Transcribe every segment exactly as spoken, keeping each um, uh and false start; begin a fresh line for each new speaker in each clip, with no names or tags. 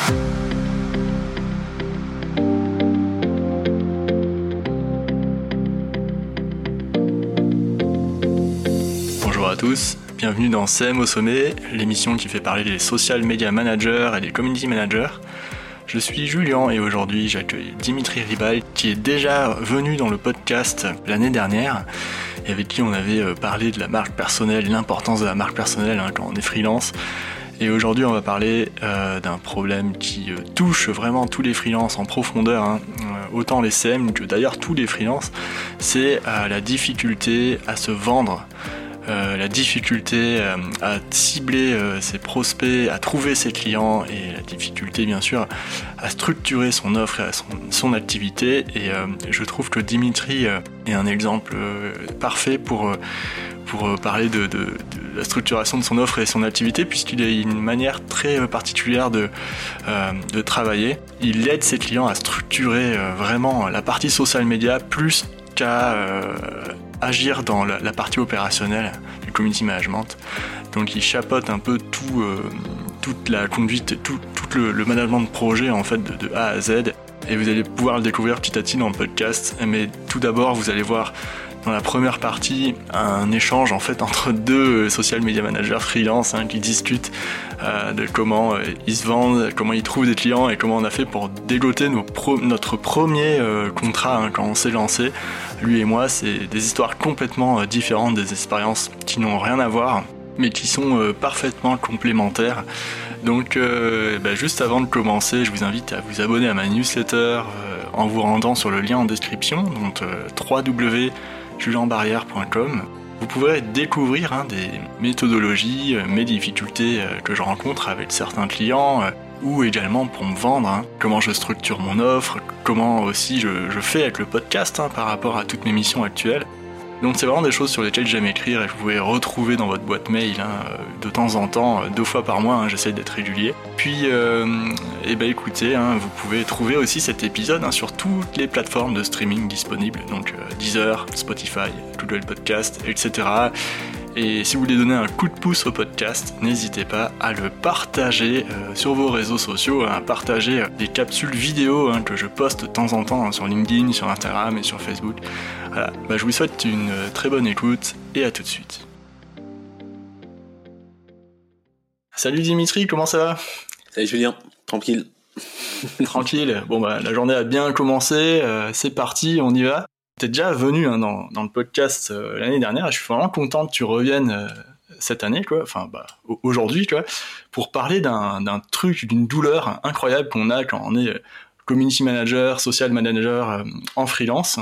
Bonjour à tous, bienvenue dans C M au sommet, l'émission qui fait parler des social media managers et des community managers. Je suis Julien et aujourd'hui j'accueille Dimitri Ribal qui est déjà venu dans le podcast l'année dernière et avec qui on avait parlé de la marque personnelle, l'importance de la marque personnelle hein, quand on est freelance. Et aujourd'hui on va parler euh, d'un problème qui euh, touche vraiment tous les freelances en profondeur, hein, euh, autant les C M que d'ailleurs tous les freelances, c'est euh, la difficulté à se vendre. Euh, la difficulté euh, à cibler euh, ses prospects, à trouver ses clients et la difficulté bien sûr à structurer son offre et à son, son activité et euh, je trouve que Dimitri euh, est un exemple euh, parfait pour, euh, pour euh, parler de, de, de la structuration de son offre et son activité puisqu'il a une manière très euh, particulière de, euh, de travailler. Il aide ses clients à structurer euh, vraiment la partie social media plus qu'à euh, agir dans la, la partie opérationnelle du community management. Donc il chapeaute un peu tout, euh, toute la conduite, tout, tout le, le management de projet en fait de, de A à Z. Et vous allez pouvoir le découvrir petit à petit dans le podcast. Mais tout d'abord, vous allez voir dans la première partie un échange en fait entre deux social media managers freelance hein, qui discutent euh, de comment euh, ils se vendent, comment ils trouvent des clients et comment on a fait pour dégoter nos pro- notre premier euh, contrat hein, quand on s'est lancé. Lui et moi, c'est des histoires complètement euh, différentes, des expériences qui n'ont rien à voir, mais qui sont euh, parfaitement complémentaires. Donc, euh, bah, juste avant de commencer, je vous invite à vous abonner à ma newsletter euh, en vous rendant sur le lien en description, donc euh, w w w point julian barrière point com. Vous pourrez découvrir hein, des méthodologies, euh, mes difficultés euh, que je rencontre avec certains clients, euh, ou également pour me vendre, hein, comment je structure mon offre, comment aussi je, je fais avec le podcast hein, par rapport à toutes mes missions actuelles. Donc c'est vraiment des choses sur lesquelles j'aime écrire et que vous pouvez retrouver dans votre boîte mail hein, de temps en temps, deux fois par mois, hein, j'essaie d'être régulier. Puis, euh, et ben écoutez, hein, vous pouvez trouver aussi cet épisode hein, sur toutes les plateformes de streaming disponibles, donc euh, Deezer, Spotify, Google Podcast, et cetera. Et si vous voulez donner un coup de pouce au podcast, n'hésitez pas à le partager euh, sur vos réseaux sociaux, hein, à partager euh, des capsules vidéo hein, que je poste de temps en temps hein, sur LinkedIn, sur Instagram et sur Facebook. Voilà, bah, je vous souhaite une euh, très bonne écoute et à tout de suite. Salut Dimitri, comment ça va ?
Salut Julien, tranquille.
Tranquille, bon bah la journée a bien commencé, euh, c'est parti, on y va. T'es déjà venu hein, dans, dans le podcast euh, l'année dernière et je suis vraiment content que tu reviennes euh, cette année, quoi, enfin bah, aujourd'hui, quoi, pour parler d'un, d'un truc, d'une douleur incroyable qu'on a quand on est euh, community manager, social manager euh, en freelance.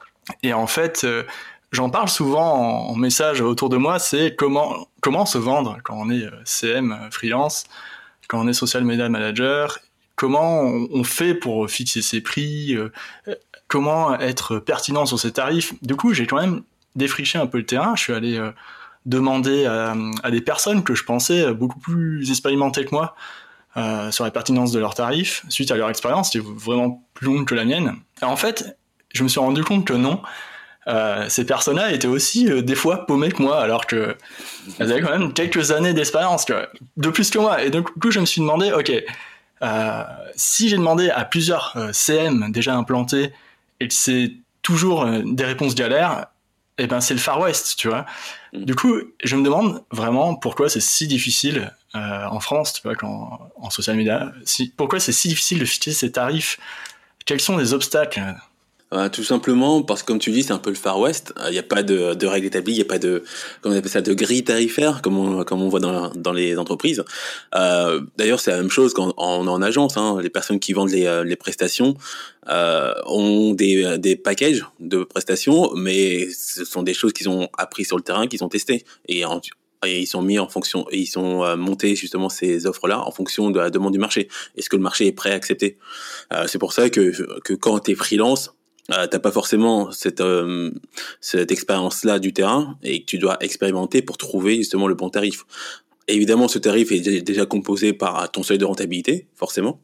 Et en fait, euh, j'en parle souvent en, en message autour de moi, c'est comment, comment se vendre quand on est euh, C M euh, freelance, quand on est social media manager, comment on, on fait pour fixer ses prix, euh, comment être pertinent sur ses tarifs. Du coup, j'ai quand même défriché un peu le terrain. Je suis allé euh, demander à, à des personnes que je pensais beaucoup plus expérimentées que moi euh, sur la pertinence de leurs tarifs, suite à leur expérience, qui est vraiment plus longue que la mienne. Et en fait, je me suis rendu compte que non. Euh, ces personnes-là étaient aussi euh, des fois paumées que moi, alors que elles avaient quand même quelques années d'expérience, tu vois, de plus que moi. Et du coup, je me suis demandé, ok, euh, si j'ai demandé à plusieurs euh, C M déjà implantés et que c'est toujours euh, des réponses galères, et ben c'est le Far West, tu vois. Mmh. Du coup, je me demande vraiment pourquoi c'est si difficile euh, en France, tu vois, quand, en social media, si, pourquoi c'est si difficile de fixer ces tarifs. Quels sont les obstacles ?
Euh, tout simplement parce que comme tu dis, c'est un peu le Far West. Il euh, n'y a pas de, de règles établies, il n'y a pas de, comment on appelle ça, de grille tarifaire comme on, comme on voit dans, dans les entreprises. Euh, d'ailleurs, c'est la même chose quand on est en agence. Hein. Les personnes qui vendent les, les prestations euh, ont des, des packages de prestations, mais ce sont des choses qu'ils ont appris sur le terrain, qu'ils ont testé et en, et ils sont mis en fonction, ils sont euh, montés justement ces offres-là en fonction de la demande du marché. Est-ce que le marché est prêt à accepter ? euh, C'est pour ça que que quand t'es freelance, Euh, t'as pas forcément cette euh, cette expérience-là du terrain et que tu dois expérimenter pour trouver justement le bon tarif. Évidemment, ce tarif est déjà composé par ton seuil de rentabilité, forcément.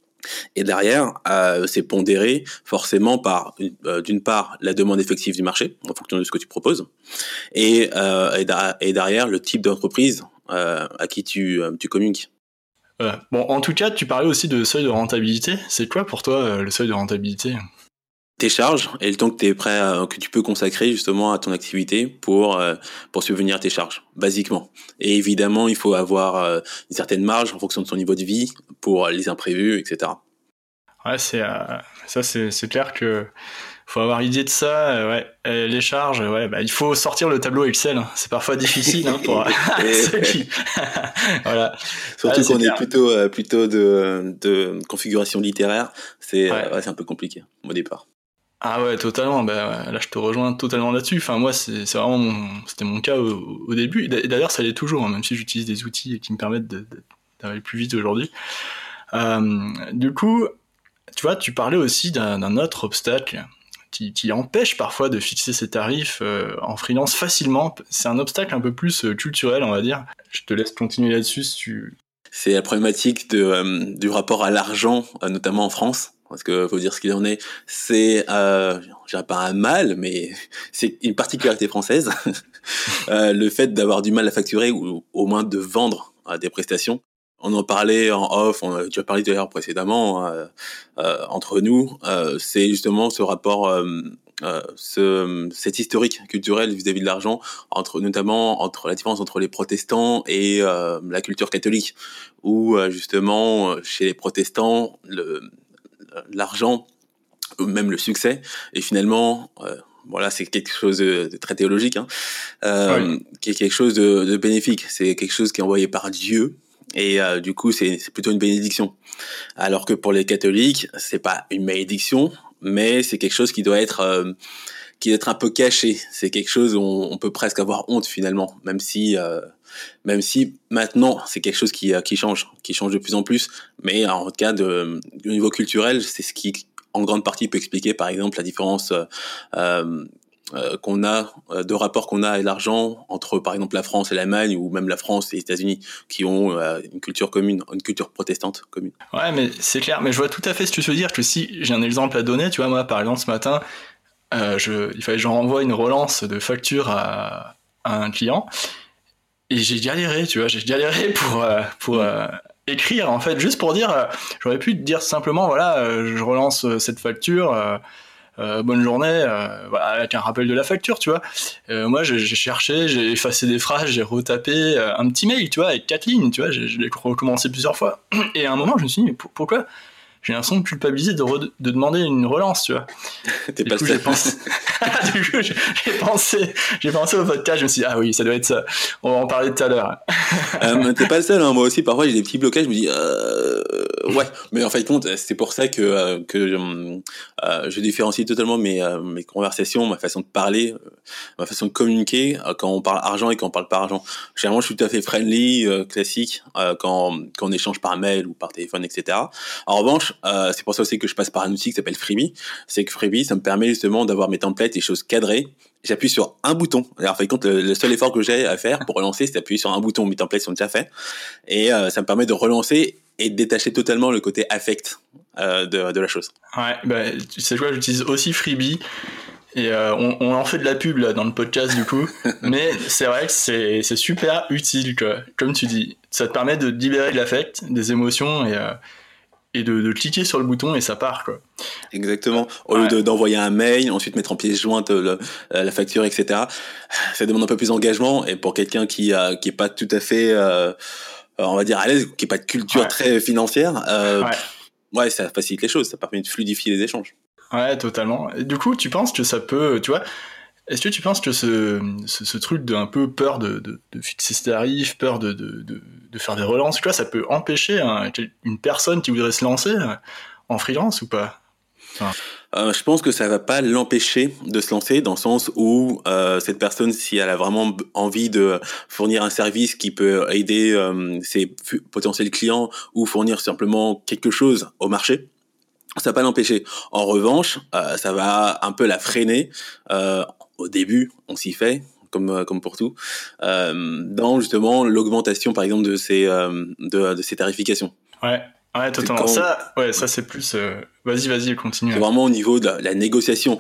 Et derrière, euh, c'est pondéré forcément par, euh, d'une part, la demande effective du marché, en fonction de ce que tu proposes, et, euh, et, da- et derrière, le type d'entreprise euh, à qui tu, euh, tu communiques.
Voilà. Bon, en tout cas, tu parlais aussi de seuil de rentabilité. C'est quoi pour toi euh, le seuil de rentabilité?
Tes charges et le temps que t'es prêt à, que tu peux consacrer justement à ton activité pour euh, pour subvenir à tes charges, basiquement. Et évidemment, il faut avoir euh, une certaine marge en fonction de son niveau de vie pour les imprévus, et cetera.
Ouais, c'est euh, ça, c'est c'est clair que faut avoir idée de ça. Euh, ouais, Et les charges, ouais, bah il faut sortir le tableau Excel. Hein. C'est parfois difficile hein, pour ceux qui. Voilà.
Surtout
Ouais, c'est
qu'on est
clair.
plutôt euh, plutôt de de configuration littéraire, c'est
Ouais.
euh, ouais, c'est un peu compliqué au départ.
Ah ouais, totalement. Bah, ouais, là, je te rejoins totalement là-dessus. Enfin, moi, c'est, c'est vraiment mon, c'était mon cas au, au début. Et d'ailleurs, ça l'est toujours, hein, même si j'utilise des outils qui me permettent de, de, d'aller plus vite aujourd'hui. Euh, du coup, tu vois, tu parlais aussi d'un, d'un autre obstacle qui, qui empêche parfois de fixer ses tarifs euh, en freelance facilement. C'est un obstacle un peu plus euh, culturel, on va dire. Je te laisse continuer là-dessus si tu...
C'est la problématique de euh, du rapport à l'argent, euh, notamment en France. Parce que faut dire ce qu'il en est, c'est, euh, je dirais pas un mal, mais c'est une particularité française, euh, le fait d'avoir du mal à facturer ou au moins de vendre euh, des prestations. On en parlait en off, on a déjà parlé d'ailleurs précédemment euh, euh, entre nous. Euh, c'est justement ce rapport, euh, euh, ce, cet historique culturel vis-à-vis de l'argent, entre notamment entre la différence entre les protestants et euh, la culture catholique, où euh, justement chez les protestants, le l'argent, ou même le succès, et finalement, euh, voilà, c'est quelque chose de, de très théologique, hein,
Oui.
euh, qui est quelque chose de, de bénéfique. C'est quelque chose qui est envoyé par Dieu, et euh, du coup, c'est, c'est plutôt une bénédiction. Alors que pour les catholiques, c'est pas une malédiction, mais c'est quelque chose qui doit être euh, qui doit être un peu caché. C'est quelque chose où on, on peut presque avoir honte finalement, même si euh, même si maintenant c'est quelque chose qui qui change, qui change de plus en plus. Mais en tout cas, de, au niveau culturel, c'est ce qui en grande partie peut expliquer par exemple la différence euh, euh, qu'on a euh, de rapport qu'on a à l'argent entre par exemple la France et l'Allemagne ou même la France et les États-Unis qui ont euh, une culture commune, une culture protestante commune.
Ouais, mais c'est clair. Mais je vois tout à fait ce que tu veux dire. Que si j'ai un exemple à donner, tu vois, moi, par exemple, ce matin, euh, je, il fallait que je renvoie une relance de facture à, à un client. Et j'ai galéré, tu vois, j'ai galéré pour, euh, pour
Mm.
euh, écrire, en fait, juste pour dire, euh, j'aurais pu te dire simplement, voilà, euh, je relance euh, cette facture, euh, euh, bonne journée, euh, voilà, avec un rappel de la facture, tu vois. Euh, moi, j'ai, j'ai cherché, j'ai effacé des phrases, j'ai retapé euh, un petit mail, tu vois, avec quatre lignes, tu vois, j'ai, je l'ai recommencé plusieurs fois. Et à un moment, je me suis dit, mais pour- pourquoi j'ai l'impression de culpabiliser de, re- de demander une relance, tu vois.
T'es
Du
pas
coup,
le
j'ai
seul.
pensé, du coup, j'ai j'ai pensé, j'ai pensé au podcast. Je me suis dit, ah oui, ça doit être ça. On va en parler tout à l'heure.
Euh, t'es pas le seul, hein. Moi aussi, parfois, j'ai des petits blocages. Je me dis, euh, ouais. Mais en fait, compte, c'est pour ça que euh, que euh, je différencie totalement mes euh, mes conversations, ma façon de parler, euh, ma façon de communiquer euh, quand on parle argent et quand on parle pas argent. Généralement, je suis tout à fait friendly, euh, classique euh, quand quand on échange par mail ou par téléphone, et cetera. En revanche, euh, c'est pour ça aussi que je passe par un outil qui s'appelle Freebie. C'est que Freebie, ça me permet justement d'avoir mes templates et choses cadrées. J'appuie sur un bouton. Alors, en fait, compte, le, le seul effort que j'ai à faire pour relancer, c'est d'appuyer sur un bouton. Mes templates sont déjà faits. Et euh, ça me permet de relancer et de détacher totalement le côté affect euh, de, de la chose.
Ouais, bah, tu sais quoi, j'utilise aussi Freebie. Et euh, on, on en fait de la pub là dans le podcast du coup, mais c'est vrai que c'est, c'est super utile quoi. Comme tu dis, ça te permet de libérer de l'affect, des émotions et, euh, et de, de cliquer sur le bouton et ça part quoi.
Exactement. Au lieu
Ouais,
de, d'envoyer un mail, ensuite mettre en pièce jointe le, la facture, et cetera. Ça demande un peu plus d'engagement. Et pour quelqu'un qui a, qui est pas tout à fait, euh, on va dire à l'aise, qui est pas de culture
ouais,
très financière, euh,
ouais,
ouais, ça facilite les choses. Ça permet de fluidifier les échanges.
ouais, totalement. Et du coup, tu penses que ça peut, tu vois, est-ce que tu penses que ce, ce, ce truc de un peu peur de, de, de fixer ses tarifs, peur de, de, de, de faire des relances, tu vois, ça peut empêcher hein, une personne qui voudrait se lancer euh, en freelance ou pas? Enfin,
Euh, je pense que ça va pas l'empêcher de se lancer dans le sens où euh, cette personne, si elle a vraiment b- envie de fournir un service qui peut aider euh, ses fu- potentiels clients ou fournir simplement quelque chose au marché, ça va pas l'empêcher. En revanche, euh, ça va un peu la freiner. Euh, au début, on s'y fait. Comme, euh, comme pour tout, euh, dans justement l'augmentation par exemple de ces, euh, de, de ces tarifications.
ouais, ouais,
C'est
totalement.
quand
Ça, ouais, ça c'est plus. euh, Vas-y, vas-y, continue.
c'est vraiment au niveau de la, la négociation.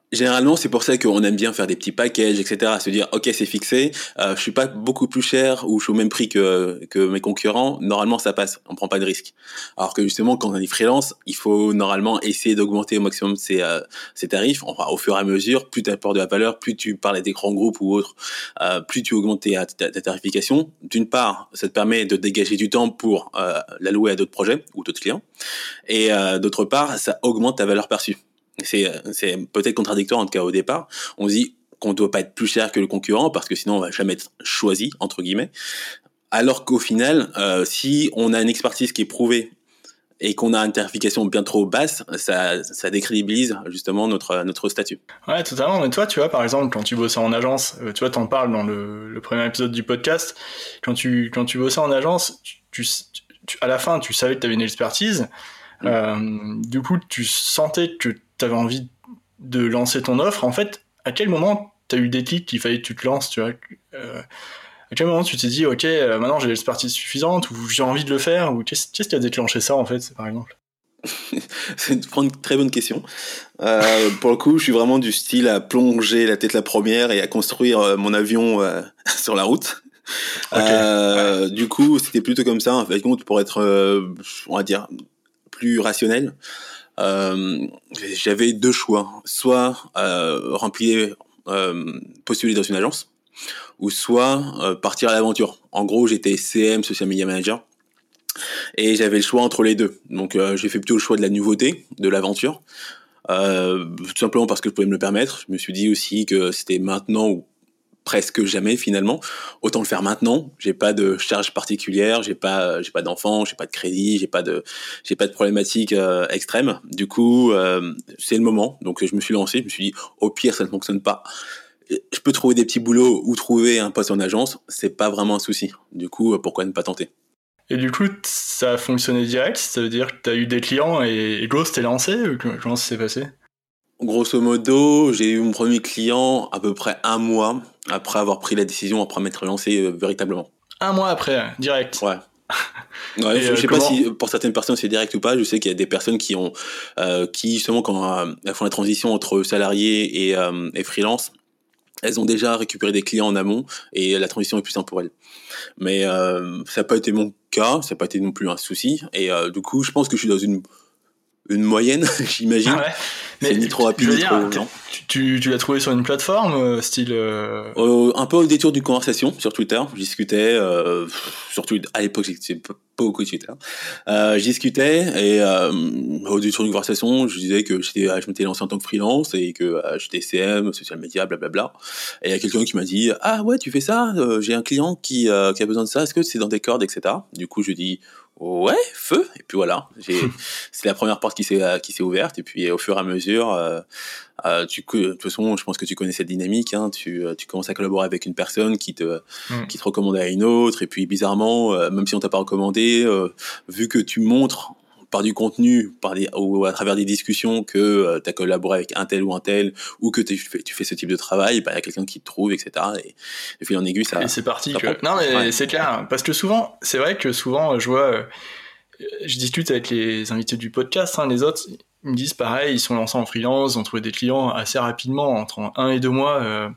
Généralement, c'est pour ça qu'on aime bien faire des petits packages, et cetera. Se dire, ok, c'est fixé, euh, je suis pas beaucoup plus cher ou je suis au même prix que que mes concurrents. Normalement, ça passe, on prend pas de risque. Alors que justement, quand on est freelance, il faut normalement essayer d'augmenter au maximum ses euh, ses tarifs. Enfin, au fur et à mesure, plus tu apportes de la valeur, plus tu parles à des grands groupes ou autres, euh, plus tu augmentes ta, ta, ta tarification. D'une part, ça te permet de dégager du temps pour euh, l'allouer à d'autres projets ou d'autres clients, et euh, d'autre part, ça augmente ta valeur perçue. C'est, c'est peut-être contradictoire en tout cas au départ. On se dit qu'on ne doit pas être plus cher que le concurrent parce que sinon on va jamais être choisi entre guillemets. Alors qu'au final, euh, si on a une expertise qui est prouvée et qu'on a une tarification bien trop basse, ça, ça décrédibilise justement notre notre statut.
Ouais, totalement. Mais toi, tu vois, par exemple, quand tu bossais en agence, euh, tu vois, t'en parles dans le, le premier épisode du podcast. Quand tu quand tu bossais en agence, tu, tu, tu à la fin, tu savais que tu avais une expertise. Mmh. Euh, du coup, tu sentais que tu avais envie de lancer ton offre. En fait, à quel moment tu as eu des déclic qu'il fallait que tu te lances, tu vois euh, à quel moment tu t'es dit, ok, euh, maintenant j'ai l'expertise suffisante, ou j'ai envie de le faire, ou qu'est-ce, qu'est-ce qui a déclenché ça, en fait, par exemple?
C'est une très bonne question. Euh, pour le coup, je suis vraiment du style à plonger la tête la première et à construire euh, mon avion euh, sur la route. Okay. Euh, ouais. Du coup, c'était plutôt comme ça, en fait, pour être, euh, on va dire, plus rationnel. Euh, j'avais deux choix, soit euh, remplir, euh, postuler dans une agence, ou soit euh, partir à l'aventure. En gros, j'étais C M, Social Media Manager, et j'avais le choix entre les deux. Donc euh, j'ai fait plutôt le choix de la nouveauté, de l'aventure, euh, tout simplement parce que je pouvais me le permettre. Je me suis dit aussi que c'était maintenant ou presque jamais finalement, autant le faire maintenant. J'ai pas de charge particulière, j'ai pas, j'ai pas d'enfants, j'ai pas de crédit, j'ai pas de, j'ai pas de problématiques euh, extrêmes. Du coup, euh, c'est le moment. Donc je me suis lancé, je me suis dit, au pire ça ne fonctionne pas, je peux trouver des petits boulots ou trouver un poste en agence, c'est pas vraiment un souci. Du coup, pourquoi ne pas tenter?
Et du coup, ça a fonctionné direct, ça veut dire que tu as eu des clients et, et Go s'était lancé, ou comment ça s'est passé?
Grosso modo, j'ai eu mon premier client à peu près un mois après avoir pris la décision, après m'être lancé euh, véritablement.
Un mois après, direct.
Ouais. Ouais, je, euh, je sais comment... pas si pour certaines personnes c'est direct ou pas. Je sais qu'il y a des personnes qui ont, euh, qui justement quand euh, elles font la transition entre salarié et, euh, et freelance, elles ont déjà récupéré des clients en amont et la transition est plus simple pour elles. Mais euh, ça n'a pas été mon cas, ça n'a pas été non plus un souci. Et euh, du coup, je pense que je suis dans une une moyenne, j'imagine. Ah ouais.
Mais
c'est ni trop rapide ni trop lent.
Tu, tu, tu l'as trouvé sur une plateforme euh, style euh...
Euh, un peu au détour d'une conversation sur Twitter. Je discutais, euh, surtout à l'époque j'étais pas beaucoup de Twitter. Euh, je discutais et euh, au détour d'une conversation, je disais que j'étais, je m'étais lancé en tant que freelance et que euh, j'étais C M, social media, blablabla. Et il y a quelqu'un qui m'a dit ah ouais tu fais ça, euh, j'ai un client qui euh, qui a besoin de ça, est-ce que c'est dans tes cordes, et cetera. Du coup je dis ouais, feu, et puis voilà, j'ai, c'est la première porte qui s'est, qui s'est ouverte, et puis au fur et à mesure, euh, euh, tu, de toute façon, je pense que tu connais cette dynamique, hein, tu, tu commences à collaborer avec une personne qui te, mm. qui te recommande à une autre, et puis bizarrement, euh, même si on t'a pas recommandé, euh, vu que tu montres par du contenu, par des, ou à travers des discussions que euh, tu as collaboré avec un tel ou un tel, ou que tu fais, tu fais ce type de travail, bah, y a quelqu'un qui te trouve, et cetera. Et de fil en aiguille, ça...
Et c'est parti. Que... Non, mais ouais. C'est clair. Parce que souvent, c'est vrai que souvent, je vois... Euh, je discute avec les invités du podcast, hein, les autres, ils me disent pareil, ils sont lancés en freelance, ils ont trouvé des clients assez rapidement, entre un et deux mois, euh,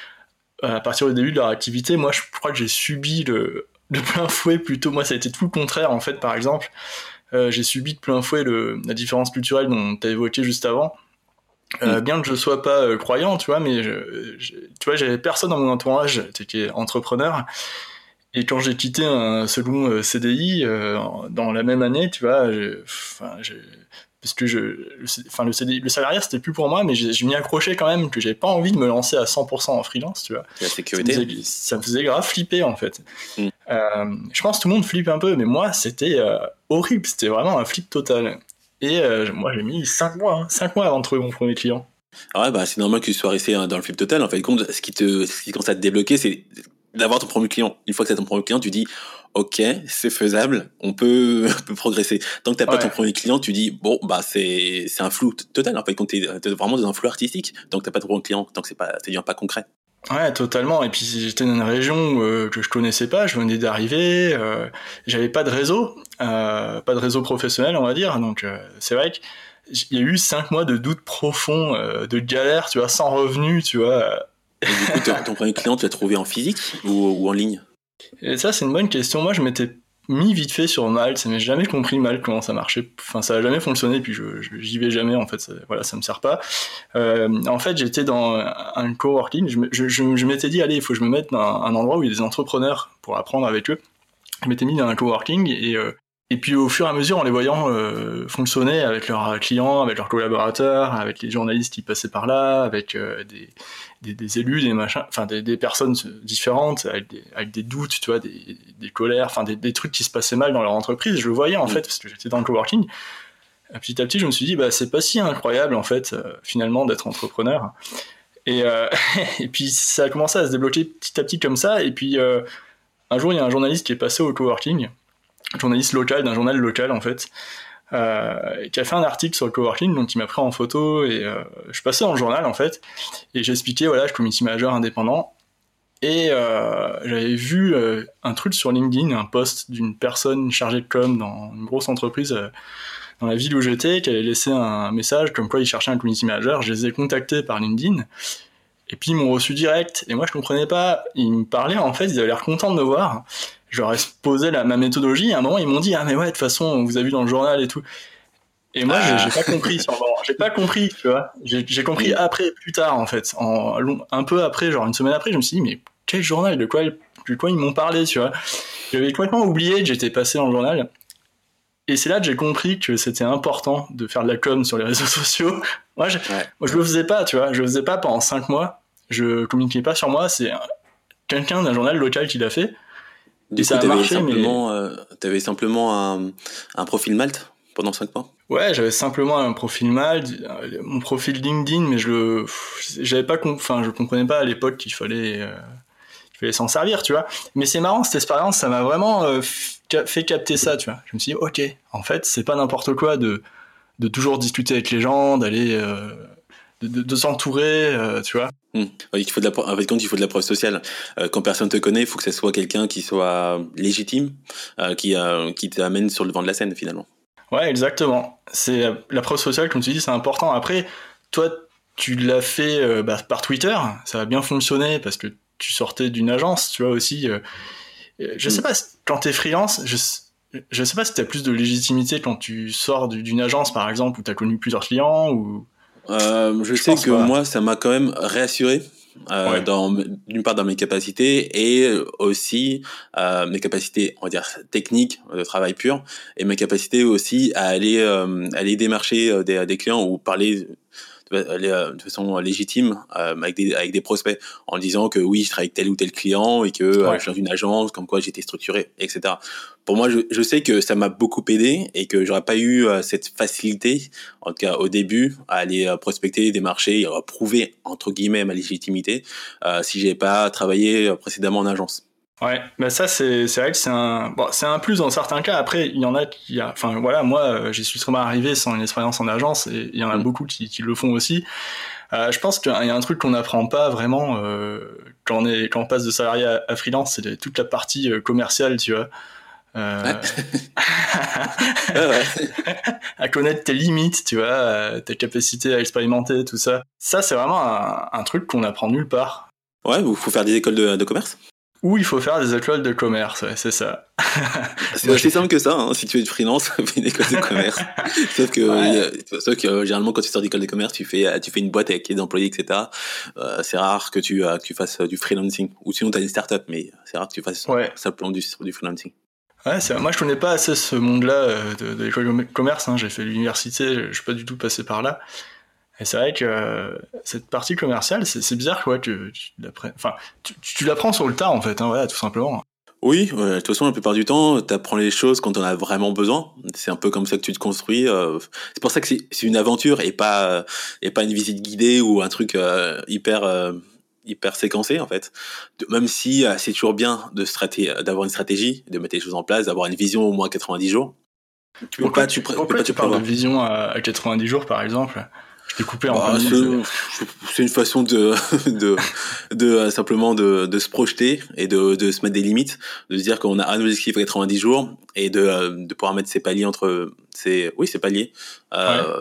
à partir du début de leur activité. Moi, je crois que j'ai subi le, le plein fouet plutôt. Moi, ça a été tout le contraire, en fait, par exemple. Euh, j'ai subi de plein fouet le, la différence culturelle dont tu as évoqué juste avant. Euh, mmh. Bien que je sois pas euh, croyant, tu vois, mais je, je, tu vois, j'avais personne dans mon entourage qui est entrepreneur. Et quand j'ai quitté un second euh, C D I euh, dans la même année, tu vois, enfin, parce que je, enfin le C D I, le salariat c'était plus pour moi, mais je, je m'y accrochais quand même, que j'avais pas envie de me lancer à cent pour cent en freelance, tu vois.
La sécurité.
Ça me faisait, ça me faisait grave flipper en fait. Mm. Euh, je pense que tout le monde flippe un peu, mais moi c'était euh, horrible, c'était vraiment un flip total. Et euh, moi j'ai mis cinq mois, hein, cinq mois avant de trouver mon premier client.
Ah ouais, bah c'est normal que tu sois resté hein, dans le flip total. En fait, compte, ce qui te, ce qui commence à te débloquer, c'est d'avoir ton premier client. Une fois que tu as ton premier client, tu dis ok, c'est faisable, on peut, on peut progresser. Tant que t'as ouais. pas ton premier client, tu dis bon bah c'est c'est un flou total. En fait, quand t'es, t'es vraiment dans un flou artistique, tant que t'as pas ton premier client, tant que c'est pas, ça devient pas concret.
Ouais, totalement. Et puis j'étais dans une région euh, que je connaissais pas, je venais d'arriver, euh, j'avais pas de réseau, euh, pas de réseau professionnel, on va dire. Donc euh, c'est vrai que il y a eu cinq mois de doutes profonds, euh, de galère, tu vois, sans revenu, tu vois.
Et du coup, ton, ton premier client, tu l'as trouvé en physique ou, ou en ligne?
Et ça, c'est une bonne question. Moi, je m'étais mis vite fait sur Malte, mais j'ai jamais compris Malte comment ça marchait. Enfin, ça a jamais fonctionné, puis je, je j'y vais jamais. En fait, ça, voilà, ça me sert pas. Euh, en fait, j'étais dans un coworking. Je, je, je, je m'étais dit, allez, il faut que je me mette dans un endroit où il y a des entrepreneurs pour apprendre avec eux. Je m'étais mis dans un coworking et euh, et puis au fur et à mesure, en les voyant euh, fonctionner avec leurs clients, avec leurs collaborateurs, avec les journalistes qui passaient par là, avec euh, des, des, des élus, des machins, enfin des, des personnes différentes, avec des, avec des doutes, tu vois, des, des colères, enfin des, des trucs qui se passaient mal dans leur entreprise. Je le voyais en fait parce que j'étais dans le coworking. Petit à petit, je me suis dit, bah c'est pas si incroyable en fait, euh, finalement, d'être entrepreneur. Et, euh, et puis ça a commencé à se débloquer petit à petit comme ça. Et puis euh, un jour, il y a un journaliste qui est passé au coworking. Journaliste local, d'un journal local en fait, euh, qui a fait un article sur le coworking, donc il m'a pris en photo et euh, je passais dans le journal en fait, et j'expliquais voilà, je suis community manager indépendant, et euh, j'avais vu euh, un truc sur LinkedIn, un post d'une personne chargée de com dans une grosse entreprise euh, dans la ville où j'étais, qui avait laissé un message comme quoi il cherchait un community manager. Je les ai contactés par LinkedIn, et puis ils m'ont reçu direct, et moi je comprenais pas, ils me parlaient en fait, ils avaient l'air contents de me voir. Je leur ai posé la, ma méthodologie, et à un moment ils m'ont dit ah mais ouais de toute façon on vous a vu dans le journal et tout, et moi
Ah.
j'ai, j'ai pas compris sur le moment, j'ai pas compris, tu vois, j'ai, j'ai compris
Mm.
après, plus tard en fait, en, un peu après, genre une semaine après, je me suis dit mais quel journal, de quoi, de quoi ils m'ont parlé, tu vois. J'avais complètement oublié que j'étais passé dans le journal, et c'est là que j'ai compris que c'était important de faire de la com sur les réseaux sociaux. Moi je,
Ouais.
moi, je le faisais pas, tu vois, je le faisais pas pendant cinq mois, je communiquais pas sur moi, c'est quelqu'un d'un journal local qui l'a fait.
Du
Et
coup,
ça a
t'avais
marché,
simplement,
mais...
euh, t'avais simplement un, un profil Malte pendant cinq mois?
Ouais, j'avais simplement un profil Malte, mon profil LinkedIn, mais je le, j'avais pas, comp... enfin, je comprenais pas à l'époque qu'il fallait, euh, qu'il fallait s'en servir, tu vois. Mais c'est marrant, cette expérience, ça m'a vraiment euh, fait capter ça, tu vois. Je me suis dit, ok, en fait, c'est pas n'importe quoi de, de toujours discuter avec les gens, d'aller, euh, de, de, de s'entourer, euh, tu vois.
Mmh. Il faut de la, en fait, quand il faut de la preuve sociale, euh, quand personne te connaît, il faut que ce soit quelqu'un qui soit légitime, euh, qui, euh, qui t'amène sur le devant de la scène finalement.
Ouais, exactement. C'est la preuve sociale, comme tu dis, c'est important. Après, toi, tu l'as fait euh, bah, par Twitter, ça a bien fonctionné parce que tu sortais d'une agence, tu vois aussi. Euh, je sais
Mmh.
pas, quand t'es freelance, je, je sais pas si t'as plus de légitimité quand tu sors d'une agence, par exemple, où t'as connu plusieurs clients, ou...
Euh, je
Je
sais
pense
que
pas.
moi, ça m'a quand même rassuré. Euh,
Ouais.
dans, d'une part dans mes capacités et aussi euh, mes capacités, on va dire techniques de travail pur, et mes capacités aussi à aller euh, aller démarcher des, des clients ou parler de, de façon légitime euh, avec des avec des prospects en disant que oui, je travaille avec tel ou tel client et que euh,
Ouais.
je suis dans une agence, comme quoi j'étais structuré, et cetera. Pour moi, je, je sais que ça m'a beaucoup aidé et que j'aurais pas eu euh, cette facilité, en tout cas au début, à aller euh, prospecter des marchés et à prouver entre guillemets ma légitimité euh, si j'avais pas travaillé euh, précédemment en agence.
Ouais, bah ça c'est c'est vrai que c'est un bon, c'est un plus dans certains cas. Après, il y en a qui a enfin voilà, moi euh, j'y suis sûrement arrivé sans une expérience en agence, et il y en a
Mm.
beaucoup qui qui le font aussi. Euh, je pense qu'il y a un truc qu'on n'apprend pas vraiment euh, quand on est quand on passe de salarié à, à freelance, c'est toute la partie euh, commerciale, tu vois.
Ouais.
Euh...
ouais, ouais.
à connaître tes limites, tu vois, euh, tes capacités à expérimenter, tout ça. Ça, c'est vraiment un, un truc qu'on apprend nulle part.
Ouais, il faut faire des écoles de, de commerce.
Ou il faut faire des écoles de commerce, ouais, c'est ça.
C'est
Moi,
aussi
j'ai
simple
fait.
que ça, hein. Si tu es freelance, fais une école de commerce. Sauf que,
Ouais.
y a, sauf que euh, généralement, quand tu sors d'école de commerce, tu fais, tu fais une boîte avec des employés, et cetera. Euh, c'est rare que tu, euh, que tu fasses euh, du freelancing. Ou sinon, tu as une start-up, mais c'est rare que tu fasses
Ouais.
simplement du, du freelancing.
Ouais, c'est... moi je connais pas assez ce monde-là euh, de, de l'école de commerce, hein. J'ai fait l'université, je suis pas du tout passé par là. Et c'est vrai que euh, cette partie commerciale, c'est, c'est bizarre quoi, que tu l'apprends. Enfin, tu, tu l'apprends sur le tas en fait, hein, voilà, tout simplement.
Oui, euh, de toute façon, la plupart du temps, tu apprends les choses quand on a vraiment besoin. C'est un peu comme ça que tu te construis. Euh, c'est pour ça que c'est, c'est une aventure et pas, euh, et pas une visite guidée ou un truc euh, hyper... Euh, hyper séquencé en fait, même si euh, c'est toujours bien de straté- d'avoir une stratégie, de mettre les choses en place, d'avoir une vision au moins quatre-vingt-dix jours. Tu peux
Pourquoi
pas, tu,
tu,
pré- peux
pourquoi
pas
tu
tout
parles de
prévoir.
vision à, à quatre-vingt-dix jours par exemple? Je t'ai coupé en plein
Bah,
milieu.
c'est, c'est une façon de, de, de euh, simplement de, de se projeter et de, de se mettre des limites, de se dire qu'on a un objectif à quatre-vingt-dix jours et de, de pouvoir mettre ses paliers entre ces, oui, ces paliers, euh,
Ouais.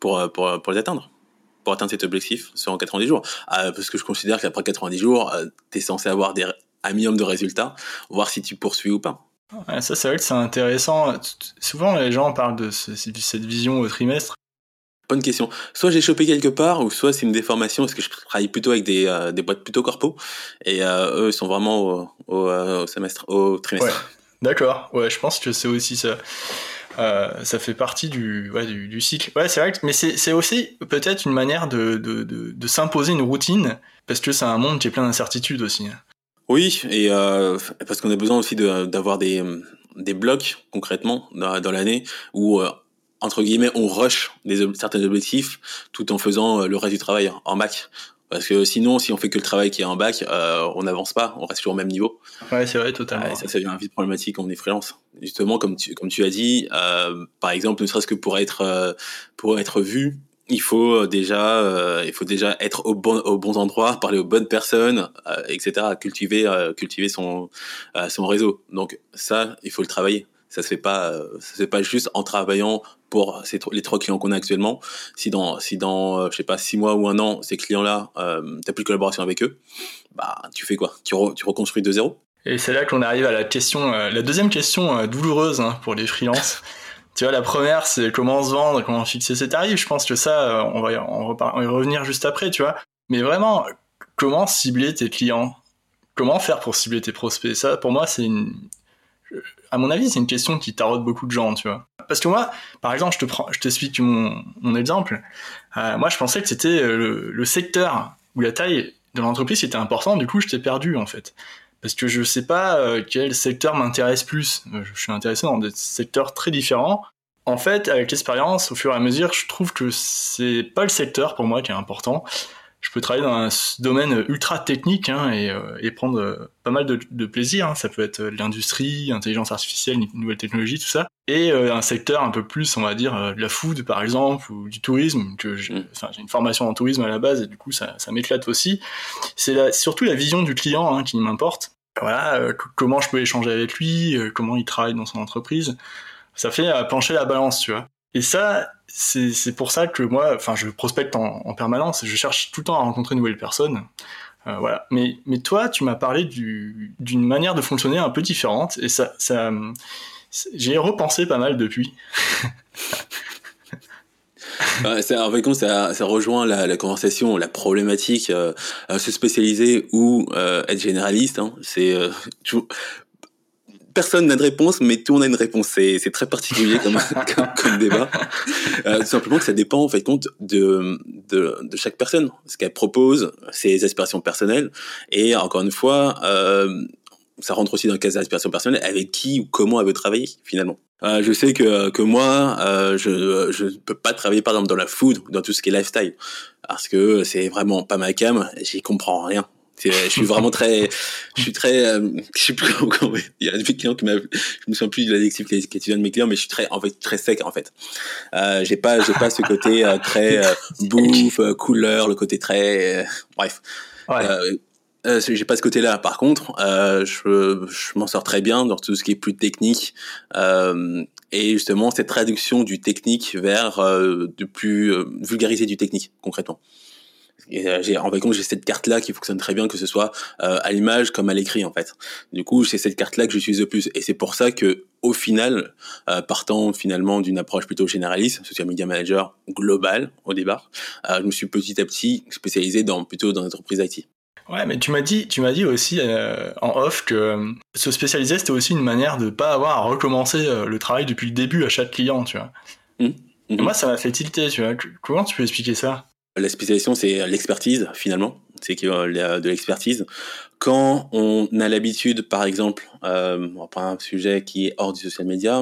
pour, pour, pour les atteindre, pour atteindre cet objectif sur quatre-vingt-dix jours. Euh, parce que je considère qu'après quatre-vingt-dix jours, euh, tu es censé avoir des, un minimum de résultats, voir si tu poursuis ou pas.
Ouais, ça, c'est vrai que c'est intéressant. Souvent, les gens parlent de ce, cette vision au trimestre.
Bonne question. Soit j'ai chopé quelque part, ou soit c'est une déformation, parce que je travaille plutôt avec des, euh, des boîtes plutôt corpo, et euh, eux, ils sont vraiment au, au, au semestre, au trimestre.
Ouais, d'accord. Ouais, je pense que c'est aussi ça. Euh, ça fait partie du, ouais, du, du cycle. Ouais, c'est vrai, que, mais c'est, c'est aussi peut-être une manière de, de, de, de s'imposer une routine, parce que c'est un monde qui est plein d'incertitudes aussi.
Oui, et euh, parce qu'on a besoin aussi de, d'avoir des, des blocs, concrètement, dans, dans l'année, où... Euh, entre guillemets, on rush des, certains objectifs tout en faisant le reste du travail en bac. Parce que sinon, si on fait que le travail qui est en bac, euh, on n'avance pas, on reste toujours au même niveau.
Ouais, c'est vrai, totalement.
Euh, ça, ça devient vite problématique quand on est freelance. Justement, comme tu, comme tu as dit, euh, par exemple, ne serait-ce que pour être, euh, pour être vu, il faut déjà, euh, il faut déjà être au bon, aux bons endroits, parler aux bonnes personnes, euh, et cetera. Cultiver, euh, cultiver son, euh, son réseau. Donc ça, il faut le travailler. Ça se fait pas, euh, ça se fait pas juste en travaillant pour ces, les trois clients qu'on a actuellement. Si dans, si dans, euh, je sais pas, six mois ou un an, ces clients-là, euh, t'as plus de collaboration avec eux, bah, tu fais quoi? Tu, re, tu reconstruis de zéro?
Et c'est là qu'on arrive à la question, euh, la deuxième question euh, douloureuse hein, pour les freelances. Tu vois, la première, c'est comment se vendre, comment fixer ses tarifs. Je pense que ça, euh, on va y, on repart, on va y revenir juste après, tu vois. Mais vraiment, comment cibler tes clients? Comment faire pour cibler tes prospects? Ça, pour moi, c'est une... À mon avis, c'est une question qui taraude beaucoup de gens, tu vois. Parce que moi, par exemple, je te prends, je t'explique mon, mon exemple. Euh, moi, je pensais que c'était le, le secteur où la taille de l'entreprise était important. Du coup, je t'ai perdu, en fait. Parce que je sais pas euh, quel secteur m'intéresse plus. Euh, je suis intéressé dans des secteurs très différents. En fait, avec l'expérience, au fur et à mesure, je trouve que c'est pas le secteur pour moi qui est important. Je peux travailler dans un domaine ultra technique hein, et, euh, et prendre euh, pas mal de, de plaisir. Hein. Ça peut être l'industrie, l'intelligence artificielle, les nouvelles technologies, tout ça. Et euh, un secteur un peu plus, on va dire, euh, de la food par exemple, ou du tourisme. Que j'ai, mmh. Enfin, j'ai une formation en tourisme à la base et du coup ça, ça m'éclate aussi. C'est la, surtout la vision du client hein, qui m'importe. Voilà, euh, comment je peux échanger avec lui, euh, comment il travaille dans son entreprise. Ça fait euh, pencher la balance, tu vois. Et ça, c'est, c'est pour ça que moi, enfin, je prospecte en, en permanence, je cherche tout le temps à rencontrer de nouvelles personnes. Euh, voilà. Mais, mais toi, tu m'as parlé du, d'une manière de fonctionner un peu différente, et ça, ça, j'ai repensé pas mal depuis.
Ouais, ça, en fait, ça, ça rejoint la, la conversation, la problématique, euh, se spécialiser ou euh, être généraliste. Hein, c'est euh, tout, personne n'a de réponse, mais tout le monde a une réponse. C'est, c'est très particulier comme, comme, comme débat. Euh, tout simplement que ça dépend en fait compte de, de, de chaque personne, ce qu'elle propose, ses aspirations personnelles, et encore une fois, euh, ça rentre aussi dans le cas d'aspiration personnelle, avec qui ou comment elle veut travailler finalement. Euh, je sais que que moi, euh, je je peux pas travailler par exemple dans la food ou dans tout ce qui est lifestyle parce que c'est vraiment pas ma cam, j'y comprends rien. C'est, je suis vraiment très, je suis très, euh, je sais plus comment, il y a des clients qui m'a, je me souviens plus de l'adjectif qui est de mes clients, mais je suis très, en fait, très sec, en fait. Euh, j'ai pas, j'ai pas ce côté euh, très euh, bouffe, euh, couleur, le côté très, euh, bref. Ouais. Euh, euh, j'ai pas ce côté-là. Par contre, euh, je, je m'en sors très bien dans tout ce qui est plus technique. Euh, et justement, cette traduction du technique vers euh, de plus euh, vulgariser du technique, concrètement. Et j'ai, en fait, comme j'ai cette carte-là qui fonctionne très bien, que ce soit euh, à l'image comme à l'écrit, en fait. Du coup, c'est cette carte-là que j'utilise le plus. Et c'est pour ça que, au final, euh, partant finalement d'une approche plutôt généraliste, social media manager global au départ, euh, je me suis petit à petit spécialisé dans plutôt dans l'entreprise I T.
Ouais, mais tu m'as dit, tu m'as dit aussi euh, en off que euh, se spécialiser, c'était aussi une manière de pas avoir à recommencer euh, le travail depuis le début à chaque client, tu vois. Mmh. Mmh. Et moi, ça m'a fait tilter, tu vois. Comment tu peux expliquer ça ?
La spécialisation, c'est l'expertise, finalement. C'est de l'expertise. Quand on a l'habitude, par exemple, euh, on va prendre un sujet qui est hors du social media,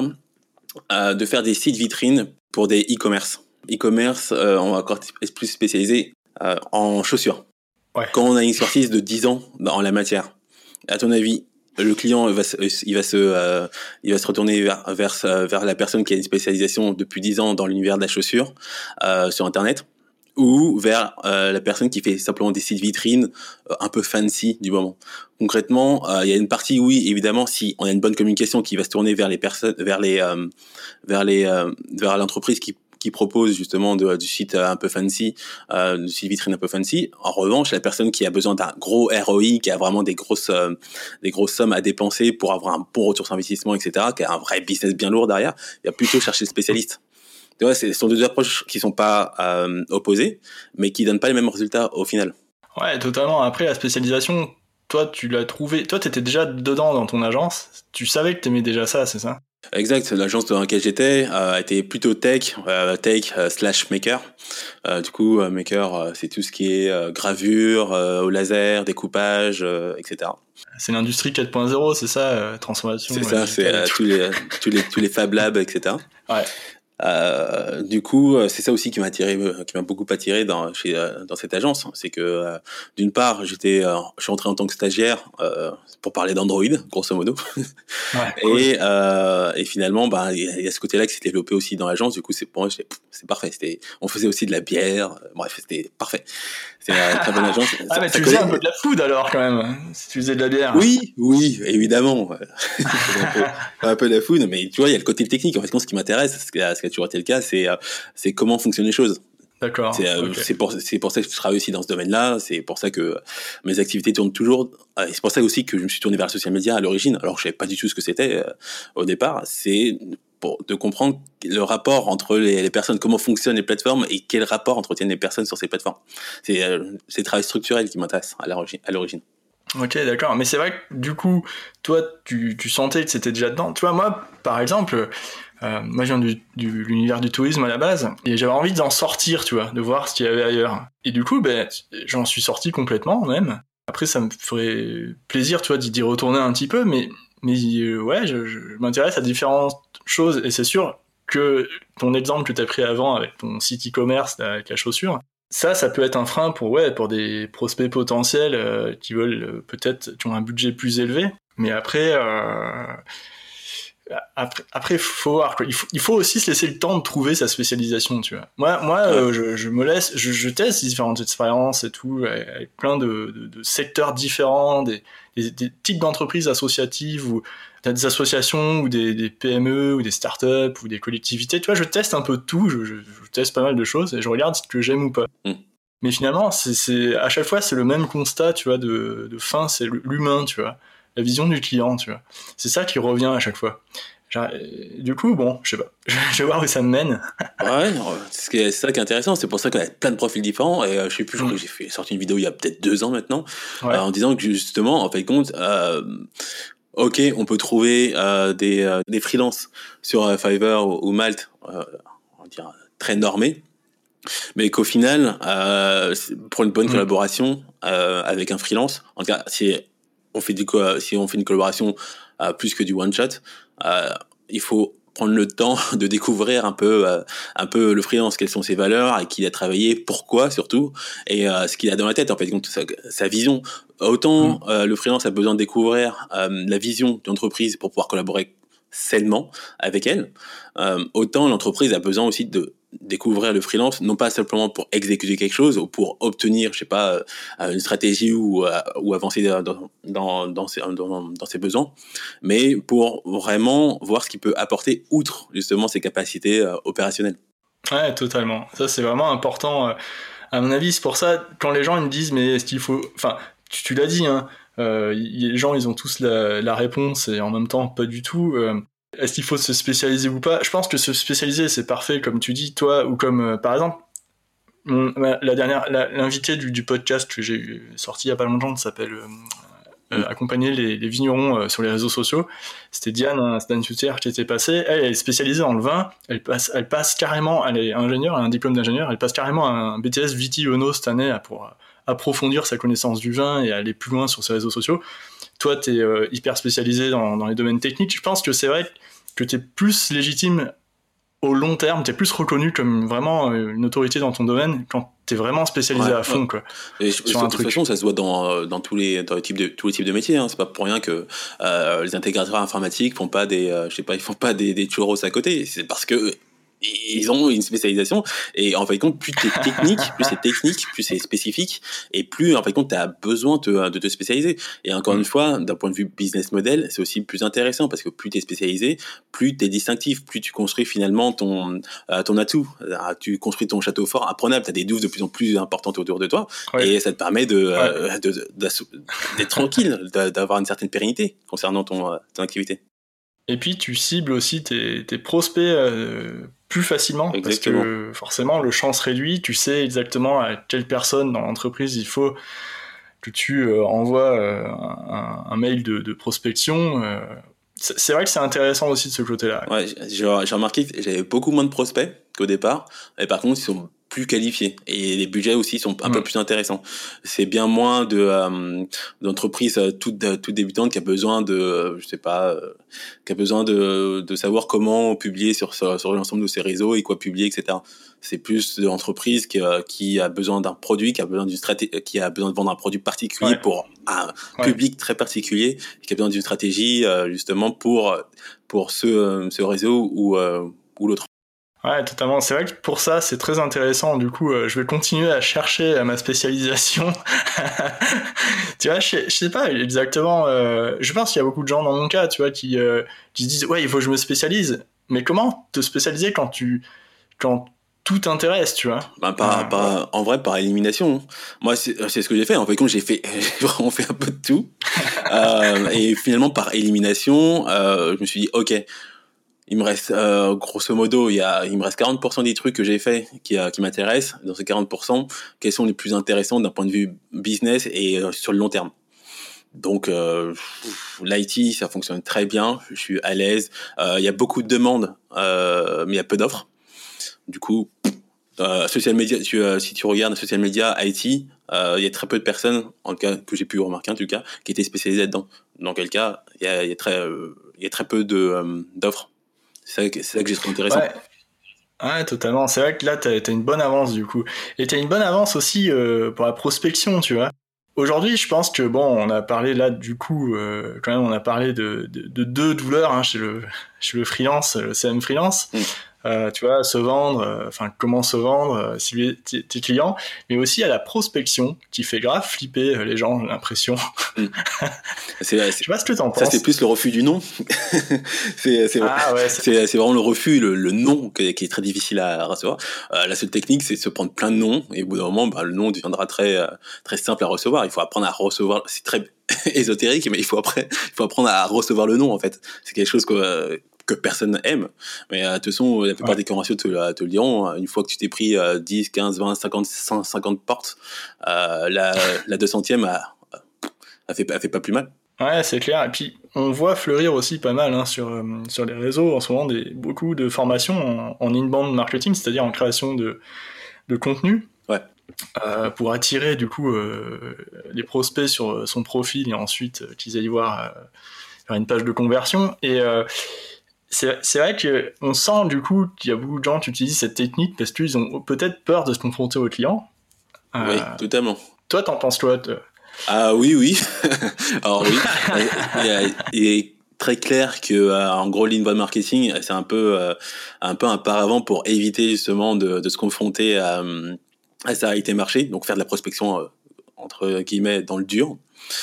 euh, de faire des sites vitrines pour des e-commerce. E-commerce, euh, on va encore être plus spécialisé euh, en chaussures. Ouais. Quand on a une expertise de dix ans en la matière, à ton avis, le client il va se, il va se, euh, il va se retourner vers, vers, vers la personne qui a une spécialisation depuis dix ans dans l'univers de la chaussure euh, sur Internet, ou vers euh, la personne qui fait simplement des sites vitrines euh, un peu fancy du moment. Concrètement, il euh, y a une partie, oui, évidemment, si on a une bonne communication qui va se tourner vers les personnes, vers les, euh, vers les, euh, vers l'entreprise qui qui propose justement de, du site un peu fancy, euh, du site vitrine un peu fancy. En revanche, la personne qui a besoin d'un gros R O I, qui a vraiment des grosses, euh, des grosses sommes à dépenser pour avoir un bon retour sur investissement, et cetera, qui a un vrai business bien lourd derrière, il va plutôt chercher le spécialiste. Tu vois, ce sont deux approches qui sont pas euh, opposées, mais qui donnent pas les mêmes résultats au final.
Ouais, totalement. Après, la spécialisation, toi, tu l'as trouvé. Toi, t'étais déjà dedans dans ton agence. Tu savais que t'aimais déjà ça, c'est ça?
Exact. L'agence dans laquelle j'étais euh, était plutôt tech, euh, tech euh, slash maker. Euh, du coup, euh, maker, euh, c'est tout ce qui est euh, gravure, euh, au laser, découpage, euh, et cetera.
C'est l'industrie quatre point zéro, c'est ça, euh, transformation.
C'est ça, c'est euh, tous les tous les tous les Fab Labs, et cetera.
Ouais.
Euh, du coup, c'est ça aussi qui m'a attiré, qui m'a beaucoup attiré dans chez dans cette agence, c'est que euh, d'une part, j'étais, euh, je suis entré en tant que stagiaire euh, pour parler d'Android, grosso modo,
ouais, cool.
et euh, et finalement, bah il y, y a ce côté-là qui s'est développé aussi dans l'agence. Du coup, c'est pour moi, c'est parfait. C'était, on faisait aussi de la bière, bref, c'était parfait. C'est une très bonne agence.
Ah,
ça,
mais
ça
tu
connaît...
faisais un peu de la food alors quand même, si tu faisais de la bière.
Oui, oui, évidemment. un, peu, un peu de la food, mais tu vois, il y a le côté technique. En fait, ce qui m'intéresse, ce qui a, ce qui a toujours été le cas, c'est, c'est comment fonctionnent les choses.
D'accord.
C'est,
okay.
c'est, pour, c'est pour ça que je travaille aussi dans ce domaine-là. C'est pour ça que mes activités tournent toujours. Et c'est pour ça aussi que je me suis tourné vers le social media à l'origine, alors que je savais pas du tout ce que c'était euh, au départ. C'est pour de comprendre le rapport entre les, les personnes, comment fonctionnent les plateformes et quel rapport entretiennent les personnes sur ces plateformes. C'est, euh, c'est le travail structurel qui m'intéresse à l'origine. À l'origine.
Ok, d'accord. Mais c'est vrai que du coup, toi, tu, tu sentais que c'était déjà dedans. Tu vois, moi, par exemple, euh, moi, je viens du, du l'univers du tourisme à la base, et j'avais envie d'en sortir, tu vois, de voir ce qu'il y avait ailleurs. Et du coup, ben, j'en suis sorti complètement, même. Après, ça me ferait plaisir, tu vois, d'y retourner un petit peu, mais, mais euh, ouais, je, je m'intéresse à différentes choses, et c'est sûr que ton exemple que tu as pris avant avec ton site e-commerce, avec la chaussure, ça, ça peut être un frein pour, ouais, pour des prospects potentiels euh, qui veulent euh, peut-être, qui ont un budget plus élevé. Mais après, euh, après, après, faut voir, quoi. Il faut, il faut aussi se laisser le temps de trouver sa spécialisation, tu vois. Moi, moi, ouais. euh, je, je me laisse, je, je teste différentes expériences et tout, avec plein de, de, de secteurs différents, des, des, des types d'entreprises associatives ou des associations ou des, des P M E ou des startups ou des collectivités. Tu vois, je teste un peu de tout, je, je, je teste pas mal de choses et je regarde ce que j'aime ou pas. Mm. Mais finalement, c'est, c'est, à chaque fois, c'est le même constat, tu vois, de, de fin, c'est l'humain, tu vois. La vision du client, tu vois. C'est ça qui revient à chaque fois. Genre, du coup, bon, je sais pas. Je vais voir où ça me mène.
Ouais, c'est ça qui est intéressant. C'est pour ça qu'on a plein de profils différents. Et euh, je sais plus, je crois que j'ai fait, sorti une vidéo il y a peut-être deux ans maintenant, ouais. euh, en disant que justement, en fait, compte, euh, ok, on peut trouver euh, des, euh, des freelances sur euh, Fiverr ou, ou Malte, euh, on va dire très normés, mais qu'au final, euh, pour une bonne mmh. collaboration euh, avec un freelance, en tout cas, si on fait du co- si on fait une collaboration euh, plus que du one shot, euh, il faut prendre le temps de découvrir un peu euh, un peu le freelance, quelles sont ses valeurs, avec qui il a travaillé, pourquoi surtout, et euh, ce qu'il a dans la tête, en fait, donc sa, sa vision. Autant mmh. euh, le freelance a besoin de découvrir euh, la vision de l'entreprise pour pouvoir collaborer sainement avec elle, euh, autant l'entreprise a besoin aussi de découvrir le freelance, non pas simplement pour exécuter quelque chose ou pour obtenir, je sais pas, une stratégie ou, ou avancer dans, dans, dans, ses, dans, dans ses besoins, mais pour vraiment voir ce qu'il peut apporter outre justement ses capacités euh, opérationnelles.
Ouais, totalement. Ça, c'est vraiment important. Euh, à mon avis, c'est pour ça, quand les gens ils me disent, mais est-ce qu'il faut... Enfin, tu, tu l'as dit, hein, euh, les gens, ils ont tous la, la réponse et en même temps, pas du tout. Euh, Est-ce qu'il faut se spécialiser ou pas ? Je pense que se spécialiser, c'est parfait, comme tu dis, toi, ou comme, euh, par exemple, mon, la dernière, la, l'invité du, du podcast que j'ai sorti il y a pas longtemps, ça s'appelle euh, euh, Accompagner les, les vignerons euh, sur les réseaux sociaux. C'était Diane, hein, Diane Suter qui était passée. Elle, elle est spécialisée dans le vin. Elle passe, elle passe carrément, elle est ingénieure, elle a un diplôme d'ingénieur, elle passe carrément un B T S Viti-Ono cette année pour approfondir sa connaissance du vin et aller plus loin sur ses réseaux sociaux. Toi, t'es euh, hyper spécialisé dans, dans les domaines techniques. Je pense que c'est vrai que t'es plus légitime au long terme, t'es plus reconnu comme vraiment une autorité dans ton domaine quand t'es vraiment spécialisé ouais, à fond, ouais. quoi.
Et sur, sur un de toute façon, ça se voit dans dans tous les dans les types de tous les types de métiers. Hein. C'est pas pour rien que euh, les intégrateurs informatiques font pas des, euh, je sais pas, ils font pas des des churros à côté. C'est parce que ils ont une spécialisation, et en fait compte plus t'es technique, plus c'est technique, plus c'est spécifique, et plus en fait compte t'as besoin de, de te spécialiser. Et encore une fois, d'un point de vue business model, c'est aussi plus intéressant parce que plus t'es spécialisé, plus t'es distinctif, plus tu construis finalement ton euh, ton atout. Tu construis ton château fort imprenable. T'as des douves de plus en plus importantes autour de toi, ouais. Et ça te permet de, ouais. euh, de, de, de d'être tranquille, d'avoir une certaine pérennité concernant ton ton activité.
Et puis tu cibles aussi tes, tes prospects euh, plus facilement. Exactement. Parce que forcément le champ se réduit, tu sais exactement à quelle personne dans l'entreprise il faut que tu euh, envoies euh, un, un mail de, de prospection. Euh, c'est, c'est vrai que c'est intéressant aussi de ce côté-là.
Ouais, j'ai, j'ai remarqué que j'avais beaucoup moins de prospects qu'au départ, et par contre ils sont plus qualifiés, et les budgets aussi sont un mmh. peu plus intéressants. C'est bien moins de euh, d'entreprises toutes toutes débutantes qui a besoin de je sais pas euh, qui a besoin de de savoir comment publier sur sur, sur l'ensemble de ses réseaux et quoi publier, et cetera. C'est plus de l'entreprise qui qui a besoin d'un produit, qui a besoin d'une stratégie, qui a besoin de vendre un produit particulier ouais. pour un ouais. public très particulier, et qui a besoin d'une stratégie euh, justement pour pour ce ce réseau ou euh, ou l'autre.
Ouais, totalement. C'est vrai que pour ça, c'est très intéressant. Du coup, euh, je vais continuer à chercher à ma spécialisation. Tu vois, je, je sais pas exactement. Euh, je pense qu'il y a beaucoup de gens dans mon cas, tu vois, qui, euh, qui se disent ouais, il faut que je me spécialise. Mais comment te spécialiser quand tu quand tout t'intéresse, tu vois?
Bah, par, euh, par, ouais. En vrai, par élimination. Moi, c'est, c'est ce que j'ai fait. En fait, quand j'ai fait, j'ai vraiment fait un peu de tout. euh, et finalement, par élimination, euh, je me suis dit ok. Il me reste, euh, grosso modo, il y a, il me reste quarante pour cent des trucs que j'ai fait qui, euh, qui m'intéressent. Dans ces quarante pour cent, quels sont les plus intéressants d'un point de vue business et euh, sur le long terme? Donc, euh, l'I T, ça fonctionne très bien. Je suis à l'aise. Euh, il y a beaucoup de demandes, euh, mais il y a peu d'offres. Du coup, euh, social media, tu, euh, si tu regardes social media, I T, euh, il y a très peu de personnes, en tout cas, que j'ai pu remarquer en tout cas, qui étaient spécialisées là-dedans. Dans quel cas, il y a, il y a très, euh, il y a très peu de, euh, d'offres. C'est ça, c'est ça que j'ai trouvé intéressant.
Ouais. ouais, totalement. C'est vrai que là, t'as, t'as une bonne avance, du coup. Et t'as une bonne avance aussi euh, pour la prospection, tu vois. Aujourd'hui, je pense que, bon, on a parlé là, du coup, euh, quand même, on a parlé de, de, de deux douleurs hein, chez, le, chez le freelance, le C M freelance. Mm. Euh, tu vois, se vendre, enfin, euh, comment se vendre, euh, cibler tes, tes clients, mais aussi à la prospection, qui fait grave flipper les gens, j'ai l'impression. Mm.
C'est, c'est, je
sais pas ce que t'en penses.
Ça, c'est plus le refus du non. c'est, c'est, ah, ouais, c'est... C'est, c'est vraiment le refus, le, le non qui est, qui est très difficile à recevoir. Euh, la seule technique, c'est de se prendre plein de noms, et au bout d'un moment, bah, le non deviendra très, euh, très simple à recevoir. Il faut apprendre à recevoir, c'est très ésotérique, mais il faut après, il faut apprendre à recevoir le non, en fait. C'est quelque chose que, euh, que personne aime, mais euh, de toute façon la plupart ouais. des commerciaux te, te le diront, une fois que tu t'es pris euh, dix, quinze, vingt, cinquante, cent cinquante portes, euh, la, la deux centième a, a, fait, a fait pas plus mal.
Ouais, c'est clair. Et puis on voit fleurir aussi pas mal hein, sur, euh, sur les réseaux en ce moment des, beaucoup de formations en, en inbound marketing, c'est-à-dire en création de, de contenu.
Ouais.
Euh, pour attirer du coup euh, les prospects sur son profil et ensuite euh, qu'ils aillent voir euh, faire une page de conversion. Et euh, C'est, c'est vrai qu'on sent du coup qu'il y a beaucoup de gens qui utilisent cette technique parce qu'ils ont peut-être peur de se confronter aux clients.
Euh, oui, totalement.
Toi, t'en penses quoi toi?
Ah oui, oui. Alors oui, il, est, il est très clair que euh, en gros l'inbound marketing, c'est un peu, euh, un peu un paravent pour éviter justement de, de se confronter à, à sa réalité marché, donc faire de la prospection euh, entre guillemets dans le dur.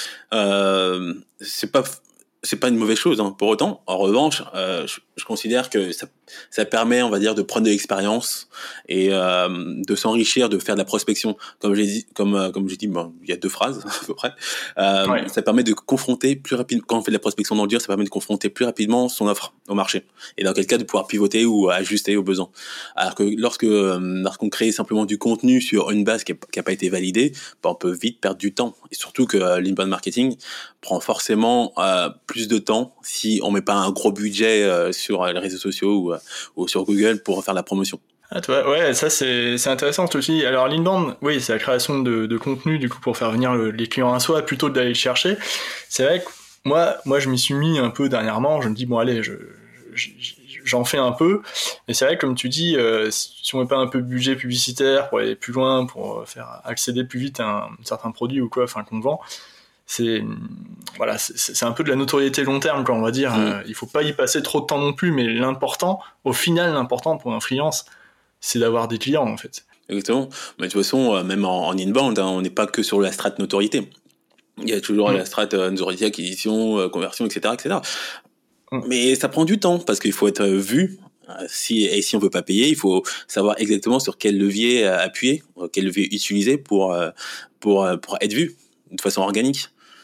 Euh, c'est pas c'est pas une mauvaise chose hein, pour autant. En revanche, euh, je, je considère que ça, ça permet, on va dire, de prendre de l'expérience et euh, de s'enrichir, de faire de la prospection. Comme j'ai dit, comme euh, comme j'ai dit, bon, il y a deux phrases à peu près. Euh, ouais. Ça permet de confronter plus rapidement. Quand on fait de la prospection dans le dur, ça permet de confronter plus rapidement son offre au marché. Et dans quel cas de pouvoir pivoter ou ajuster aux besoins. Alors que lorsque euh, lorsqu'on crée simplement du contenu sur une base qui n'a pas été validée, ben, on peut vite perdre du temps. Et surtout que euh, l'inbound marketing prend forcément euh, plus de temps si on met pas un gros budget euh, sur les réseaux sociaux ou, euh, ou sur Google pour faire la promotion.
Ah, toi, ouais, ça c'est, c'est intéressant ce que tu dis. Alors l'inbound, oui, c'est la création de, de contenu du coup pour faire venir le, les clients à soi plutôt que d'aller le chercher. C'est vrai que moi, moi je m'y suis mis un peu dernièrement. Je me dis bon allez, je, je, j'en fais un peu. Et c'est vrai comme tu dis, euh, si on met pas un peu de budget publicitaire pour aller plus loin, pour faire accéder plus vite à un, un certain produit ou quoi, enfin qu'on vend. c'est voilà, c'est, c'est un peu de la notoriété long terme, quoi, on va dire. Mmh. Euh, il faut pas y passer trop de temps non plus, mais l'important, au final, l'important pour un freelance, c'est d'avoir des clients, en fait.
Exactement. Mais de toute façon, même en, en inbound, hein, on n'est pas que sur la strate notoriété. Il y a toujours mmh. la strate euh, notoriété, acquisition, euh, conversion, et cetera, et cetera. Mmh. Mais ça prend du temps parce qu'il faut être vu. Si, et si on veut pas payer, il faut savoir exactement sur quel levier appuyer, quel levier utiliser pour, pour, pour être vu de façon organique.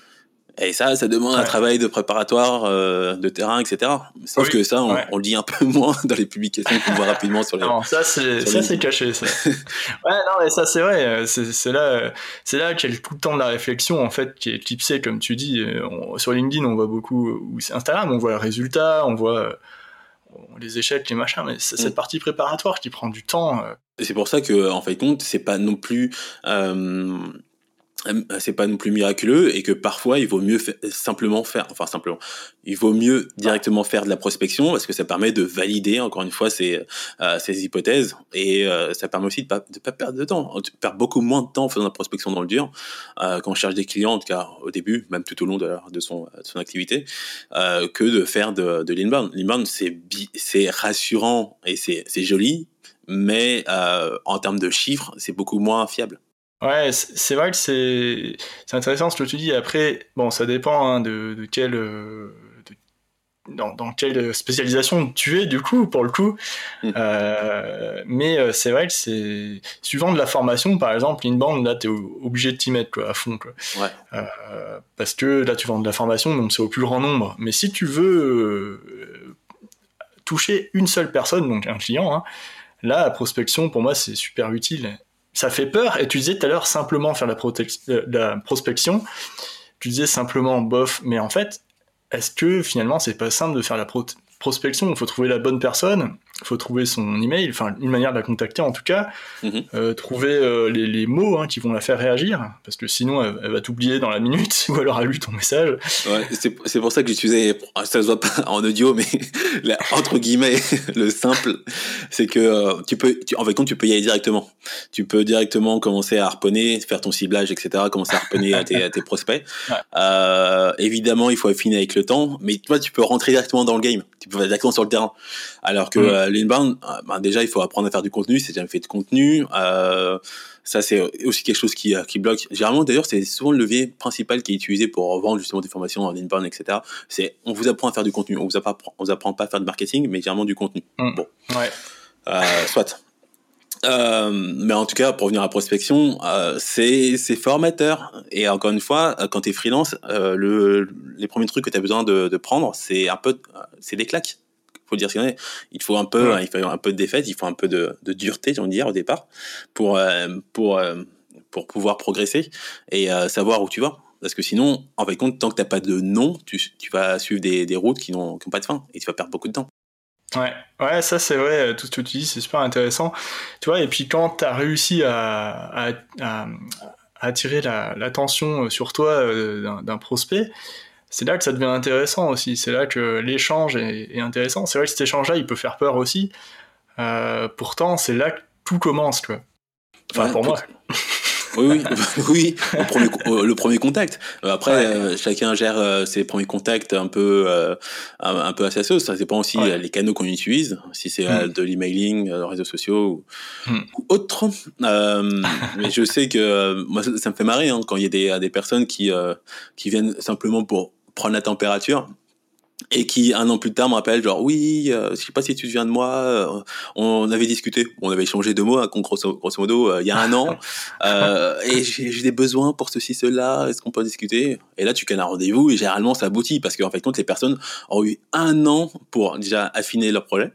Et ça, ça demande ouais. un travail de préparatoire, euh, de terrain, et cetera. Sauf oui, que ça, on, ouais. on le dit un peu moins dans les publications qu'on voit rapidement sur les.
Non, ça c'est ça les... c'est caché. Ça. ouais, non, mais ça c'est vrai. C'est, c'est là, c'est là qu'il y a tout le temps de la réflexion en fait qui est éclipsé, comme tu dis. On, sur LinkedIn, on voit beaucoup, ou c'est Instagram, on voit le résultat, on voit les échecs, les machins, mais c'est cette mmh. partie préparatoire qui prend du temps.
Et c'est pour ça que, en fait, compte, c'est pas non plus. Euh... c'est pas non plus miraculeux et que parfois il vaut mieux fa- simplement faire enfin simplement il vaut mieux directement faire de la prospection parce que ça permet de valider encore une fois ces euh, ces hypothèses et euh, ça permet aussi de pas de pas perdre de temps. On perd beaucoup moins de temps en faisant de la prospection dans le dur euh, quand on cherche des clients, en tout cas au début, même tout au long de, de son de son activité, euh, que de faire de de l'inbound. L'inbound c'est bi- c'est rassurant et c'est c'est joli, mais euh, en termes de chiffres c'est beaucoup moins fiable.
Ouais, c'est vrai que c'est, c'est intéressant ce que tu dis. Après, bon, ça dépend hein, de, de quelle, de, dans, dans quelle spécialisation tu es, du coup, pour le coup. Mmh. Euh, mais c'est vrai que c'est, suivant de la formation, par exemple, inbound, là, t'es obligé de t'y mettre, quoi, à fond, quoi.
Ouais.
Euh, parce que là, tu vends de la formation, donc c'est au plus grand nombre. Mais si tu veux euh, toucher une seule personne, donc un client, hein, là, la prospection, pour moi, c'est super utile. Ça fait peur, et tu disais tout à l'heure simplement faire la, prote- la prospection, tu disais simplement bof, mais en fait, est-ce que finalement c'est pas simple de faire la pro- prospection ? Il faut trouver la bonne personne, il faut trouver son email, enfin une manière de la contacter en tout cas, mm-hmm. euh, trouver euh, les, les mots hein, qui vont la faire réagir, parce que sinon elle, elle va t'oublier dans la minute, ou alors elle a lu ton message.
Ouais, c'est, c'est pour ça que j'utilisais, ça se voit pas en audio, mais la, entre guillemets, le simple, c'est que euh, tu peux, tu, en fait, compte, tu peux y aller directement. Tu peux directement commencer à harponner, faire ton ciblage, et cetera, commencer à harponner à tes, à tes prospects. Ouais. Euh, évidemment, il faut affiner avec le temps, mais toi, tu peux rentrer directement dans le game. Tu peux aller directement sur le terrain. Alors que mmh. euh, l'inbound, euh, ben déjà, il faut apprendre à faire du contenu. C'est jamais fait de contenu. Euh, ça, c'est aussi quelque chose qui, qui bloque. Généralement, d'ailleurs, c'est souvent le levier principal qui est utilisé pour vendre justement des formations en inbound, et cetera. C'est, on vous apprend à faire du contenu. On vous apprend, on vous apprend pas à faire de marketing, mais généralement du contenu.
Mmh.
Bon.
Ouais.
Euh, soit. Euh, mais en tout cas, pour revenir à la prospection, euh, c'est, c'est formateur. Et encore une fois, quand t'es freelance, euh, le, les premiers trucs que t'as besoin de, de prendre, c'est un peu, c'est des claques. Faut dire ce qu'il y en a. Il faut un peu, ouais. il faut un peu de défaite, il faut un peu de, de dureté, j'ai envie de dire, au départ, pour, euh, pour, euh, pour pouvoir progresser et euh, savoir où tu vas. Parce que sinon, en fin de compte, tant que t'as pas de nom, tu, tu vas suivre des, des routes qui n'ont, qui n'ont pas de fin et tu vas perdre beaucoup de temps.
Ouais, ouais, ça c'est vrai, tout ce que tu dis, c'est super intéressant. Tu vois, et puis quand t'as réussi à, à, à, à attirer la, l'attention sur toi euh, d'un, d'un prospect, c'est là que ça devient intéressant aussi. C'est là que l'échange est, est intéressant. C'est vrai que cet échange-là, il peut faire peur aussi. Euh, pourtant, c'est là que tout commence, quoi. Enfin, ouais, pour tout... moi.
Oui, oui, oui. Le premier, le premier contact. Après, ouais. euh, chacun gère euh, ses premiers contacts un peu, euh, un, un peu à sa sauce. Ça dépend aussi ouais. les canaux qu'on utilise. Si c'est euh, mm. de l'emailing, euh, réseaux sociaux ou, mm. ou autre. Euh, mais je sais que euh, moi, ça, ça me fait marrer hein, quand il y a des, des personnes qui, euh, qui viennent simplement pour prendre la température. Et qui un an plus tard me rappelle genre oui euh, je sais pas si tu te souviens de moi euh, on avait discuté on avait échangé deux mots hein, grosso, grosso modo euh, il y a un an euh, et j'ai, j'ai des besoins pour ceci cela est-ce qu'on peut discuter et là tu calmes un rendez-vous et généralement ça aboutit parce qu'en fait compte les personnes ont eu un an pour déjà affiner leur projet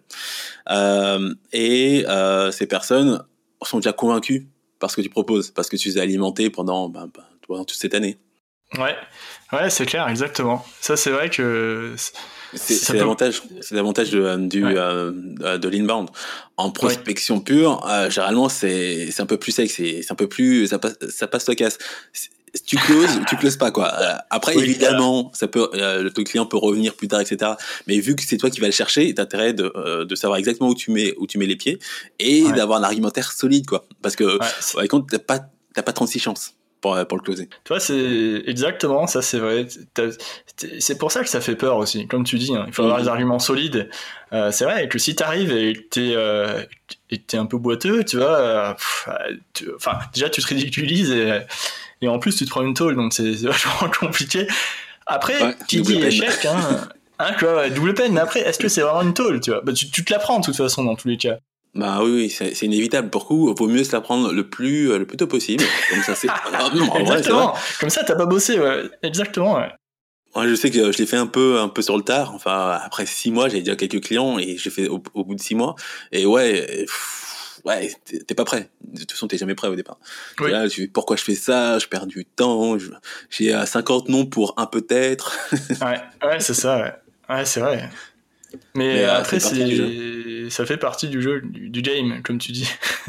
euh, et euh, ces personnes sont déjà convaincues par ce que tu proposes parce que tu les as alimentés pendant ben, ben, pendant toute cette année.
Ouais, ouais, c'est clair, exactement. Ça, c'est vrai que
c'est, c'est, peut... l'avantage, c'est l'avantage de du ouais. euh, de l'inbound. En prospection ouais. pure, euh, généralement, c'est c'est un peu plus sec, c'est c'est un peu plus ça passe ça passe la casse. Tu closes ou tu closes pas quoi. Après oui, évidemment, voilà. ça peut euh, le client peut revenir plus tard et cetera. Mais vu que c'est toi qui vas le chercher, t'as intérêt de euh, de savoir exactement où tu mets où tu mets les pieds et ouais. d'avoir un argumentaire solide quoi. Parce que ouais, ouais, compte t'as pas t'as pas trente-six chances. pour, pour le closer.
Tu vois, c'est exactement ça, c'est vrai. T'as... C'est pour ça que ça fait peur aussi. Comme tu dis, hein, il faut avoir mmh. des arguments solides. Euh, c'est vrai que si t'arrives et que t'es, euh, et que t'es un peu boiteux, tu vois, euh, pff, tu... enfin, déjà tu te ridiculises et, et en plus tu te prends une tôle, donc c'est, c'est vachement compliqué. Après, ouais, qui dit échec, hein, hein, tu vois, double peine. Mais après, est-ce que c'est vraiment une tôle, tu vois? Bah, tu, tu te la prends de toute façon dans tous les cas.
Bah oui, oui c'est, c'est inévitable. Pour coup, vaut mieux se la prendre le plus, le plus tôt possible. Comme ça, c'est. Ah, non, en
exactement.
Vrai,
c'est Comme ça, t'as pas bossé, ouais. Exactement, ouais.
Ouais, je sais que je l'ai fait un peu, un peu sur le tard. Enfin, après six mois, j'avais déjà quelques clients et j'ai fait au, au bout de six mois. Et ouais, pff, ouais, t'es, t'es pas prêt. De toute façon, t'es jamais prêt au départ. Oui. Là, tu, pourquoi je fais ça? Je perds du temps. Je, j'ai cinquante noms pour un peut-être.
ouais, ouais, c'est ça. Ouais, ouais c'est vrai. Mais, Mais après, c'est... ça fait partie du jeu, du, du game, comme tu dis.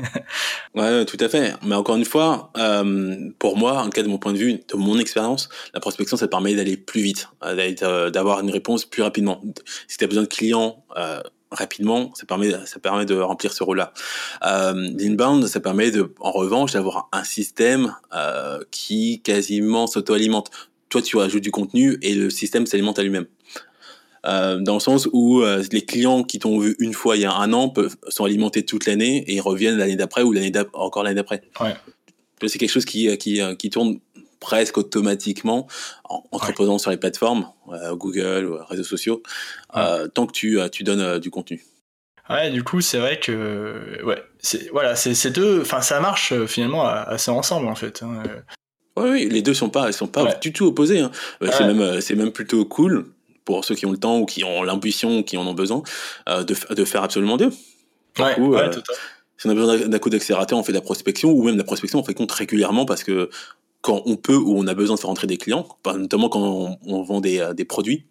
Ouais, tout à fait. Mais encore une fois, euh, pour moi, en cas de mon point de vue, de mon expérience, la prospection, ça te permet d'aller plus vite, d'aller, d'avoir une réponse plus rapidement. Si tu as besoin de clients euh, rapidement, ça permet, ça permet de remplir ce rôle-là. Euh, l'inbound, ça permet de, en revanche, d'avoir un système euh, qui quasiment s'auto-alimente. Toi, tu ajoutes du contenu et le système s'alimente à lui-même. Euh, dans le sens où euh, les clients qui t'ont vu une fois il y a un an peuvent, sont alimentés toute l'année et ils reviennent l'année d'après ou l'année d'après, encore l'année d'après.
Ouais.
C'est quelque chose qui, qui, qui tourne presque automatiquement en, en te ouais. reposant sur les plateformes, euh, Google ou réseaux sociaux, ouais. euh, tant que tu, tu donnes euh, du contenu.
Ouais, du coup, c'est vrai que ouais, c'est, voilà, c'est, c'est deux, enfin, ça marche euh, finalement assez ensemble en fait. Hein.
Oui, oui, les deux sont pas, sont pas ouais. du tout opposés. Hein. Euh, ouais. C'est même, c'est même plutôt cool. Pour ceux qui ont le temps ou qui ont l'ambition ou qui en ont besoin, euh, de, de faire absolument deux. Du
ouais,
coup,
ouais,
euh,
tout à fait.
Si on a besoin d'un coup d'accélérateur, on fait de la prospection, ou même de la prospection, on fait compte régulièrement parce que quand on peut ou on a besoin de faire rentrer des clients, notamment quand on, on vend des, des produits,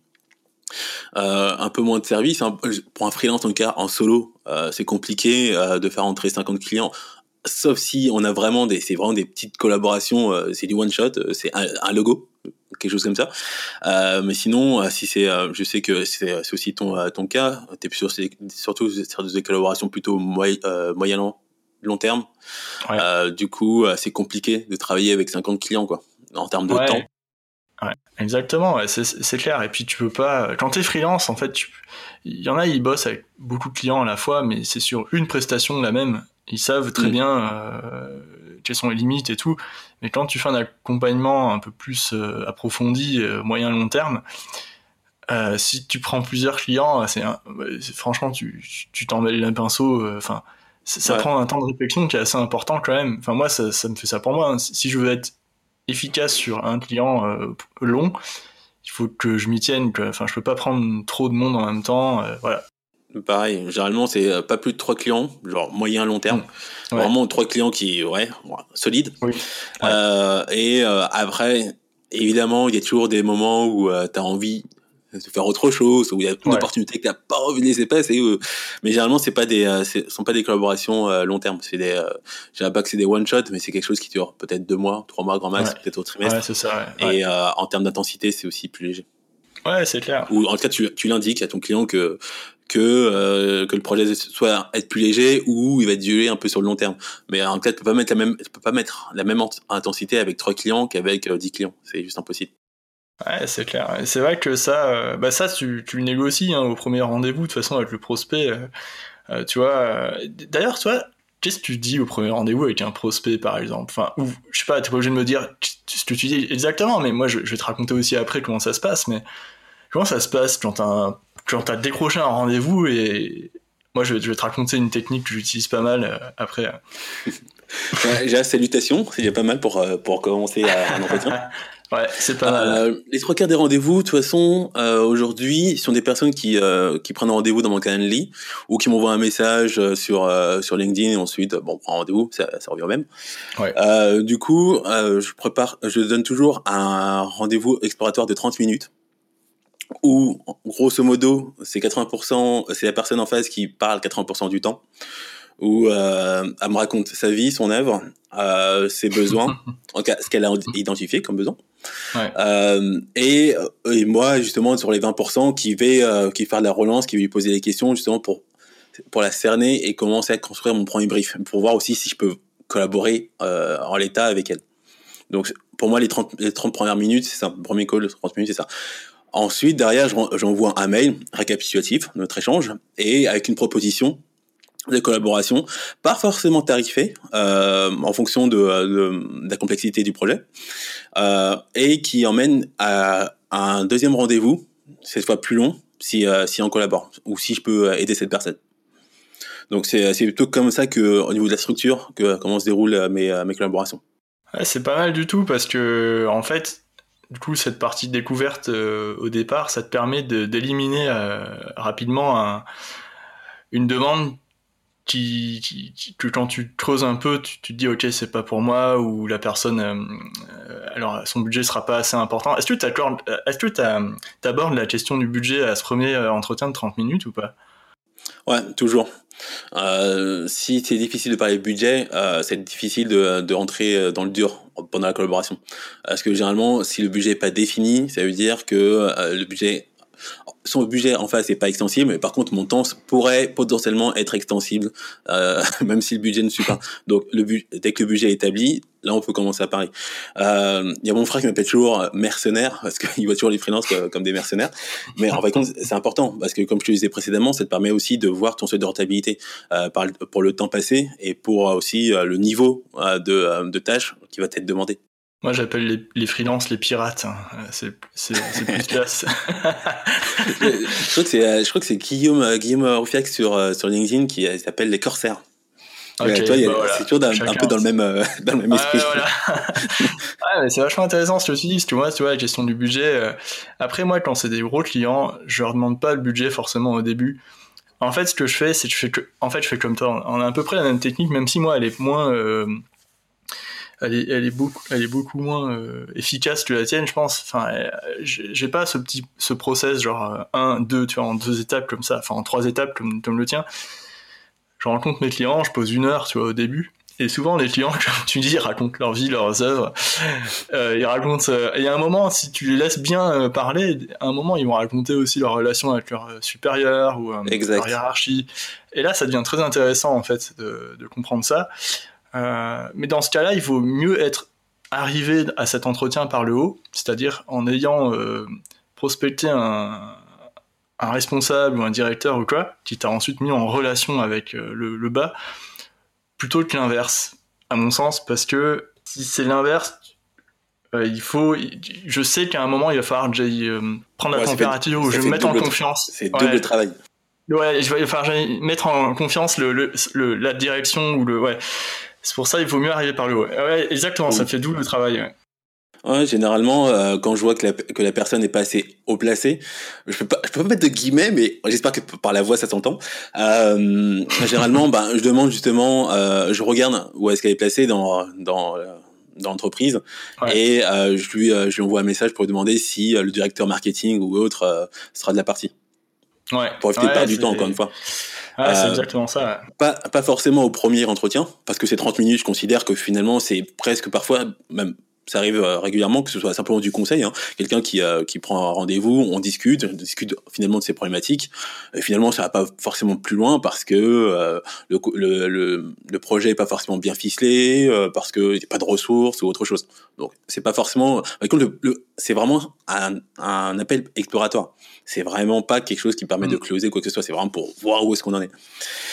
euh, un peu moins de services. Hein, pour un freelance, en tout cas, en solo, euh, c'est compliqué euh, de faire rentrer cinquante clients. Sauf si on a vraiment des, c'est vraiment des petites collaborations, euh, c'est du one shot, c'est un, un logo, quelque chose comme ça. Euh, mais sinon, si c'est, euh, je sais que c'est, c'est aussi ton, ton cas, t'es sur, surtout sur des collaborations plutôt moyen, euh, moyen long terme. Ouais. Euh, du coup, c'est compliqué de travailler avec cinquante clients, quoi, en termes de
ouais.
temps.
Ouais, exactement, ouais, c'est, c'est clair. Et puis tu peux pas, quand t'es freelance, en fait, tu... il y en a, ils bossent avec beaucoup de clients à la fois, mais c'est sur une prestation de la même. Ils savent très mmh. bien euh, quelles sont les limites et tout. Mais quand tu fais un accompagnement un peu plus euh, approfondi, euh, moyen long terme, euh, si tu prends plusieurs clients, c'est, un, c'est franchement, tu, tu t'en mêles un pinceau. Enfin, euh, ça ouais. prend un temps de réflexion qui est assez important quand même. Enfin, moi, ça, ça me fait ça pour moi. Hein. Si je veux être efficace sur un client euh, long, il faut que je m'y tienne. Que, enfin, je peux pas prendre trop de monde en même temps. Euh, voilà.
Pareil, généralement c'est pas plus de trois clients, genre moyen long terme. Mmh. Ouais. Vraiment trois clients qui, ouais, solides.
Oui. Ouais.
Euh, et euh, après, évidemment, il y a toujours des moments où euh, t'as envie de faire autre chose, où il y a une ouais. opportunité que t'as pas envie de laisser passer. Et, euh, mais généralement, c'est pas des, euh, c'est, sont pas des collaborations euh, long terme. C'est des, euh, je dirais pas que c'est des one shot, mais c'est quelque chose qui dure peut-être deux mois, trois mois grand max, ouais. peut-être au trimestre.
Ouais, c'est ça. Ouais.
Et euh, en termes d'intensité, c'est aussi plus léger.
Ouais, c'est clair.
Ou en tout cas, tu, tu l'indiques à ton client que que euh, que le projet soit être plus léger ou il va durer un peu sur le long terme. Mais en tout cas, tu peux pas mettre la même, tu peux pas mettre la même intensité avec trois clients qu'avec euh, dix clients. C'est juste impossible.
Ouais, c'est clair. Et c'est vrai que ça, euh, bah ça, tu, tu le négocies hein, au premier rendez-vous. De toute façon, avec le prospect, euh, euh, tu vois. Euh, d'ailleurs, toi, qu'est-ce que tu dis au premier rendez-vous avec un prospect, par exemple? Enfin, ou je sais pas, t'es pas obligé de me dire ce que tu dis exactement, mais moi, je, je vais te raconter aussi après comment ça se passe. Mais comment ça se passe quand t'as un quand t'as décroché un rendez-vous et moi je vais, je vais te raconter une technique que j'utilise pas mal euh, après.
Ouais, déjà salutations, c'est déjà pas mal pour euh, pour commencer à, un entretien.
Ouais, c'est pas mal.
Euh, les trois quarts des rendez-vous, de toute façon, euh, aujourd'hui, sont des personnes qui euh, qui prennent un rendez-vous dans mon Calendly ou qui m'envoient un message sur euh, sur LinkedIn et ensuite, bon, on prend un rendez-vous, ça, ça revient au même.
Ouais.
Euh, du coup, euh, je prépare, je donne toujours un rendez-vous exploratoire de trente minutes. Où, grosso modo, c'est quatre-vingts pour cent, c'est la personne en face qui parle quatre-vingts pour cent du temps, où euh, elle me raconte sa vie, son œuvre, euh, ses besoins, en cas, ce qu'elle a identifié comme besoin.
Ouais.
Euh, et, et moi, justement, sur les vingt pour cent, qui vais, euh, qui vais faire de la relance, qui vais lui poser des questions, justement, pour, pour la cerner et commencer à construire mon premier brief, pour voir aussi si je peux collaborer euh, en l'état avec elle. Donc pour moi les trente, les trente premières minutes, c'est ça, le premier call, trente minutes, c'est ça. Ensuite, derrière, j'envoie un mail récapitulatif de notre échange et avec une proposition de collaboration, pas forcément tarifée, euh, en fonction de, de, de la complexité du projet, euh, et qui emmène à, à un deuxième rendez-vous, cette fois plus long, si, euh, si on collabore, ou si je peux aider cette personne. Donc c'est, c'est plutôt comme ça que, au niveau de la structure, que comment se déroulent mes, mes collaborations.
Ouais, c'est pas mal du tout parce que, en fait, du coup, cette partie de découverte euh, au départ, ça te permet de, d'éliminer euh, rapidement un, une demande qui, qui, qui, que quand tu creuses un peu, tu, tu te dis ok, c'est pas pour moi, ou la personne, euh, alors son budget sera pas assez important. Est-ce que tu accordes, est-ce que tu abordes la question du budget à ce premier entretien de trente minutes ou pas?
Ouais, toujours. Euh, si c'est difficile de parler budget, euh, c'est difficile de, de rentrer dans le dur pendant la collaboration. Parce que généralement, si le budget est pas défini, ça veut dire que euh, le budget, son budget en face n'est pas extensible, mais par contre mon temps pourrait potentiellement être extensible, euh, même si le budget ne suit pas. Donc le bu- dès que le budget est établi, là on peut commencer à parler. Il euh, y a mon frère qui m'appelle toujours mercenaire, parce qu'il voit toujours les freelances comme des mercenaires, mais en fait c'est important, parce que comme je te disais précédemment, ça te permet aussi de voir ton seuil de rentabilité euh, par, pour le temps passé, et pour aussi euh, le niveau euh, de, de tâches qui va t'être demandé.
Moi, j'appelle les, les freelances les pirates. Hein. C'est, c'est, c'est plus classe.
je, je crois que c'est, je crois que c'est Guillaume, Guillaume Roufiac sur, sur LinkedIn qui s'appelle les corsaires.
Okay,
toi, bah
bah voilà.
C'est toujours un, un peu dans le même, euh, dans le même esprit.
Ouais, voilà. Ouais, mais c'est vachement intéressant ce que tu dis, parce que moi, tu vois, la question du budget. Euh... Après, moi, quand c'est des gros clients, je leur demande pas le budget forcément au début. En fait, ce que je fais, c'est que je fais, que... en fait, je fais comme toi. On a à peu près la même technique, même si moi, elle est moins. Euh... Elle est, elle est beaucoup, elle est beaucoup moins euh, efficace que la tienne, je pense. Enfin, euh, j'ai, j'ai pas ce petit, ce process genre euh, un, deux, tu vois, en deux étapes comme ça, enfin en trois étapes comme, comme le tien. Je rencontre mes clients, je pose une heure, tu vois, au début. Et souvent, les clients, comme tu dis, racontent leur vie, leurs œuvres. Euh, ils racontent. Euh, et à un moment, si tu les laisses bien euh, parler, à un moment, ils vont raconter aussi leur relation avec leur supérieur ou euh, leur hiérarchie. Et là, ça devient très intéressant en fait de, de comprendre ça. Euh, mais dans ce cas-là, il vaut mieux être arrivé à cet entretien par le haut, c'est-à-dire en ayant euh, prospecté un, un responsable ou un directeur ou quoi, qui t'a ensuite mis en relation avec euh, le, le bas, plutôt que l'inverse, à mon sens, parce que si c'est l'inverse, euh, il faut, je sais qu'à un moment, il va falloir que j'aille euh, prendre la ouais, température, ou je vais me mettre en confiance.
C'est double
ouais.
travail.
Ouais, il va falloir mettre en confiance le, le, le, la direction ou le... Ouais. C'est pour ça il vaut mieux arriver par le haut. Ouais, exactement, oui. Ça fait double travail. Ouais,
ouais généralement, euh, quand je vois que la, que la personne n'est pas assez haut placée, je peux pas, je peux pas mettre de guillemets, mais j'espère que par la voix ça s'entend. Euh, généralement, ben, je demande justement, euh, je regarde où est-ce qu'elle est placée dans dans dans l'entreprise ouais. et euh, je lui euh, je lui envoie un message pour lui demander si euh, le directeur marketing ou autre euh, sera de la partie.
Ouais.
Pour éviter
ouais,
de perdre
c'est...
du temps encore une fois.
Ouais, euh, c'est exactement ça. Ouais.
Pas, pas forcément au premier entretien, parce que ces trente minutes, je considère que finalement, c'est presque parfois, même ça arrive régulièrement, que ce soit simplement du conseil, hein, quelqu'un qui, euh, qui prend un rendez-vous, on discute, on discute finalement de ses problématiques, et finalement ça va pas forcément plus loin parce que euh, le, le, le, le projet est pas forcément bien ficelé, euh, parce qu'il n'y a pas de ressources ou autre chose. Donc c'est pas forcément... Le, le, c'est vraiment un, un appel exploratoire. C'est vraiment pas quelque chose qui permet mmh. de closer quoi que ce soit, c'est vraiment pour voir où est-ce qu'on en est.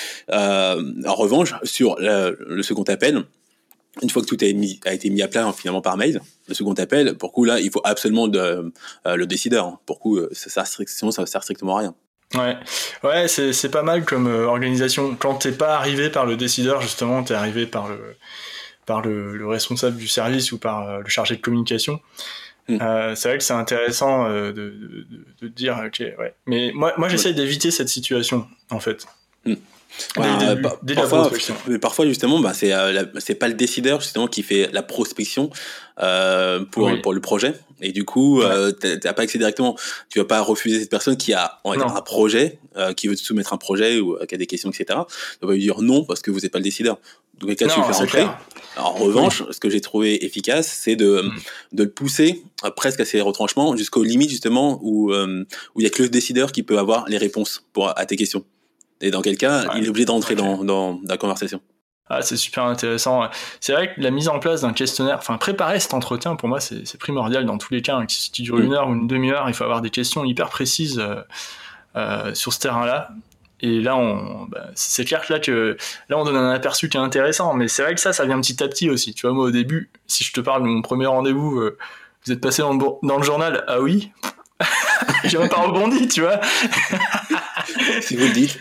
Euh, en revanche, sur le, le second appel, une fois que tout a, mis, a été mis à plat finalement par mail, le second appel, pour coup là, il faut absolument de, euh, le décideur. Pour coup, ça sert, sinon ça ne sert strictement à rien.
Ouais, ouais, c'est c'est pas mal comme euh, organisation. Quand t'es pas arrivé par le décideur, justement, t'es arrivé par le par le, le responsable du service ou par euh, le chargé de communication. Mmh. Euh, c'est vrai que c'est intéressant euh, de, de, de dire ok, ouais. Mais moi, moi, j'essaye ouais. d'éviter cette situation en fait.
Mmh.
Dès bah, le début,
par,
dès
parfois,
la prospection.
Mais parfois justement, bah, c'est euh, la, c'est pas le décideur justement qui fait la prospection euh, pour oui. pour le projet. Et du coup, ouais. euh, t'as pas accès directement. Tu vas pas refuser cette personne qui a on va dire, un projet, euh, qui veut te soumettre un projet ou euh, qui a des questions, et cetera. Tu vas lui dire non parce que vous n'êtes pas le décideur. Donc, les cas, tu le fais rentrer. Alors, en revanche, oui. ce que j'ai trouvé efficace, c'est de mm. de le pousser euh, presque à ses retranchements jusqu'aux limites justement où euh, où il y a que le décideur qui peut avoir les réponses pour à tes questions. Et dans quel cas, ouais. il est obligé d'entrer okay. dans, dans, dans la conversation.
Ah, c'est super intéressant. C'est vrai que la mise en place d'un questionnaire, enfin préparer cet entretien, pour moi, c'est, c'est primordial dans tous les cas. Hein, si tu dure une heure ou une demi-heure, il faut avoir des questions hyper précises euh, euh, sur ce terrain-là. Et là, on, bah, c'est clair que là, que là, on donne un aperçu qui est intéressant. Mais c'est vrai que ça, ça vient petit à petit aussi. Tu vois, moi, au début, si je te parle de mon premier rendez-vous, euh, vous êtes passé dans le, dans le journal, ah oui. J'ai même pas rebondi, tu vois.
Si vous le dites.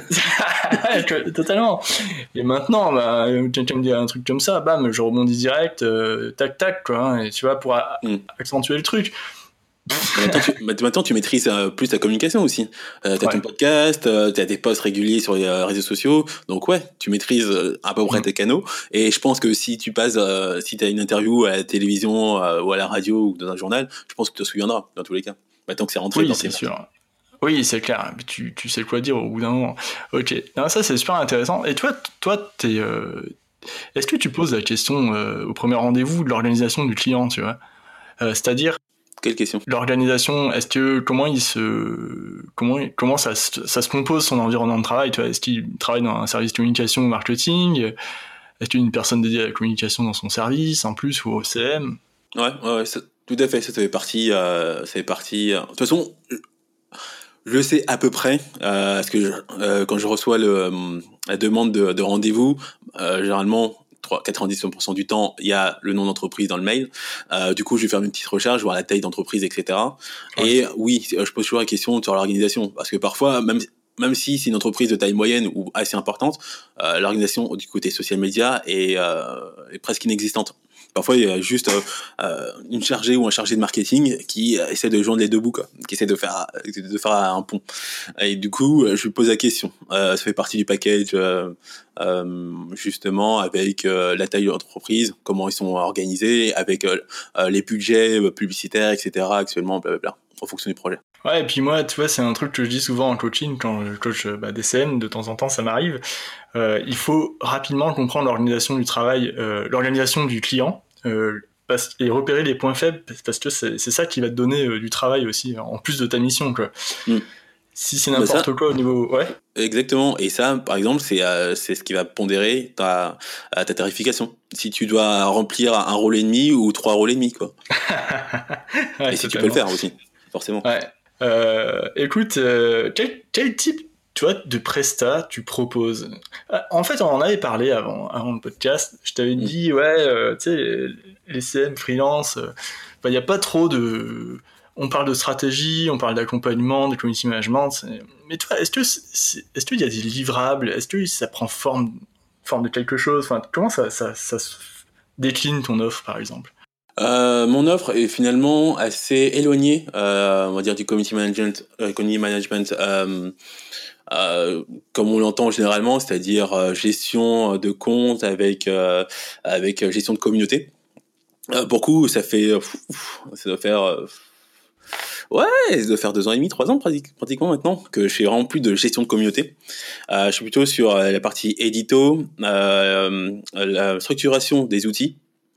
Totalement. Et maintenant, bah, quelqu'un me dit un truc comme ça, bam, je rebondis direct, euh, tac tac, quoi. Hein, et tu vois, pour a- mm. accentuer le truc.
Maintenant tu, maintenant, tu maîtrises euh, plus ta communication aussi. Euh, t'as ouais. ton podcast, euh, t'as des posts réguliers sur les euh, réseaux sociaux. Donc ouais, tu maîtrises euh, à peu près mm. tes canaux. Et je pense que si tu passes, euh, si t'as une interview à la télévision euh, ou à la radio ou dans un journal, je pense que tu te souviendras dans tous les cas. Maintenant que c'est rentré
oui,
dans
c'est
tes
sûr. Oui, c'est clair. Tu, tu sais quoi dire au bout d'un moment. Ok. Non, ça, c'est super intéressant. Et toi, toi, t'es, euh... est-ce que tu poses la question euh, au premier rendez-vous de l'organisation du client, tu vois euh, c'est-à-dire
quelle question?
L'organisation, est-ce que comment il se comment comment ça ça se compose son environnement de travail, tu vois? Est-ce qu'il travaille dans un service communication ou marketing? Est-ce qu'il y a une personne dédiée à la communication dans son service en plus ou au C M?
Ouais, ouais, ouais ça, tout à fait. Ça, ça fait partie. Euh, ça fait partie. Euh... De toute façon, je sais à peu près euh, parce que je, euh, quand je reçois le, la demande de, de rendez-vous, euh, généralement quatre-vingt-dix pour cent du temps, il y a le nom d'entreprise dans le mail. Euh, du coup, je vais faire une petite recherche, voir la taille d'entreprise, et cetera. Ouais. Et oui, je pose toujours la question sur l'organisation, parce que parfois, même même si c'est une entreprise de taille moyenne ou assez importante, euh, l'organisation du côté social media est, euh, est presque inexistante. Parfois, il y a juste euh, euh, une chargée ou un chargé de marketing qui euh, essaie de joindre les deux bouts, quoi, qui essaie de faire, de faire un pont. Et du coup, je lui pose la question. Euh, ça fait partie du package, euh, euh, justement, avec euh, la taille de l'entreprise, comment ils sont organisés, avec euh, les budgets publicitaires, et cetera, actuellement, blablabla, en fonction du projet.
Ouais, et puis moi, tu vois, c'est un truc que je dis souvent en coaching, quand je coach bah, des C M, de temps en temps, ça m'arrive. Euh, il faut rapidement comprendre l'organisation du travail, euh, l'organisation du client, euh, parce, et repérer les points faibles, parce que c'est, c'est ça qui va te donner euh, du travail aussi, en plus de ta mission, quoi. Mm. Si c'est n'importe bah ça, quoi au niveau... Ouais.
Exactement. Et ça, par exemple, c'est, euh, c'est ce qui va pondérer ta, ta tarification. Si tu dois remplir un rôle et demi ou trois rôles et demi, quoi. ouais, et si totalement. Tu peux le faire aussi, forcément.
Ouais. Euh, écoute, euh, quel, quel type, tu vois, de presta tu proposes? En fait, on en avait parlé avant, avant le podcast. Je t'avais mmh. dit, ouais, euh, tu sais, les, les C M freelance, il euh, n'y a pas trop de... On parle de stratégie, on parle d'accompagnement, de community management. Mais tu vois, est-ce que c'est, est-ce qu'il y a des livrables? Est-ce que ça prend forme, forme de quelque chose? Enfin, comment ça, ça, ça se décline ton offre, par exemple?
Euh, mon offre est finalement assez éloignée, euh, on va dire, du community management, euh, community management euh, euh, comme on l'entend généralement, c'est-à-dire euh, gestion de compte avec euh, avec gestion de communauté. Euh, pour coup, ça fait, pff, ça doit faire, euh, ouais, ça doit faire deux ans et demi, trois ans pratiquement maintenant que je fais vraiment plus de gestion de communauté. Euh, je suis plutôt sur la partie édito, euh, la structuration des outils.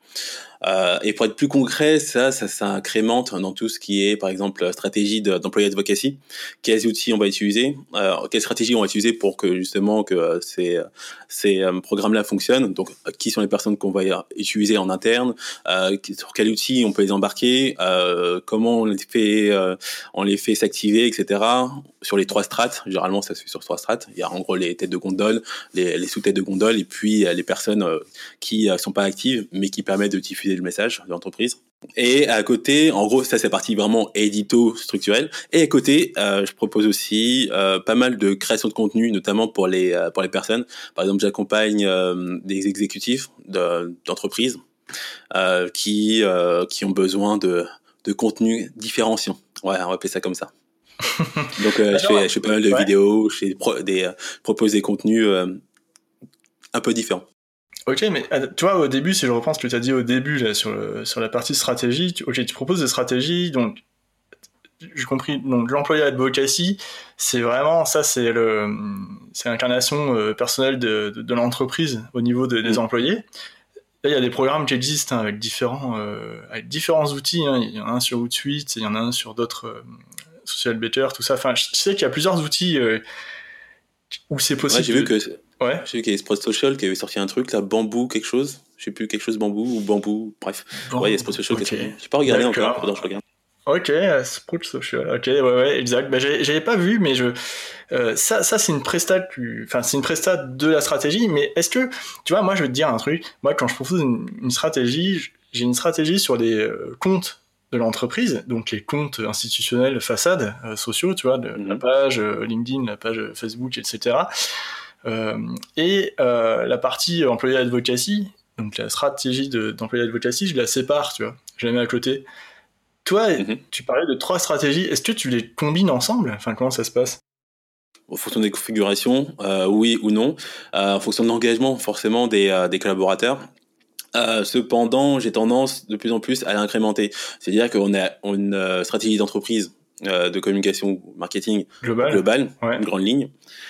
Euh, et pour être plus concret, ça, ça s'incrémente dans tout ce qui est, par exemple, stratégie de, d'employee advocacy. Quels outils on va utiliser, euh, quelles stratégies on va utiliser pour que justement que ces ces euh, programmes-là fonctionnent. Donc, qui sont les personnes qu'on va utiliser en interne, euh, sur quels outils on peut les embarquer, euh, comment on les fait, euh, on les fait s'activer, et cetera. Sur les trois strates, généralement, ça se fait sur trois strates. Il y a en gros les têtes de gondole, les, les sous-têtes de gondole, et puis les personnes euh, qui euh, sont pas actives, mais qui permettent de diffuser le message de l'entreprise. Et à côté, en gros, ça c'est partie vraiment édito structurel. Et à côté, euh, je propose aussi euh, pas mal de création de contenu, notamment pour les euh, pour les personnes. Par exemple, j'accompagne euh, des exécutifs de, d'entreprises euh, qui euh, qui ont besoin de de contenu différenciant. Ouais, on va appeler ça comme ça. Donc, euh, je fais je fais pas mal de ouais. vidéos, je fais pro, des euh, propose des contenus euh, un peu différents.
Ok, mais tu vois, au début, si je reprends ce que tu as dit au début là, sur, le, sur la partie stratégie, tu, ok, tu proposes des stratégies, donc j'ai compris, donc l'employé advocacy, c'est vraiment, ça c'est le, c'est l'incarnation euh, personnelle de, de, de l'entreprise au niveau de, des mmh. employés. Là, il y a des programmes qui existent hein, avec, différents, euh, avec différents outils, hein. Il y en a un sur Hootsuite, il y en a un sur d'autres, euh, Social Better, tout ça, enfin, je sais qu'il y a plusieurs outils euh, où c'est possible.
Ouais, j'ai vu que
Ouais.
Je sais qu'il y a Sprott Social qui avait sorti un truc, là, Bambou, quelque chose. Je sais plus, quelque chose Bambou ou Bambou, bref.
Bon,
ouais, il y a Sprott Social
okay.
qui est sorti. J'ai pas regardé
D'accord.
encore, faudra que je regarde.
Ok, Sprout Social, ok, ouais, ouais, exact. Bah, j'avais, j'avais pas vu, mais je, euh, ça, ça c'est une prestat, tu, enfin, c'est une prestat de la stratégie. Mais est-ce que, tu vois, moi, je vais te dire un truc. Moi, quand je propose une, une stratégie, j'ai une stratégie sur des euh, comptes de l'entreprise, donc les comptes institutionnels, façades euh, sociaux, tu vois, de, mm-hmm. la page euh, LinkedIn, la page Facebook, et cetera. Euh, et euh, la partie employé advocacy, donc la stratégie de, d'employé advocacy, je la sépare, tu vois, je la mets à côté. Toi, mm-hmm. tu parlais de trois stratégies. Est-ce que tu les combines ensemble ? Enfin, comment ça se passe ?
En fonction des configurations, euh, oui ou non. Euh, en fonction de l'engagement, forcément, des, euh, des collaborateurs. Euh, cependant, j'ai tendance de plus en plus à l'incrémenter. C'est-à-dire qu'on a une euh, stratégie d'entreprise euh, de communication marketing
global,
global
ouais.
Une grande ligne.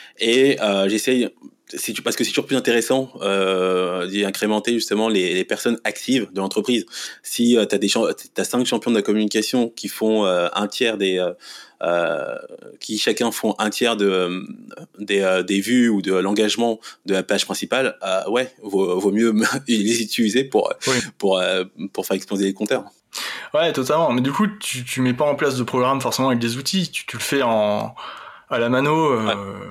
Et euh, j'essaye... C'est, parce que c'est toujours plus intéressant euh, d'y incrémenter justement les, les personnes actives de l'entreprise. Si euh, tu as des t'as cinq champions de la communication qui font euh, un tiers des euh, euh, qui chacun font un tiers de euh, des, euh, des vues ou de l'engagement de la page principale, euh, ouais, vaut, vaut mieux les utiliser pour oui. pour euh, pour faire exploser les compteurs.
Ouais, totalement. Mais du coup, tu tu mets pas en place de programme forcément avec des outils. Tu, tu le fais en à la mano. Euh...
Ouais.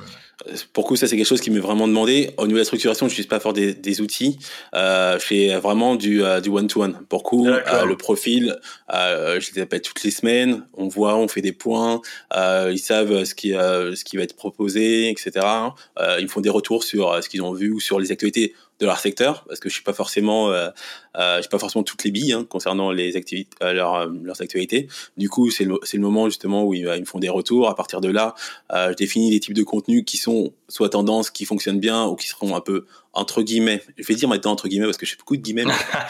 Pour le coup, ça, c'est quelque chose qui m'est vraiment demandé. Au niveau de la structuration, je n'utilise pas fort des, des outils. Euh, je fais vraiment du, euh, du one-to-one. Pour le coup, euh, le profil, euh, je les appelle toutes les semaines. On voit, on fait des points. Euh, ils savent ce qui, euh, ce qui va être proposé, et cetera. Euh, ils me font des retours sur ce qu'ils ont vu ou sur les actualités de leur secteur, parce que je suis pas forcément, euh, euh, j'ai pas forcément toutes les billes hein, concernant les activités, euh, leur, leurs actualités. Du coup, c'est le, c'est le moment justement où ils, ils me font des retours. À partir de là, euh, je définis des types de contenus qui sont soit tendances, qui fonctionnent bien, ou qui seront un peu entre guillemets. Je vais dire maintenant entre guillemets parce que je fais beaucoup de guillemets.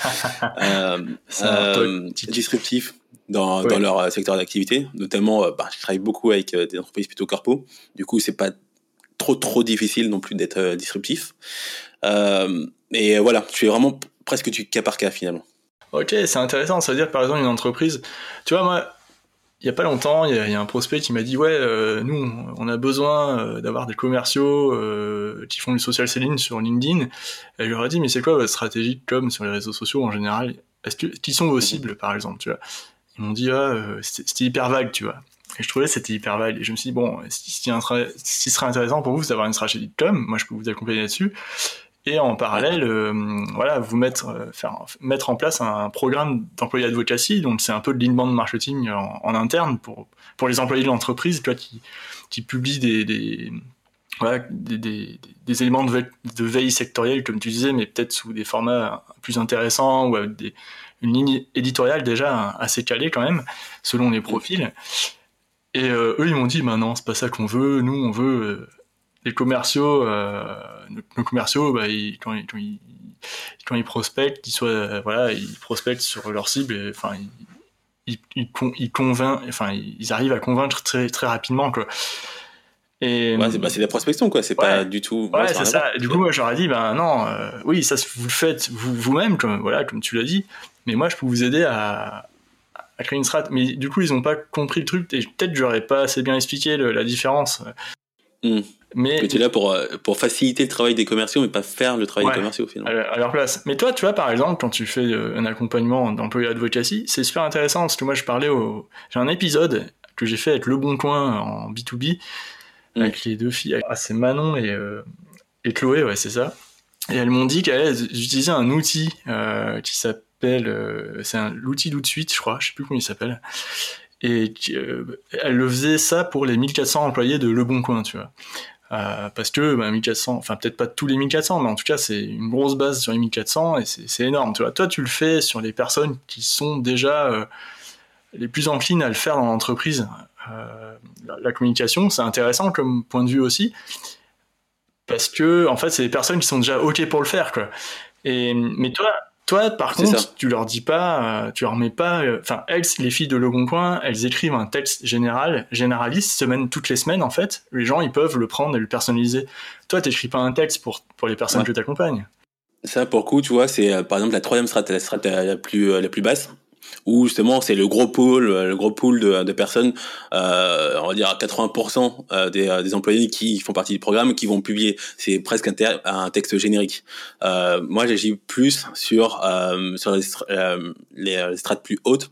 euh, euh, disruptifs dans, oui. dans leur secteur d'activité. Notamment, euh, bah, je travaille beaucoup avec euh, des entreprises plutôt corpo. Du coup, c'est pas trop trop difficile non plus d'être euh, disruptif. Euh, et voilà, je fais vraiment presque du cas par cas finalement.
Ok, c'est intéressant. Ça veut dire que par exemple une entreprise, tu vois, moi, il y a pas longtemps, il y, y a un prospect qui m'a dit ouais, euh, nous, on a besoin euh, d'avoir des commerciaux euh, qui font du social selling sur LinkedIn. Et je leur ai dit mais c'est quoi votre stratégie de com sur les réseaux sociaux en général ? Est-ce que qui sont vos cibles mm-hmm. par exemple, tu vois ? Ils m'ont dit ah, euh, c'était, c'était hyper vague, tu vois. Et je trouvais que c'était hyper vague. Et je me suis dit bon, ce qui serait intéressant pour vous, c'est d'avoir une stratégie de com. Moi, je peux vous accompagner là-dessus. Et en parallèle, euh, voilà, vous mettre, euh, faire, mettre en place un programme d'employé advocacy, donc c'est un peu de l'inbound marketing en, en interne pour pour les employés de l'entreprise, tu vois, qui qui publient des des voilà des, des, des éléments de veille, de veille sectorielle comme tu disais, mais peut-être sous des formats plus intéressants ou avec des, une ligne éditoriale déjà assez calée quand même, selon les profils. Et euh, eux, ils m'ont dit, bah non, c'est pas ça qu'on veut. Nous, on veut euh, les commerciaux, euh, nos commerciaux, bah, ils, quand, ils, quand, ils, quand ils prospectent, ils soient, euh, voilà, ils prospectent sur leur cible. Et, enfin, ils, ils, ils, ils convainquent, enfin, ils arrivent à convaincre très, très rapidement, quoi.
Et ouais, c'est, bah, c'est de la prospection, quoi. C'est ouais. pas du tout.
Ouais, ouais c'est ça. Et du coup, moi, j'aurais dit, ben non, euh, oui, ça, vous le faites vous, vous-même, comme voilà, comme tu l'as dit. Mais moi, je peux vous aider à à créer une strat, mais du coup ils ont pas compris le truc et peut-être que j'aurais pas assez bien expliqué le, la différence.
Mmh. Mais tu es là pour pour faciliter le travail des commerciaux, mais pas faire le travail ouais, des commerciaux finalement.
À leur place. Mais toi, tu vois, par exemple, quand tu fais un accompagnement d'employé advocacy, c'est super intéressant parce que moi je parlais au, j'ai un épisode que j'ai fait avec Le Bon Coin en B deux B mmh. avec les deux filles, ah, c'est Manon et euh, et Chloé, ouais, c'est ça. Et elles m'ont dit qu'elles utilisaient un outil euh, qui s'appelle Euh, c'est un, l'outil d'Outsuite, je crois, je sais plus comment il s'appelle, et euh, elle le faisait ça pour les mille quatre cents employés de Le Bon Coin, tu vois, euh, parce que bah, mille quatre cents, enfin peut-être pas tous les mille quatre cents, mais en tout cas c'est une grosse base sur les mille quatre cents et c'est, c'est énorme, tu vois. Toi tu le fais sur les personnes qui sont déjà euh, les plus enclines à le faire dans l'entreprise. Euh, la, la communication, c'est intéressant comme point de vue aussi, parce que en fait c'est des personnes qui sont déjà ok pour le faire, quoi. Et mais toi Toi, par c'est contre, ça. tu leur dis pas, euh, tu leur mets pas, enfin, euh, elles, les filles de Le Bon Coin, elles écrivent un texte général, généraliste, semaine, toutes les semaines, en fait. Les gens, ils peuvent le prendre et le personnaliser. Toi, t'écris pas un texte pour, pour les personnes ouais. que t'accompagnes.
Ça, pour le coup, tu vois, c'est, euh, par exemple, la troisième strate, la strate la plus, euh, la plus basse. où justement c'est le gros pool, le gros pool de, de personnes, euh, on va dire à quatre-vingts pour cent des, des employés qui font partie du programme, qui vont publier. C'est presque un, ter- un texte générique. Euh, moi, j'agis plus sur euh, sur les, euh, les, les strates plus hautes,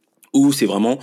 où c'est vraiment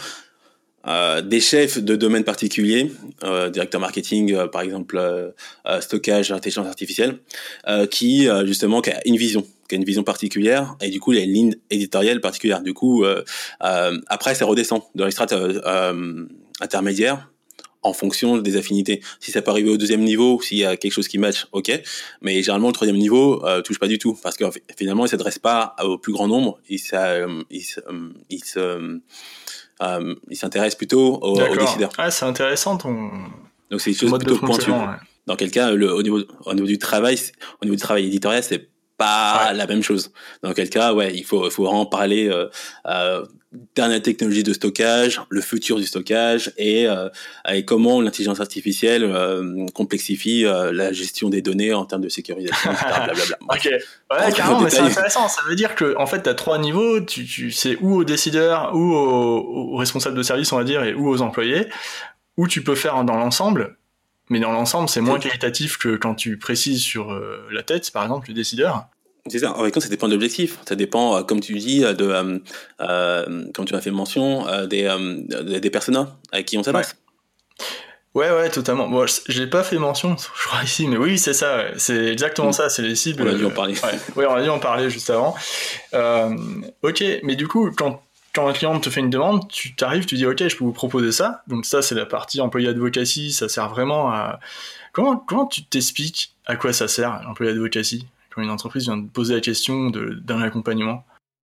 Euh, des chefs de domaines particuliers, euh, directeur marketing, euh, par exemple, euh, euh, stockage, intelligence artificielle, euh, qui euh, justement qui a une vision, qui a une vision particulière, et du coup il y a une ligne éditoriale particulière. Du coup, euh, euh, après ça redescend dans les strates euh, euh, intermédiaires en fonction des affinités. Si ça peut arriver au deuxième niveau, s'il y a quelque chose qui match, ok. Mais généralement le troisième niveau euh, touche pas du tout, parce que finalement il s'adresse pas au plus grand nombre, il, ça, euh, il, euh, il se euh, Euh, il s'intéresse plutôt aux, aux décideurs.
Ah, c'est intéressant ton.
Donc c'est une chose plutôt pointue. Ouais. Dans quel cas, le, au niveau au niveau du travail, au niveau du travail éditorial, c'est pas ouais. la même chose. Dans quel cas, ouais, il faut il faut vraiment parler euh, euh, dernière technologie de stockage, le futur du stockage et, euh, et comment l'intelligence artificielle euh, complexifie euh, la gestion des données en termes de sécurisation, et cetera. Blablabla.
Ok, ouais, carrément, mais c'est intéressant. Ça veut dire que en fait, t'as trois niveaux. Tu, tu sais où aux décideurs, ou aux, aux responsables de service, on va dire, et ou aux employés, où tu peux faire dans l'ensemble. Mais dans l'ensemble, c'est moins qualitatif que quand tu précises sur euh, la tête, par exemple, le décideur.
C'est ça. En fait, ça dépend de l'objectif. Ça dépend, euh, comme tu dis, de, euh, euh, comme tu as fait mention, euh, des, euh, des personas avec qui on s'adresse.
Ouais. ouais, ouais, totalement. Bon, j'ai pas fait mention, je crois ici, mais oui, c'est ça. Ouais. C'est exactement mmh. ça. C'est les cibles.
On a dû en parler.
Ouais, ouais on a dû en parler juste avant. Euh, ok, mais du coup, quand quand un client te fait une demande, tu t'arrives, tu dis ok, je peux vous proposer ça. Donc ça, c'est la partie employé advocacy. Ça sert vraiment à. Comment comment tu t'expliques à quoi ça sert l'employé advocacy? Quand une entreprise vient de poser la question de, d'un accompagnement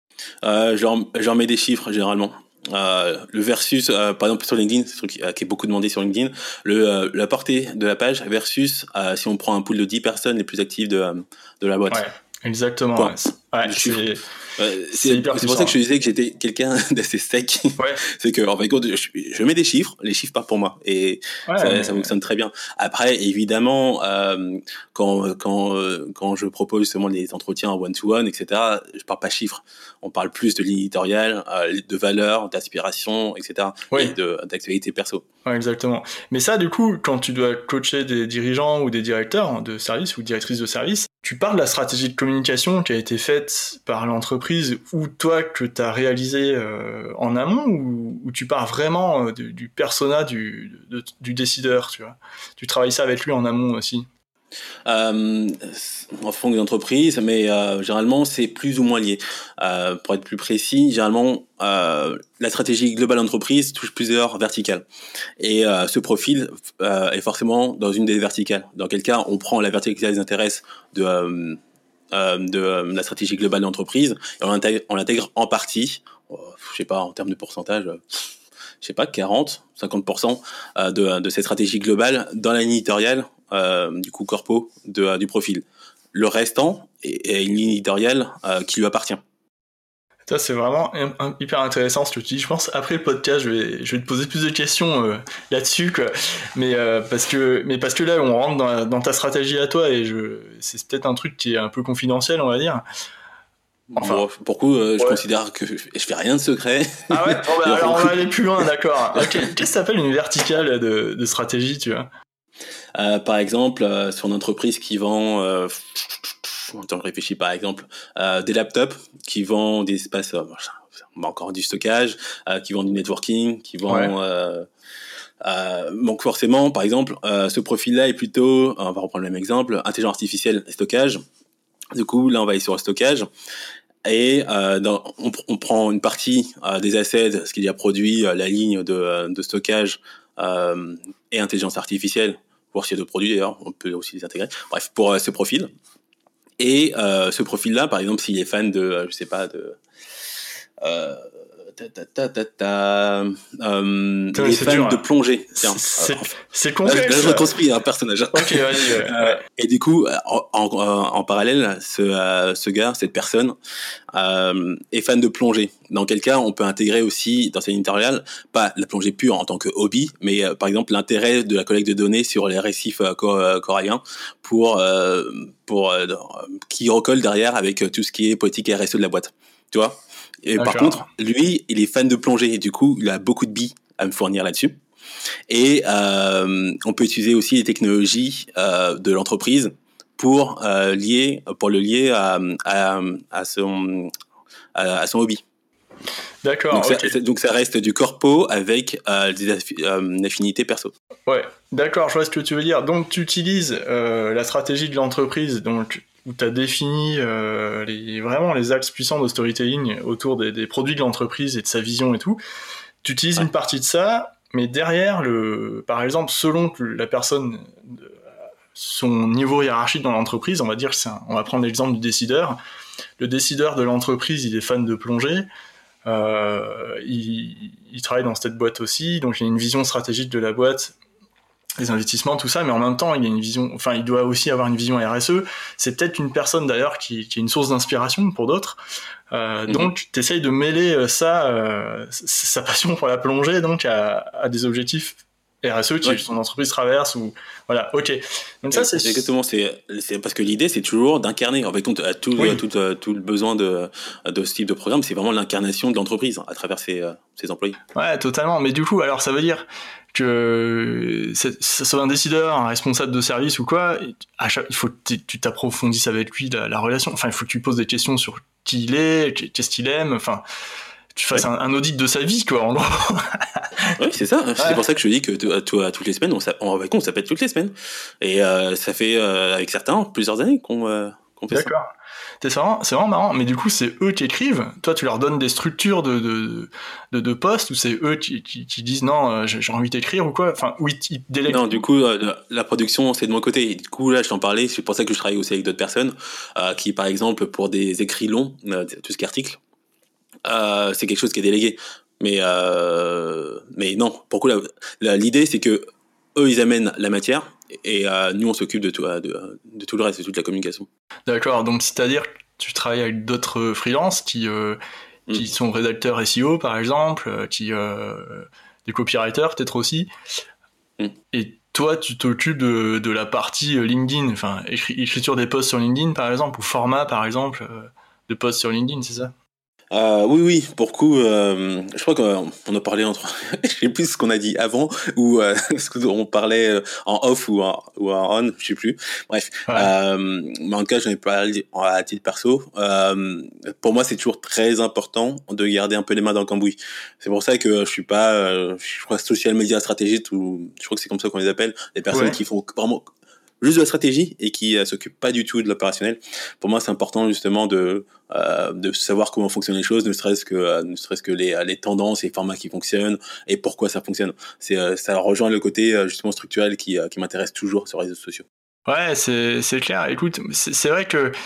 euh, j'en, j'en mets des chiffres généralement. Euh, le versus, euh, par exemple sur LinkedIn, c'est un truc qui, qui est beaucoup demandé sur LinkedIn, le, euh, la portée de la page versus euh, si on prend un pool de dix personnes les plus actives de, de la boîte.
Ouais, exactement. Ouais, ouais, c'est,
euh, c'est, c'est, c'est pour ça que je disais que j'étais quelqu'un d'assez sec. Ouais. C'est que en fait, je, je mets des chiffres, les chiffres partent pour moi et ouais, ça, mais... ça fonctionne très bien. Après, évidemment, euh, quand quand euh, quand je propose justement les entretiens en one to one, et cetera, je parle pas chiffres. On parle plus de ligne éditoriale, euh, de valeurs, d'aspiration, et cetera. Oui. Et de d'actualité perso.
Ouais, exactement. Mais ça, du coup, quand tu dois coacher des dirigeants ou des directeurs de service ou directrices de service, tu parles de la stratégie de communication qui a été faite par l'entreprise ou toi que tu as réalisé euh, en amont ou, ou tu pars vraiment euh, du, du persona du, de, du décideur, tu vois. Tu travailles ça avec lui en amont aussi.
Euh, en fonction des entreprises, mais euh, généralement c'est plus ou moins lié. Euh, pour être plus précis, généralement euh, la stratégie globale d'entreprise touche plusieurs verticales et euh, ce profil euh, est forcément dans une des verticales. Dans quel cas on prend la verticale des intérêts de euh, euh, de euh, la stratégie globale d'entreprise et on l'intègre, on l'intègre en partie, euh, je sais pas en termes de pourcentage. Euh, je sais pas, quarante, cinquante pour cent de, de cette stratégie globale dans la ligne éditoriale, euh, du coup corpo, de, euh, du profil. Le restant est, est une ligne éditoriale euh, qui lui appartient.
Ça, c'est vraiment un, un, hyper intéressant ce que tu dis. Je pense après le podcast, je vais, je vais te poser plus de questions euh, là-dessus, quoi. Mais, euh, parce que, mais parce que là, on rentre dans, dans ta stratégie à toi et je, c'est peut-être un truc qui est un peu confidentiel, on va dire.
Enfin, bon, pour coup, euh, je ouais. considère que je, je fais rien de secret.
Ah ouais, bon, bah, alors on va aller plus loin, d'accord. Okay. Qu'est-ce que ça s'appelle une verticale de, de stratégie, tu vois
euh, Par exemple, euh, sur une entreprise qui vend, euh, attends, je réfléchis par exemple, euh, des laptops, qui vend des espaces, euh, encore du stockage, euh, qui vend du networking, qui vend... Ouais. Euh, Euh, donc forcément, par exemple, euh, ce profil-là est plutôt, on va reprendre le même exemple, intelligence artificielle et stockage. Du coup, là, on va aller sur le stockage. Et euh, dans, on, on prend une partie euh, des assets, ce qu'il y a produit, euh, la ligne de, de stockage euh, et intelligence artificielle, voir s'il y a d'autres produits d'ailleurs, on peut aussi les intégrer. Bref, pour euh, ce profil. Et euh, ce profil-là, par exemple, s'il est fan de, euh, je sais pas, de... Euh, Ta, ta, ta, ta, ta, euh, les fans dur, de plongée. Tiens,
c'est,
euh,
c'est complexe.
Là, je reconstruis un personnage.
Ok, vas-y. Ouais.
Euh, et du coup, en, en, en parallèle, ce, euh, ce gars, cette personne, euh, est fan de plongée. Dans quel cas, on peut intégrer aussi dans cette éditoriale, pas la plongée pure en tant que hobby, mais euh, par exemple l'intérêt de la collecte de données sur les récifs euh, cor- coralliens pour, euh, pour euh, qui recolle derrière avec tout ce qui est politique R S E de la boîte. tu vois. Et
D'accord.
par contre, lui, il est fan de plongée et du coup, il a beaucoup de billes à me fournir là-dessus. Et euh, on peut utiliser aussi les technologies euh, de l'entreprise pour euh, lier, pour le lier à, à, à son à, à son hobby.
D'accord,
donc,
ok.
ça, donc ça reste du corpo avec euh, des affi- euh, affinités perso.
Ouais, d'accord, je vois ce que tu veux dire. Donc tu utilises euh, la stratégie de l'entreprise, donc où tu as défini euh, les, vraiment les axes puissants de storytelling autour des, des produits de l'entreprise et de sa vision et tout. Tu utilises
Ouais.
une partie de ça, mais derrière, le, par exemple, selon que la personne, son niveau hiérarchique dans l'entreprise, on va dire, c'est un, on va prendre l'exemple du décideur. Le décideur de l'entreprise, il est fan de plongée. Euh, il, il travaille dans cette boîte aussi, donc il y a une vision stratégique de la boîte, les investissements, tout ça, mais en même temps, il y a une vision, enfin, il doit aussi avoir une vision R S E. C'est peut-être une personne d'ailleurs qui, qui est une source d'inspiration pour d'autres. Euh, mm-hmm. Donc, tu essayes de mêler ça, euh, sa passion pour la plongée, donc à, à des objectifs R S E que ouais. son entreprise traverse ou voilà. Ok. Donc ça, c'est
exactement. C'est, c'est parce que l'idée, c'est toujours d'incarner. En fait, tout, tout, oui. tout, tout, tout le besoin de, de ce type de programme, c'est vraiment l'incarnation de l'entreprise à travers ses, ses employés.
Ouais, totalement. Mais du coup, alors ça veut dire que ça soit un décideur, un responsable de service ou quoi, à chaque, il faut que tu t'approfondisses avec lui la, la relation. Enfin, il faut que tu poses des questions sur qui il est, qu'est-ce qu'il aime. Enfin, tu fasses ouais. un, un audit de sa vie, quoi, en gros.
Oui, c'est ça. Ouais. C'est pour ça que je dis que t- t- toutes les semaines, on, on, on s'appelle toutes les semaines. Et euh, ça fait, euh, avec certains, plusieurs années qu'on, euh, qu'on fait
D'accord.
ça.
C'est vraiment, c'est vraiment marrant. Mais du coup, c'est eux qui écrivent. Toi, tu leur donnes des structures de, de, de, de postes ou c'est eux qui, qui, qui disent non, euh, j'ai envie d'écrire ou quoi. Enfin, oui, ils délèguent.
Non, du coup, euh, la production, c'est de mon côté. Et du coup, là, je t'en parlais. C'est pour ça que je travaille aussi avec d'autres personnes euh, qui, par exemple, pour des écrits longs, euh, tout ce qui est article, euh, c'est quelque chose qui est délégué. Mais, euh, mais non, pour le coup, la, la, l'idée, c'est que eux, ils amènent la matière et euh, nous, on s'occupe de tout, de, de tout le reste, de toute la communication.
D'accord, donc c'est-à-dire que tu travailles avec d'autres freelances qui, euh, mm. qui sont rédacteurs S E O, par exemple, qui, euh, des copywriters peut-être aussi. Mm. Et toi, tu t'occupes de, de la partie LinkedIn, enfin, écri- écriture des posts sur LinkedIn, par exemple, ou format, par exemple, euh, de posts sur LinkedIn, c'est ça ?
Euh, oui, oui, pour le coup, euh, je crois qu'on a parlé entre, je sais plus ce qu'on a dit avant ou euh, ce qu'on parlait en off ou en, ou en on, je sais plus. Bref, ouais. euh, mais en tout cas, j'en ai parlé à titre perso. Euh, pour moi, c'est toujours très important de garder un peu les mains dans le cambouis. C'est pour ça que je suis pas, euh, je crois, social media stratégiste ou je crois que c'est comme ça qu'on les appelle, les personnes ouais. qui font vraiment juste de la stratégie et qui euh, s'occupent pas du tout de l'opérationnel. Pour moi, c'est important justement de euh, de savoir comment fonctionnent les choses, ne serait-ce que euh, ne serait-ce que les les tendances, les formats qui fonctionnent et pourquoi ça fonctionne. C'est euh, ça rejoint le côté euh, justement structurel qui euh, qui m'intéresse toujours sur les réseaux sociaux.
Ouais, c'est c'est clair. Écoute, c'est, c'est vrai que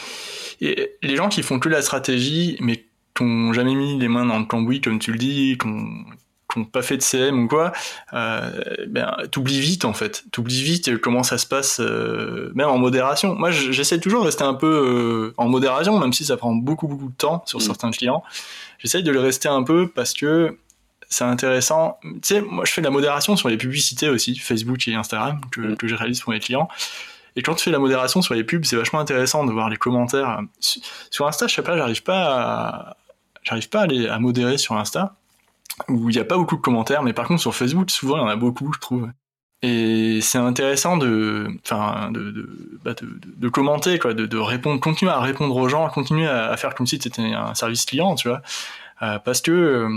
les gens qui font que la stratégie, mais qui n'ont jamais mis les mains dans le cambouis, comme tu le dis, qui n'ont pas fait de C M ou quoi, euh, ben, t'oublies vite en fait. T'oublies vite comment ça se passe, euh, même en modération. Moi, j'essaie toujours de rester un peu euh, en modération, même si ça prend beaucoup, beaucoup de temps sur mmh. certains clients. J'essaie de le rester un peu parce que c'est intéressant. Tu sais, moi, je fais de la modération sur les publicités aussi, Facebook et Instagram, que, mmh. que je réalise pour mes clients. Et quand tu fais la modération sur les pubs, c'est vachement intéressant de voir les commentaires. Sur Insta, je sais pas, j'arrive pas à, j'arrive pas à, les, à modérer sur Insta, où il n'y a pas beaucoup de commentaires, mais par contre sur Facebook, souvent il y en a beaucoup, je trouve. Et c'est intéressant de, enfin, de, de, bah de, de, de commenter, quoi, de, de répondre, continuer à répondre aux gens, continuer à, à faire comme si c'était un service client, tu vois, euh, parce que, euh,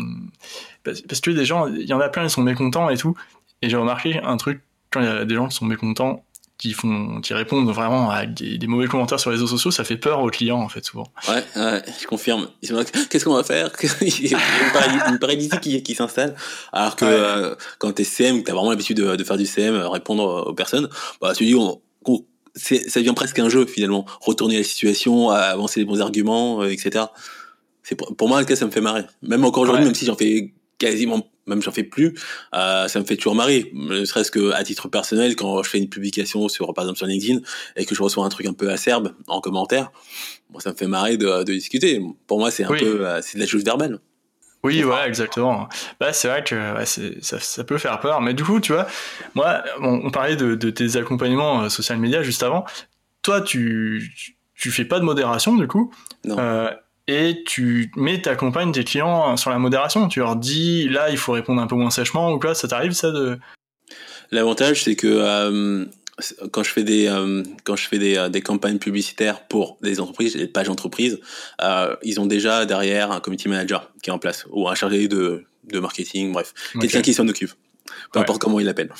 parce que des gens, il y en a plein, ils sont mécontents et tout. Et j'ai remarqué un truc, quand il y a des gens qui sont mécontents, qui font, qui répondent vraiment à des, des mauvais commentaires sur les réseaux sociaux, ça fait peur aux clients, en fait, souvent.
Ouais, ouais, je confirme. Ils sont là, qu'est-ce qu'on va faire? Il y a une paralysie qui, qui s'installe. Alors que, ouais. euh, quand t'es C M, que t'as vraiment l'habitude de, de faire du C M, répondre aux personnes, bah, tu dis, on, on, c'est, ça devient presque un jeu, finalement. Retourner la situation, avancer les bons arguments, euh, et cetera. C'est pour, pour moi, le cas, ça me fait marrer. Même encore aujourd'hui, ouais. même si j'en fais quasiment, même j'en fais plus, euh, ça me fait toujours marrer. Ne serait-ce que à titre personnel, quand je fais une publication sur, par exemple, sur LinkedIn, et que je reçois un truc un peu acerbe en commentaire, bon, ça me fait marrer de, de discuter. Pour moi, c'est un oui. peu, euh, c'est de la chose verbale.
Oui, voilà, exactement. Bah, c'est vrai que ouais, c'est, ça, ça peut faire peur. Mais du coup, tu vois, moi, on, on parlait de, de tes accompagnements euh, social media juste avant. Toi, tu, tu, tu fais pas de modération, du coup.
Non.
Euh, et tu mets, t'accompagnes tes clients sur la modération. Tu leur dis, là, il faut répondre un peu moins sèchement ou quoi. Ça t'arrive, ça de...
L'avantage, c'est que euh, quand je fais des euh, quand je fais des, euh, des campagnes publicitaires pour des entreprises, des pages entreprises, euh, ils ont déjà derrière un community manager qui est en place ou un chargé de de marketing, bref, okay. Quelqu'un qui s'en occupe, peu ouais. importe comment il l'appelle.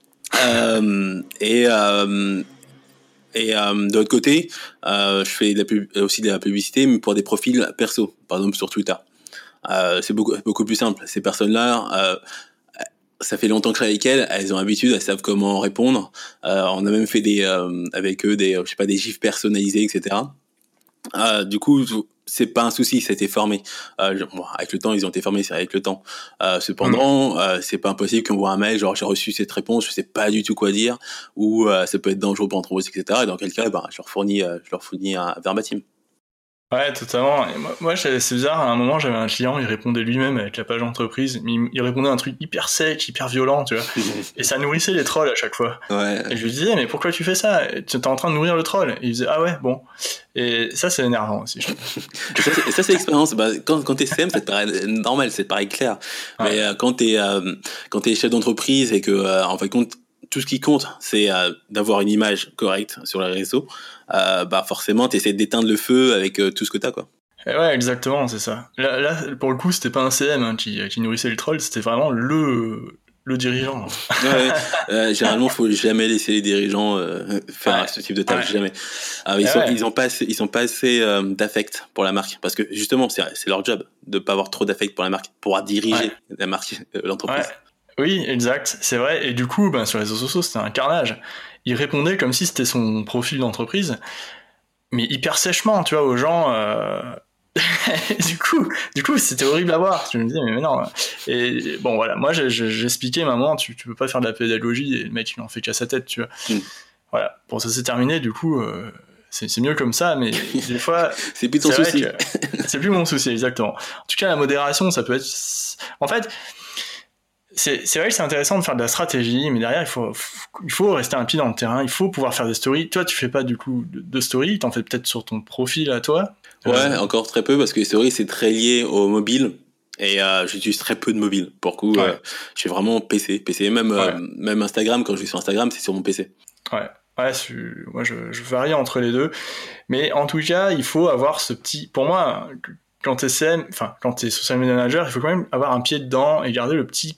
euh, et euh, et euh, de l'autre côté, euh, je fais de la pub, aussi de la publicité, mais pour des profils perso, par exemple sur Twitter. Euh, c'est beaucoup beaucoup plus simple. Ces personnes-là. Euh, Ça fait longtemps que je travaille avec elles, elles ont l'habitude, elles savent comment répondre. Euh, on a même fait des euh, avec eux des, je sais pas, des gifs personnalisés, et cetera. Euh, du coup, c'est pas un souci, ça a été formé. Euh, bon, avec le temps, ils ont été formés, c'est avec le temps. Euh, cependant, mmh. euh, c'est pas impossible qu'on voit un mail, genre j'ai reçu cette réponse, je sais pas du tout quoi dire, ou euh, ça peut être dangereux pour l'entreprise, et cetera. Et dans quel cas, ben, je leur fournis, euh, je leur fournis un verbatim.
Ouais, totalement. Et moi, moi, c'est bizarre, à un moment, j'avais un client, il répondait lui-même avec la page d'entreprise, mais il répondait un truc hyper sec, hyper violent, tu vois. Et ça nourrissait les trolls à chaque fois.
Ouais.
Et je lui disais, mais pourquoi tu fais ça? Tu es en train de nourrir le troll. Et il disait, ah ouais, bon. Et ça, c'est énervant aussi, je trouve.
Et ça, c'est l'expérience. Bah, quand, quand t'es C M, ça te paraît normal, ça te paraît clair. Ouais. Mais euh, quand t'es, euh, quand t'es chef d'entreprise et que, euh, en fait, compte, tout ce qui compte, c'est euh, d'avoir une image correcte sur les réseaux, euh, bah forcément, t'essaies d'éteindre le feu avec euh, tout ce que t'as, quoi.
Et ouais, exactement, c'est ça. Là, là, pour le coup, c'était pas un C M hein, qui, qui nourrissait le troll, c'était vraiment le, le dirigeant.
Ouais, euh, généralement, faut jamais laisser les dirigeants euh, faire ouais. ce type de tâche, ouais. jamais. Euh, ils, sont, ouais. ils ont pas assez, ils sont pas assez euh, d'affect pour la marque, parce que justement, c'est, c'est leur job de pas avoir trop d'affect pour la marque, pour pouvoir diriger ouais. la marque, euh, l'entreprise.
Ouais. Oui, exact, c'est vrai. Et du coup, ben, sur les réseaux sociaux, c'était un carnage. Il répondait comme si c'était son profil d'entreprise, mais hyper sèchement, tu vois, aux gens. Euh... du coup, du coup, c'était horrible à voir. Je me disais, mais, mais non. Et bon, voilà, moi, j'ai, j'ai, j'expliquais, maman, tu, tu peux pas faire de la pédagogie, et le mec, il en fait qu'à sa tête, tu vois. Mm. Voilà. Bon, ça s'est terminé, du coup, euh, c'est, c'est mieux comme ça, mais des fois.
c'est plus ton c'est souci.
C'est plus mon souci, exactement. En tout cas, la modération, ça peut être. En fait. C'est, c'est vrai que c'est intéressant de faire de la stratégie, mais derrière, il faut, il faut rester un pied dans le terrain, il faut pouvoir faire des stories. Toi, tu fais pas du coup de, de stories, t'en fais peut-être sur ton profil à toi.
Ouais, euh... encore très peu, parce que les stories, c'est très lié au mobile, et euh, j'utilise très peu de mobile. Pour le coup, ouais. euh, je fais vraiment P C. P C, même, ouais. euh, même Instagram, quand je vais sur Instagram, c'est sur mon P C.
Ouais, ouais moi, je, je varie entre les deux. Mais en tout cas, il faut avoir ce petit... Pour moi, quand t'es C M, enfin, quand t'es social media manager, il faut quand même avoir un pied dedans et garder le petit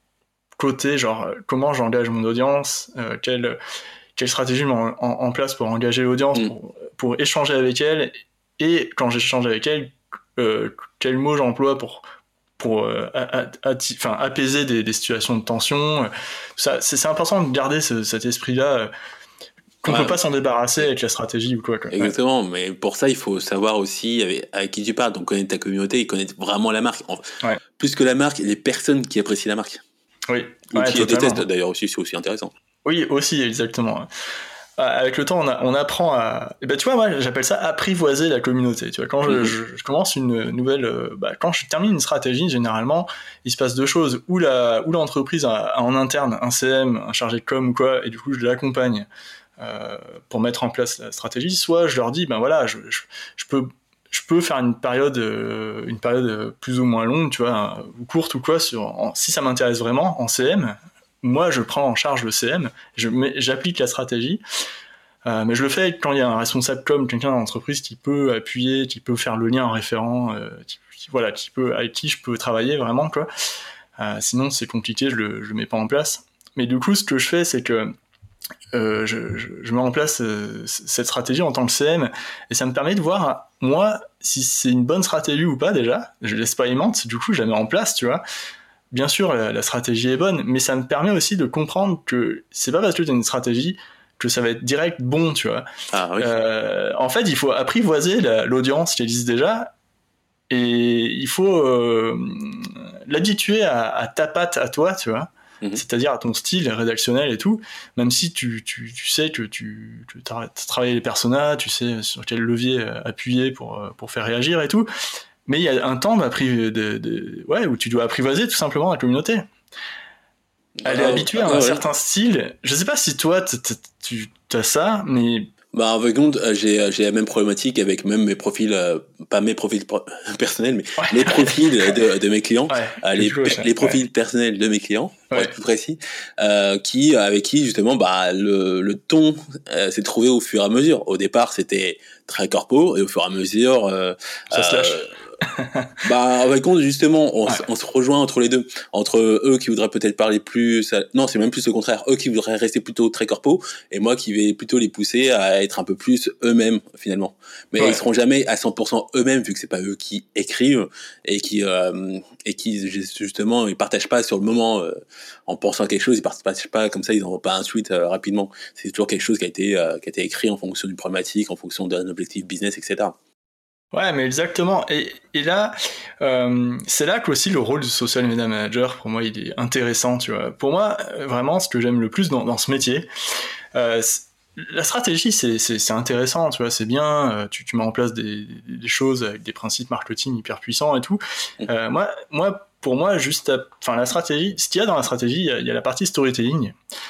côté, genre comment j'engage mon audience, euh, quelle, quelle stratégie je mets en, en, en place pour engager l'audience, mmh. pour, pour échanger avec elle, et quand j'échange avec elle, euh, quels mots j'emploie pour, pour euh, a, a, a, enfin, apaiser des, des situations de tension. Ça, c'est, c'est important de garder ce, cet esprit-là, euh, qu'on ouais. peut pas s'en débarrasser avec la stratégie ou quoi. quoi.
Exactement, ouais. Mais pour ça, il faut savoir aussi avec, avec qui tu parles, donc connaître ta communauté et connaître vraiment la marque. Ouais. Plus que la marque, les personnes qui apprécient la marque.
Oui.
Ou
ouais,
qui les détestent d'ailleurs aussi, c'est aussi intéressant.
Oui, aussi, exactement. Avec le temps, on, a, on apprend à... Et ben, tu vois, moi, j'appelle ça apprivoiser la communauté. Tu vois, quand je, mmh. je, je commence une nouvelle... Bah, quand je termine une stratégie, généralement, il se passe deux choses. Ou, la, ou l'entreprise a, a en interne un C M, un chargé de com ou quoi, et du coup, je l'accompagne euh, pour mettre en place la stratégie. Soit je leur dis, ben voilà, je, je, je peux... je peux faire une période, euh, une période plus ou moins longue, tu vois, ou courte ou quoi, sur, en, si ça m'intéresse vraiment, en C M, moi je prends en charge le C M, je mets, j'applique la stratégie, euh, mais je le fais quand il y a un responsable com, quelqu'un dans l'entreprise qui peut appuyer, qui peut faire le lien en référent, euh, qui, qui, voilà, qui peut, avec qui je peux travailler vraiment, quoi. Euh, sinon c'est compliqué, je le, je le mets pas en place. Mais du coup, ce que je fais, c'est que Euh, je, je, je mets en place euh, cette stratégie en tant que C M et ça me permet de voir moi si c'est une bonne stratégie ou pas déjà. Je l'expérimente, du coup je la mets en place, tu vois. Bien sûr la, la stratégie est bonne, mais ça me permet aussi de comprendre que c'est pas parce que tu as une stratégie que ça va être direct bon, tu vois.
Ah, oui.
euh, en fait il faut apprivoiser la, l'audience qui existe déjà et il faut euh, l'habituer à, à ta patte à toi, tu vois. Mmh. C'est-à-dire à ton style rédactionnel et tout, même si tu, tu, tu sais que tu, tu as travaillé les personas, tu sais sur quel levier appuyer pour, pour faire réagir et tout, mais il y a un temps de, de, ouais, où tu dois apprivoiser tout simplement la communauté. Elle oh, est habituée à un oh, certain ouais. style. Je sais pas si toi tu as ça, mais
Bah, en fait, compte, j'ai, j'ai la même problématique avec même mes profils, euh, pas mes profils pro- personnels, mais
Ouais.
les profils de, de mes clients,
Ouais,
euh, les,
coach,
les profils
ouais.
personnels de mes clients, pour
Ouais.
être plus précis, euh, qui, avec qui, justement, bah, le, le ton euh, s'est trouvé au fur et à mesure. Au départ, c'était très corpo, et au fur et à mesure, euh,
Ça se
euh,
lâche.
bah, avec compte, justement, on,
Ouais.
s- on se rejoint entre les deux. Entre eux qui voudraient peut-être parler plus, à- non, c'est même plus le contraire. Eux qui voudraient rester plutôt très corpo, et moi qui vais plutôt les pousser à être un peu plus eux-mêmes, finalement. Mais
Ouais.
ils seront jamais à cent pour cent eux-mêmes, vu que c'est pas eux qui écrivent, et qui, euh, et qui, justement, ils partagent pas sur le moment, euh, en pensant à quelque chose, ils partagent pas comme ça, ils n'envoient pas un tweet, euh, rapidement. C'est toujours quelque chose qui a été, euh, qui a été écrit en fonction d'une problématique, en fonction d'un objectif business, et cetera.
Ouais, mais exactement. Et, et là, euh, c'est là qu'aussi le rôle du social media manager, pour moi, il est intéressant, tu vois. Pour moi, euh, vraiment, ce que j'aime le plus dans, dans ce métier, euh, la stratégie, c'est, c'est, c'est intéressant, tu vois, c'est bien, euh, tu, tu mets en place des, des choses avec des principes marketing hyper puissants et tout. Euh, moi, moi, pour moi, juste, enfin, la stratégie, ce qu'il y a dans la stratégie, il y a, il y a la partie storytelling.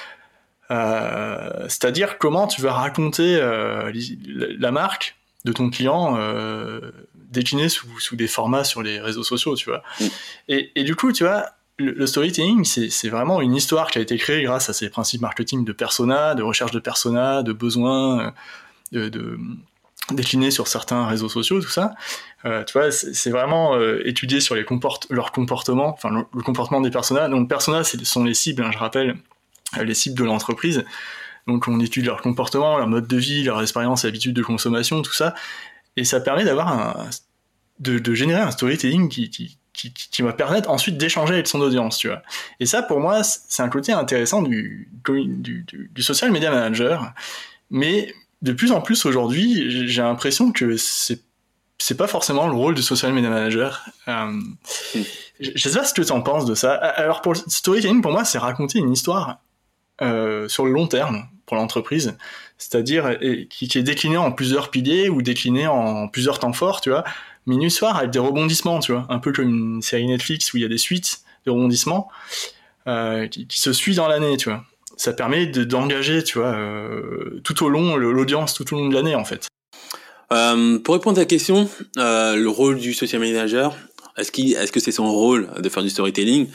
Euh, c'est-à-dire comment tu vas raconter euh, la marque de ton client euh, décliné sous, sous des formats sur les réseaux sociaux, tu vois.
Mm.
Et, et du coup, tu vois, le, le storytelling, c'est, c'est vraiment une histoire qui a été créée grâce à ces principes marketing de persona, de recherche de persona, de besoins, de, de déclinés sur certains réseaux sociaux, tout ça. Euh, tu vois, c'est, c'est vraiment euh, étudié sur les comport- leur comportement, enfin le, le comportement des personas. Donc, personas, ce sont les cibles, hein, je rappelle, les cibles de l'entreprise. Donc on étudie leur comportement, leur mode de vie, leur expérience et habitudes de consommation, tout ça. Et ça permet d'avoir un, de, de générer un storytelling qui, qui, qui, qui va permettre ensuite d'échanger avec son audience, tu vois. Et ça, pour moi, c'est un côté intéressant du, du, du, du social media manager. Mais de plus en plus aujourd'hui, j'ai l'impression que c'est c'est pas forcément le rôle du social media manager. Euh, mm. Je sais pas ce que tu en penses de ça. Alors pour le storytelling, pour moi, c'est raconter une histoire Euh, sur le long terme pour l'entreprise, c'est-à-dire et, qui, qui est décliné en plusieurs piliers ou décliné en plusieurs temps forts, tu vois, mais une histoire avec des rebondissements, tu vois, un peu comme une série Netflix où il y a des suites de rebondissements euh, qui, qui se suivent dans l'année, tu vois. Ça permet de, d'engager, tu vois, euh, tout au long l'audience tout au long de l'année en fait.
Euh, pour répondre à ta question, euh, le rôle du social manager, est-ce, qu'il, est-ce que c'est son rôle de faire du storytelling?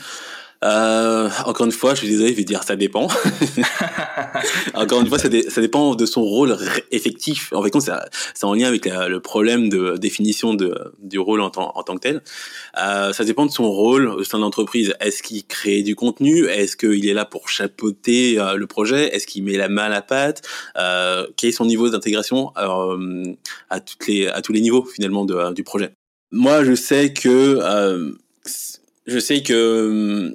Euh, encore une fois, je suis désolé, je vais dire ça dépend. Encore une fois, ça, dé, ça dépend de son rôle ré- effectif. En fait, ça, c'est en lien avec la, le problème de définition de, du rôle en, tant, en tant que tel. Euh, ça dépend de son rôle au sein de l'entreprise. Est-ce qu'il crée du contenu? Est-ce qu'il est là pour chapeauter euh, le projet? Est-ce qu'il met la main à la pâte? euh, Quel est son niveau d'intégration euh, à, toutes les, à tous les niveaux finalement de, du projet? Moi, je sais que euh, je sais que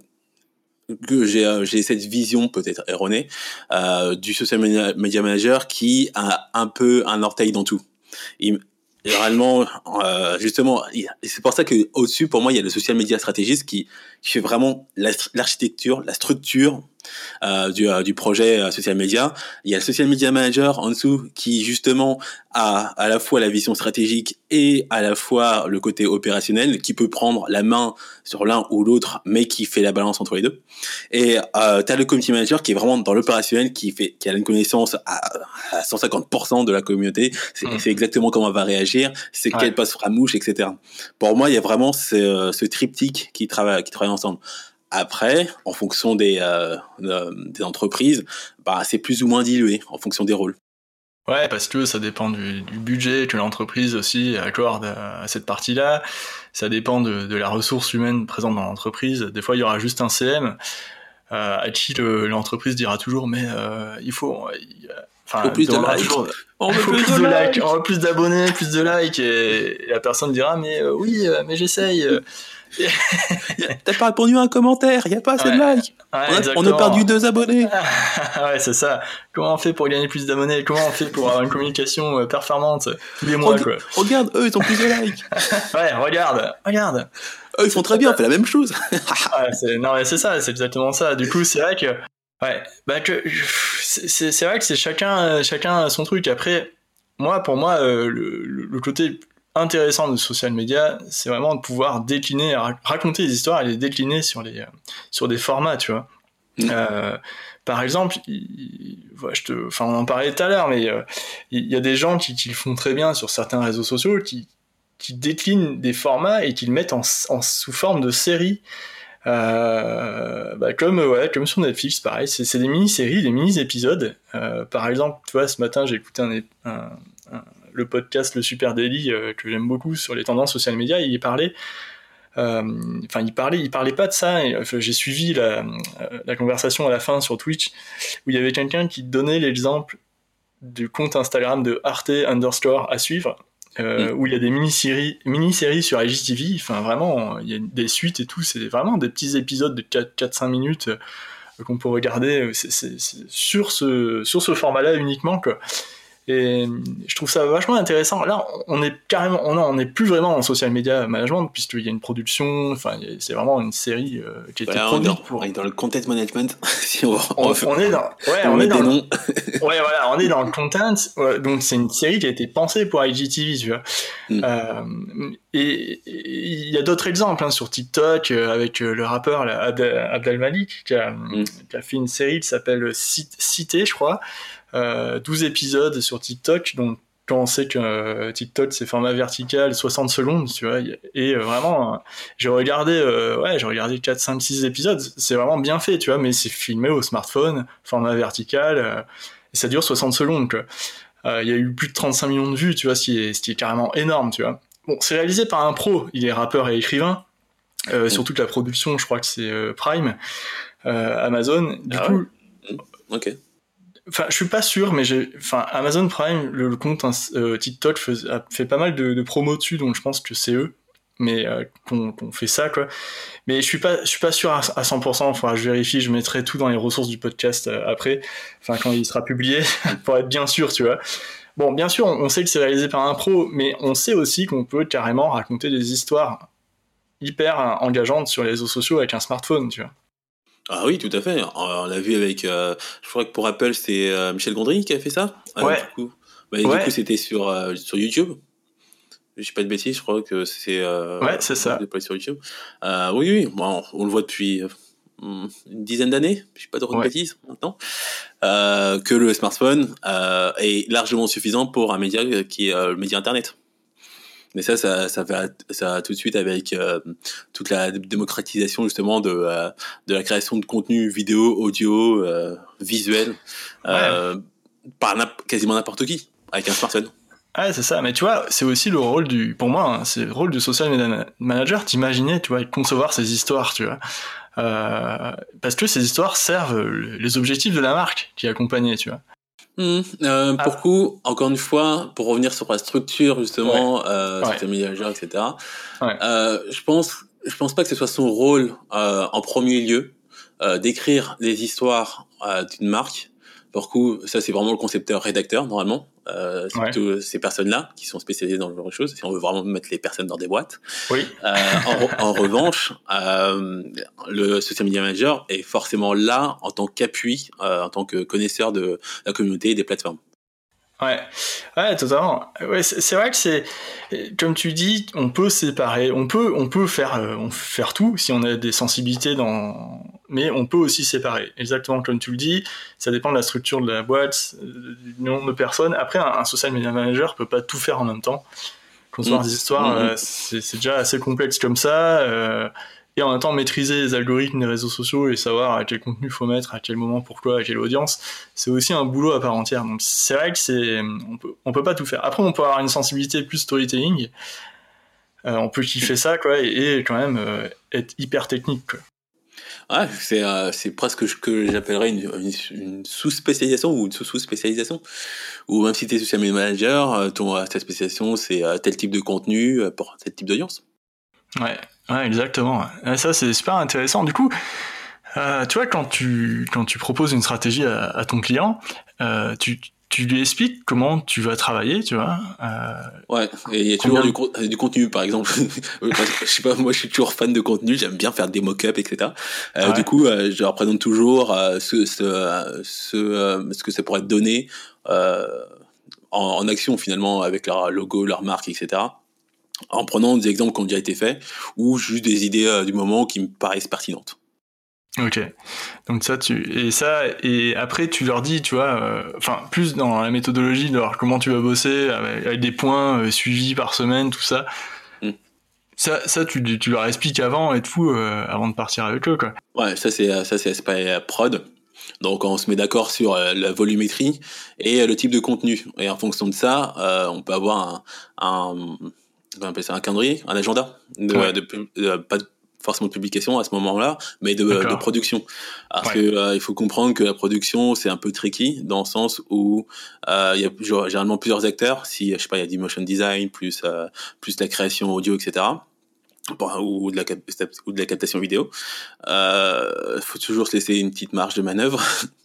que j'ai euh, j'ai cette vision peut-être erronée euh, du social media, media manager qui a un peu un orteil dans tout. Il, généralement, euh, justement, il, c'est pour ça que au-dessus, pour moi, il y a le social media stratégiste qui, qui fait vraiment la, l'architecture, la structure euh, du, euh, du projet euh, social media. Il y a le social media manager en dessous qui justement a à la fois la vision stratégique et à la fois le côté opérationnel, qui peut prendre la main sur l'un ou l'autre, mais qui fait la balance entre les deux. Et euh, t'as le community manager qui est vraiment dans l'opérationnel, qui fait, qui a une connaissance à, à cent cinquante pour cent de la communauté. C'est, mmh. c'est exactement comment on va réagir, c'est ouais. quel passe fera mouche, et cetera. Pour moi, il y a vraiment ce, ce triptyque qui travaille, qui travaille ensemble. Après, en fonction des, euh, euh, des entreprises, bah, c'est plus ou moins dilué en fonction des rôles.
Ouais, parce que ça dépend du, du budget que l'entreprise aussi accorde à, à cette partie-là. Ça dépend de, de la ressource humaine présente dans l'entreprise. Des fois, il y aura juste un C M euh, à qui le, l'entreprise dira toujours, mais euh, il faut... Il,
Enfin, plus de likes.
Toujours, on veut plus, plus de likes, on veut plus d'abonnés, plus de likes, et, et la personne dira, mais euh, oui, euh, mais j'essaye.
T'as pas répondu à un commentaire, il n'y a pas assez ouais. de likes. Ouais, on, a, on a perdu deux abonnés.
Ouais, c'est ça. Comment on fait pour gagner plus d'abonnés? Comment on fait pour avoir une communication performante tous les mois,
Reg-
quoi.
Regarde, eux, ils ont plus de likes.
Ouais, regarde, regarde.
Eux, ils font très bien, on fait la même chose.
Ouais, c'est, non, mais c'est ça, c'est exactement ça. Du coup, c'est vrai que, ouais, bah que, c'est, c'est vrai que c'est chacun, chacun son truc. Après, moi, pour moi, euh, le, le côté intéressant de social media, c'est vraiment de pouvoir décliner, raconter des histoires et les décliner sur les, sur des formats, tu vois. Mmh. Euh, par exemple, il, je te, enfin, on en parlait tout à l'heure, mais euh, il y a des gens qui, qui le font très bien sur certains réseaux sociaux, qui, qui déclinent des formats et qui le mettent en, en sous forme de série. Euh, bah comme ouais, comme sur Netflix, pareil, c'est, c'est des mini-séries, des mini-épisodes. Euh, par exemple, tu vois, ce matin, j'ai écouté un, un, un, le podcast Le Super Daily euh, que j'aime beaucoup sur les tendances social media. Il y parlait. Enfin, euh, il parlait, il parlait pas de ça. Et, enfin, j'ai suivi la, la conversation à la fin sur Twitch où il y avait quelqu'un qui donnait l'exemple du compte Instagram de Arte underscore à suivre, euh, mmh. où il y a des mini-séries, mini-séries sur I G T V. Enfin, vraiment, il y a des suites et tout. C'est vraiment des petits épisodes de quatre à cinq minutes euh, qu'on peut regarder. C'est, c'est, c'est sur ce, sur ce format-là uniquement, quoi. Et je trouve ça vachement intéressant. Là, on est carrément, on on n'est plus vraiment en social media management puisqu'il y a une production. Enfin, c'est vraiment une série euh, qui a été
voilà,
produite
on
pour.
On est dans le content management. Si on,
on, on, on est dans. Ouais, on, on est dans. Le, ouais, voilà, on est dans le content. Ouais, donc c'est une série qui a été pensée pour I G T V, tu vois. Mm. Euh, et il y a d'autres exemples hein, sur TikTok euh, avec euh, le rappeur là, Abd, Abdel Malik qui a, mm. qui a fait une série qui s'appelle Cité, je crois. Euh, douze épisodes sur TikTok, donc quand on sait que euh, TikTok c'est format vertical, soixante secondes, tu vois, et euh, vraiment, euh, j'ai regardé, euh, ouais, j'ai regardé quatre, cinq, six épisodes, c'est vraiment bien fait, tu vois, mais c'est filmé au smartphone, format vertical, euh, et ça dure soixante secondes, quoi. Il euh, y a eu plus de trente-cinq millions de vues, tu vois, ce qui est, ce qui est carrément énorme, tu vois. Bon, c'est réalisé par un pro, il est rappeur et écrivain, euh, mmh. surtout que la production, je crois que c'est euh, Prime, euh, Amazon, du
ah
coup...
Ouais ok.
Enfin, je suis pas sûr, mais j'ai, enfin, Amazon Prime, le, le compte euh, TikTok fait, a fait pas mal de, de promos dessus, donc je pense que c'est eux, mais euh, qu'on, qu'on fait ça, quoi. Mais je suis pas, je suis pas sûr à, à cent pour cent. Enfin, je vérifie, je mettrai tout dans les ressources du podcast euh, après, enfin quand il sera publié, pour être bien sûr, tu vois. Bon, bien sûr, on, on sait que c'est réalisé par un pro, mais on sait aussi qu'on peut carrément raconter des histoires hyper engageantes sur les réseaux sociaux avec un smartphone, tu vois.
Ah oui, tout à fait. On l'a vu avec, euh, je crois que pour Apple, c'est euh, Michel Gondry qui a fait ça.
Ouais.
Euh, du coup, bah, ouais. Du coup, c'était sur euh, sur YouTube. Je dis pas de bêtises, je crois que c'est. Euh,
ouais, c'est ça.
Sur YouTube. Euh, oui, oui. Bon, on le voit depuis euh, une dizaine d'années. Je dis pas trop de ouais. bêtises maintenant. Euh, que le smartphone euh, est largement suffisant pour un média qui est euh, le média Internet. Mais ça, ça, ça va, ça va tout de suite avec euh, toute la démocratisation justement de euh, de la création de contenu vidéo, audio, euh, visuel, euh, ouais. par quasiment n'importe qui avec un smartphone.
Ouais, c'est ça. Mais tu vois, c'est aussi le rôle du, pour moi, hein, c'est le rôle du social media manager, t'imaginer, tu vois, et concevoir ces histoires, tu vois, euh, parce que ces histoires servent les objectifs de la marque qui est accompagnée, tu vois.
Mmh, euh, ah. Pour coup, encore une fois, pour revenir sur la structure justement, ouais. euh, ouais. social media manager, et cetera. Ouais. Euh, je pense, je pense pas que ce soit son rôle euh, en premier lieu euh, d'écrire les histoires euh, d'une marque. Pour coup, ça c'est vraiment le concepteur-rédacteur normalement. Euh, c'est ouais. plutôt ces personnes-là qui sont spécialisées dans ce genre de choses. Si on veut vraiment mettre les personnes dans des boîtes.
Oui.
Euh, en, en revanche, euh, le social media manager est forcément là en tant qu'appui, euh, en tant que connaisseur de la communauté et des plateformes.
Ouais, ouais, totalement. Ouais, c'est, c'est vrai que c'est, comme tu dis, on peut séparer, on peut, on peut faire, euh, on faire tout si on a des sensibilités dans, mais on peut aussi séparer. Exactement comme tu le dis, ça dépend de la structure de la boîte, du nombre de personnes. Après, un, un social media manager peut pas tout faire en même temps. Concevoir mmh. des histoires, mmh. euh, c'est, c'est déjà assez complexe comme ça. Euh, et en même temps maîtriser les algorithmes des réseaux sociaux et savoir à quel contenu faut mettre, à quel moment, pourquoi, à quelle audience, c'est aussi un boulot à part entière. Donc c'est vrai que c'est, on peut, on peut pas tout faire. Après, on peut avoir une sensibilité plus storytelling, euh, on peut kiffer ça, quoi, et, et quand même euh, être hyper technique, quoi.
Ouais, c'est, euh, c'est presque ce que j'appellerais une, une, une sous-spécialisation ou une sous-sous-spécialisation. Ou même si tu es social media manager, ton, ta spécialisation c'est tel type de contenu pour tel type d'audience.
Ouais, ouais, exactement. Et ça, c'est super intéressant. Du coup, euh, tu vois, quand tu, quand tu proposes une stratégie à, à ton client, euh, tu, tu lui expliques comment tu vas travailler, tu vois. Euh,
ouais, et il y a toujours combien... du, du contenu, par exemple. Je sais pas, moi, je suis toujours fan de contenu, j'aime bien faire des mock-ups, et cetera. Euh, ouais. Du coup, euh, je leur présente toujours euh, ce, ce, ce, euh, ce que ça pourrait donner euh, en, en action, finalement, avec leur logo, leur marque, et cetera. En prenant des exemples qui ont déjà été faits ou juste des idées euh, du moment qui me paraissent pertinentes.
Ok. Donc ça, tu et ça et après tu leur dis, tu vois, enfin euh, plus dans la méthodologie de leur comment tu vas bosser avec, avec des points euh, suivis par semaine, tout ça.
Mm.
Ça, ça tu, tu leur expliques avant et tout, euh, avant de partir avec eux, quoi.
Ouais, ça c'est ça c'est aspect prod. Donc on se met d'accord sur euh, la volumétrie et euh, le type de contenu. Et en fonction de ça, euh, on peut avoir un, un, on appelle ça un calendrier, un agenda de,
Ouais.
de, de, de pas de, forcément de publication à ce moment-là, mais de, de production. Parce ouais. que euh, il faut comprendre que la production c'est un peu tricky dans le sens où euh, il y a généralement plusieurs acteurs. Si je sais pas, il y a du motion design plus euh, plus la création audio, et cetera. Ou de la cap- ou de la captation vidéo. Euh, faut toujours se laisser une petite marge de manœuvre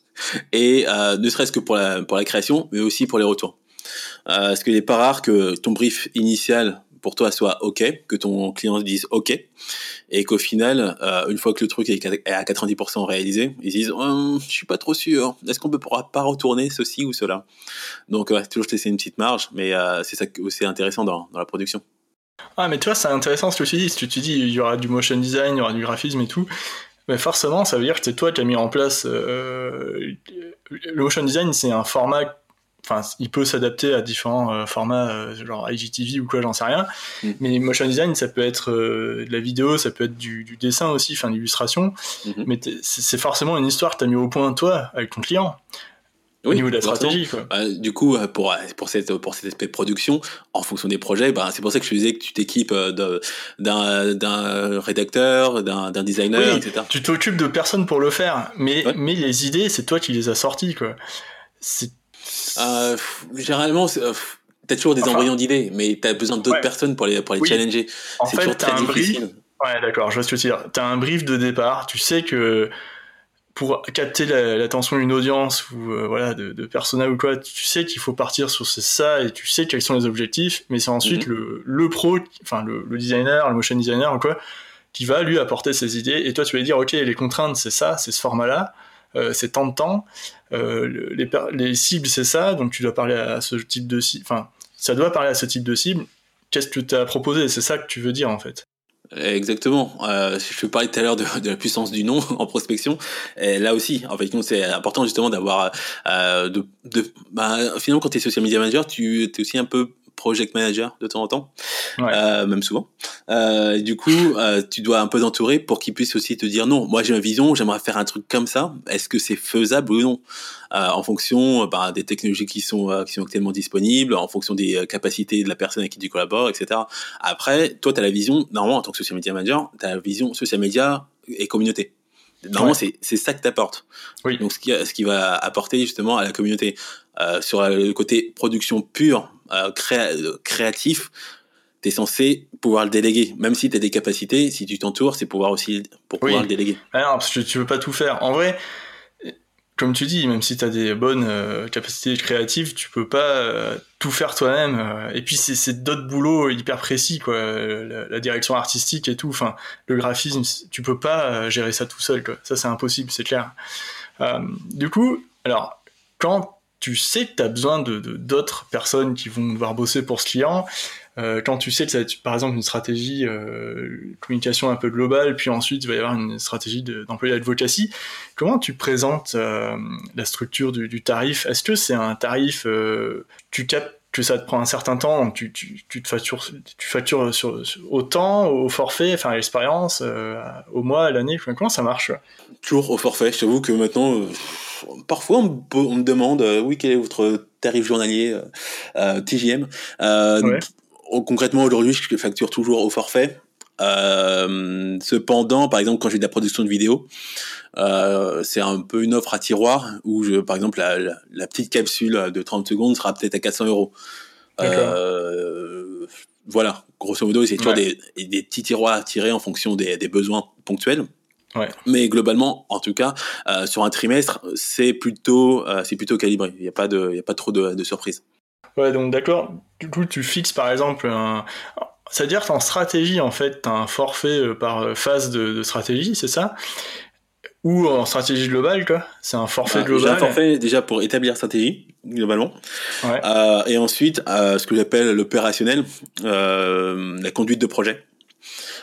et euh, ne serait-ce que pour la pour la création, mais aussi pour les retours. Euh, parce qu'il n'est pas rare que ton brief initial pour toi soit OK, que ton client dise OK, et qu'au final, euh, une fois que le truc est à quatre-vingt-dix pour cent réalisé, ils disent oh, je suis pas trop sûr. Est-ce qu'on ne pourra pas retourner ceci ou cela? Donc ouais, toujours se laisser une petite marge, mais euh, c'est ça que c'est intéressant dans dans la production.
Ah mais tu vois, c'est intéressant ce que tu dis. Si tu te dis il y aura du motion design, il y aura du graphisme et tout, mais forcément ça veut dire que c'est toi qui as mis en place euh, le motion design. C'est un format, enfin il peut s'adapter à différents euh, formats, euh, genre I G T V ou quoi, j'en sais rien. Mm. Mais motion design ça peut être euh, de la vidéo, ça peut être du, du dessin aussi, enfin l'illustration. Mm-hmm. Mais c'est, c'est forcément une histoire que tu as mis au point toi avec ton client.
Oui,
au niveau de la stratégie, quoi.
Bah, du coup, pour pour cette pour cet aspect de production, en fonction des projets, bah c'est pour ça que je te disais que tu t'équipes de, d'un d'un rédacteur, d'un d'un designer,
oui,
et cetera.
Tu t'occupes de personne pour le faire, mais ouais. mais les idées, c'est toi qui les as sorties, quoi.
C'est euh, généralement c'est, euh, t'as toujours des enfin, embryons d'idées, mais t'as besoin d'autres ouais. personnes pour les pour les oui. challenger.
En
c'est
fait,
toujours très
un
difficile.
Brief... Ouais, d'accord, je vois ce que tu veux dire. T'as un brief de départ, tu sais que pour capter la, l'attention d'une audience ou euh, voilà de, de persona ou quoi, tu sais qu'il faut partir sur c'est ça et tu sais quels sont les objectifs, mais c'est ensuite mm-hmm. le, le pro, enfin le, le designer, le motion designer ou quoi, qui va lui apporter ses idées et toi tu vas lui dire ok les contraintes c'est ça, c'est ce format-là, euh, c'est tant de temps, euh, les, les cibles c'est ça, donc tu dois parler à ce type de cible, enfin ça doit parler à ce type de cible. Qu'est-ce que tu as proposé? C'est ça que tu veux dire en fait.
Exactement. Euh, je parlais tout à l'heure de, de la puissance du nom en prospection. Et là aussi, en fait, c'est important justement d'avoir euh, de, de bah, finalement quand tu es social media manager, tu es aussi un peu project manager de temps en temps, ouais. euh, même souvent. Euh, du coup, euh, tu dois un peu t'entourer pour qu'ils puissent aussi te dire non, moi j'ai ma vision, j'aimerais faire un truc comme ça. Est-ce que c'est faisable ou non, euh, en fonction bah, des technologies qui sont euh, qui sont actuellement disponibles, en fonction des euh, capacités de la personne avec qui tu collabores, et cetera. Après, toi, tu as la vision. Normalement, en tant que social media manager, tu as la vision social media et communauté. Normalement, ouais. c'est c'est ça que t'apportes. Oui. Donc, ce qui ce qui va apporter justement à la communauté euh, sur le côté production pure, euh, créa, créatif, t'es censé pouvoir le déléguer. Même si t'as des capacités, si tu t'entoures, c'est pouvoir aussi pour pouvoir oui. le déléguer.
Ah non, parce que tu veux pas tout faire. En vrai, comme tu dis, même si t'as des bonnes euh, capacités créatives, tu peux pas euh, tout faire toi-même. Euh, et puis c'est, c'est d'autres boulots hyper précis, quoi. La, la direction artistique et tout. Enfin, le graphisme, tu peux pas euh, gérer ça tout seul, quoi. Ça, c'est impossible, c'est clair. Euh, du coup, alors, quand tu sais que t'as besoin de, de d'autres personnes qui vont devoir bosser pour ce client, euh, quand tu sais que ça va être, par exemple, une stratégie euh, communication un peu globale, puis ensuite il va y avoir une stratégie de, d'employé advocacy, comment tu présentes euh, la structure du, du tarif? Est-ce que c'est un tarif, euh, tu captes que ça te prend un certain temps, donc tu, tu, tu te factures, tu factures sur, sur, au temps, au forfait, enfin à l'expérience, euh, au mois, à l'année, comment ça marche?
Toujours au forfait, je t'avoue que maintenant, euh, parfois on me, on me demande, euh, oui, quel est votre tarif journalier euh, T J M euh, ouais. Concrètement, aujourd'hui, je facture toujours au forfait. Euh, cependant, par exemple, quand j'ai de la production de vidéo, euh, c'est un peu une offre à tiroir où, je, par exemple, la, la, la petite capsule de trente secondes sera peut-être à quatre cents euros. Euh, voilà, grosso modo, c'est toujours ouais. des, des petits tiroirs à tirer en fonction des, des besoins ponctuels.
Ouais.
Mais globalement, en tout cas, euh, sur un trimestre, c'est plutôt, euh, c'est plutôt calibré. Il n'y a pas de, il y a pas trop de, de surprises.
Ouais, donc d'accord. Du coup, tu fixes par exemple un. C'est-à-dire qu'en stratégie, en fait, t'as un forfait par phase de, de stratégie, c'est ça? Ou en stratégie globale, quoi? C'est un forfait
bah,
global.
J'ai un forfait déjà pour établir stratégie, globalement.
Ouais.
Euh, et ensuite, euh, ce que j'appelle l'opérationnel, euh, la conduite de projet.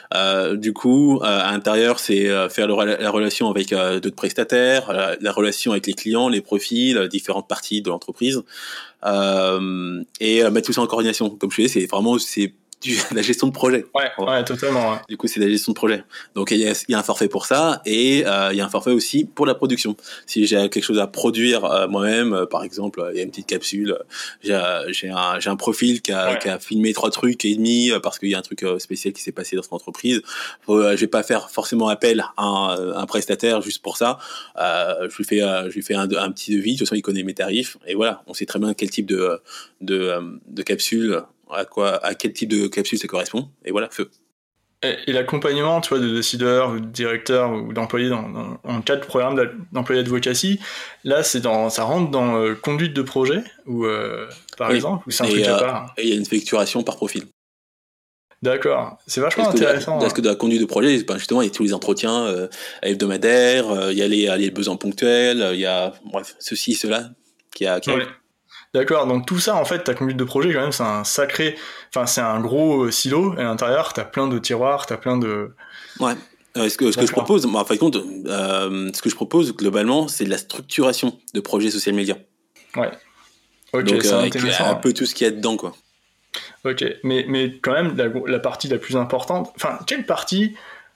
Euh, du coup, euh, à l'intérieur, c'est euh, faire le, la relation avec euh, d'autres prestataires, la, la relation avec les clients, les profils, euh, différentes parties de l'entreprise, euh, et euh, mettre tout ça en coordination. Comme je disais, c'est vraiment c'est du, la gestion de projet.
Ouais, ouais, totalement. Ouais.
Du coup, c'est la gestion de projet. Donc, il y a, il y a un forfait pour ça et euh, il y a un forfait aussi pour la production. Si j'ai quelque chose à produire euh, moi-même, euh, par exemple, il y a une petite capsule, j'ai, j'ai, un, j'ai un profil qui a, ouais. qui a filmé trois trucs et demi euh, parce qu'il y a un truc euh, spécial qui s'est passé dans son entreprise. Euh, je vais pas faire forcément appel à un, un prestataire juste pour ça. Euh, je lui fais, euh, je lui fais un, un petit devis. De toute façon, il connaît mes tarifs et voilà, on sait très bien quel type de, de, de, de capsule, à quoi, à quel type de capsule ça correspond. Et voilà, feu.
Et, et l'accompagnement, tu vois, de décideurs, ou de directeurs ou d'employés dans, dans, dans le cadre de programme d'employés advocacy, là, c'est dans, ça rentre dans euh, conduite de projet, ou euh, par oui. exemple, ou c'est un et truc euh, à part.
Et il y a une facturation par profil.
D'accord, c'est vachement
parce
intéressant.
Que, parce que de la conduite de projet, ben justement, il y a tous les entretiens euh, hebdomadaires, euh, il y a les, les besoins ponctuels, il y a, bref, ceci, cela, qui a... Qui a...
Ouais. D'accord, donc tout ça, en fait, ta conduite de projet, quand même, c'est un sacré... Enfin, c'est un gros silo, et à l'intérieur, t'as plein de tiroirs, t'as plein de...
Ouais, euh, ce que, ce que je propose, bah, en fin de compte, euh, ce que je propose, globalement, c'est de la structuration de projets social media.
Ouais. Ok,
donc,
c'est
euh,
intéressant.
Un peu tout ce qu'il y a dedans, quoi.
Ok, mais, mais quand même, la, la partie la plus importante... Enfin, quelle partie...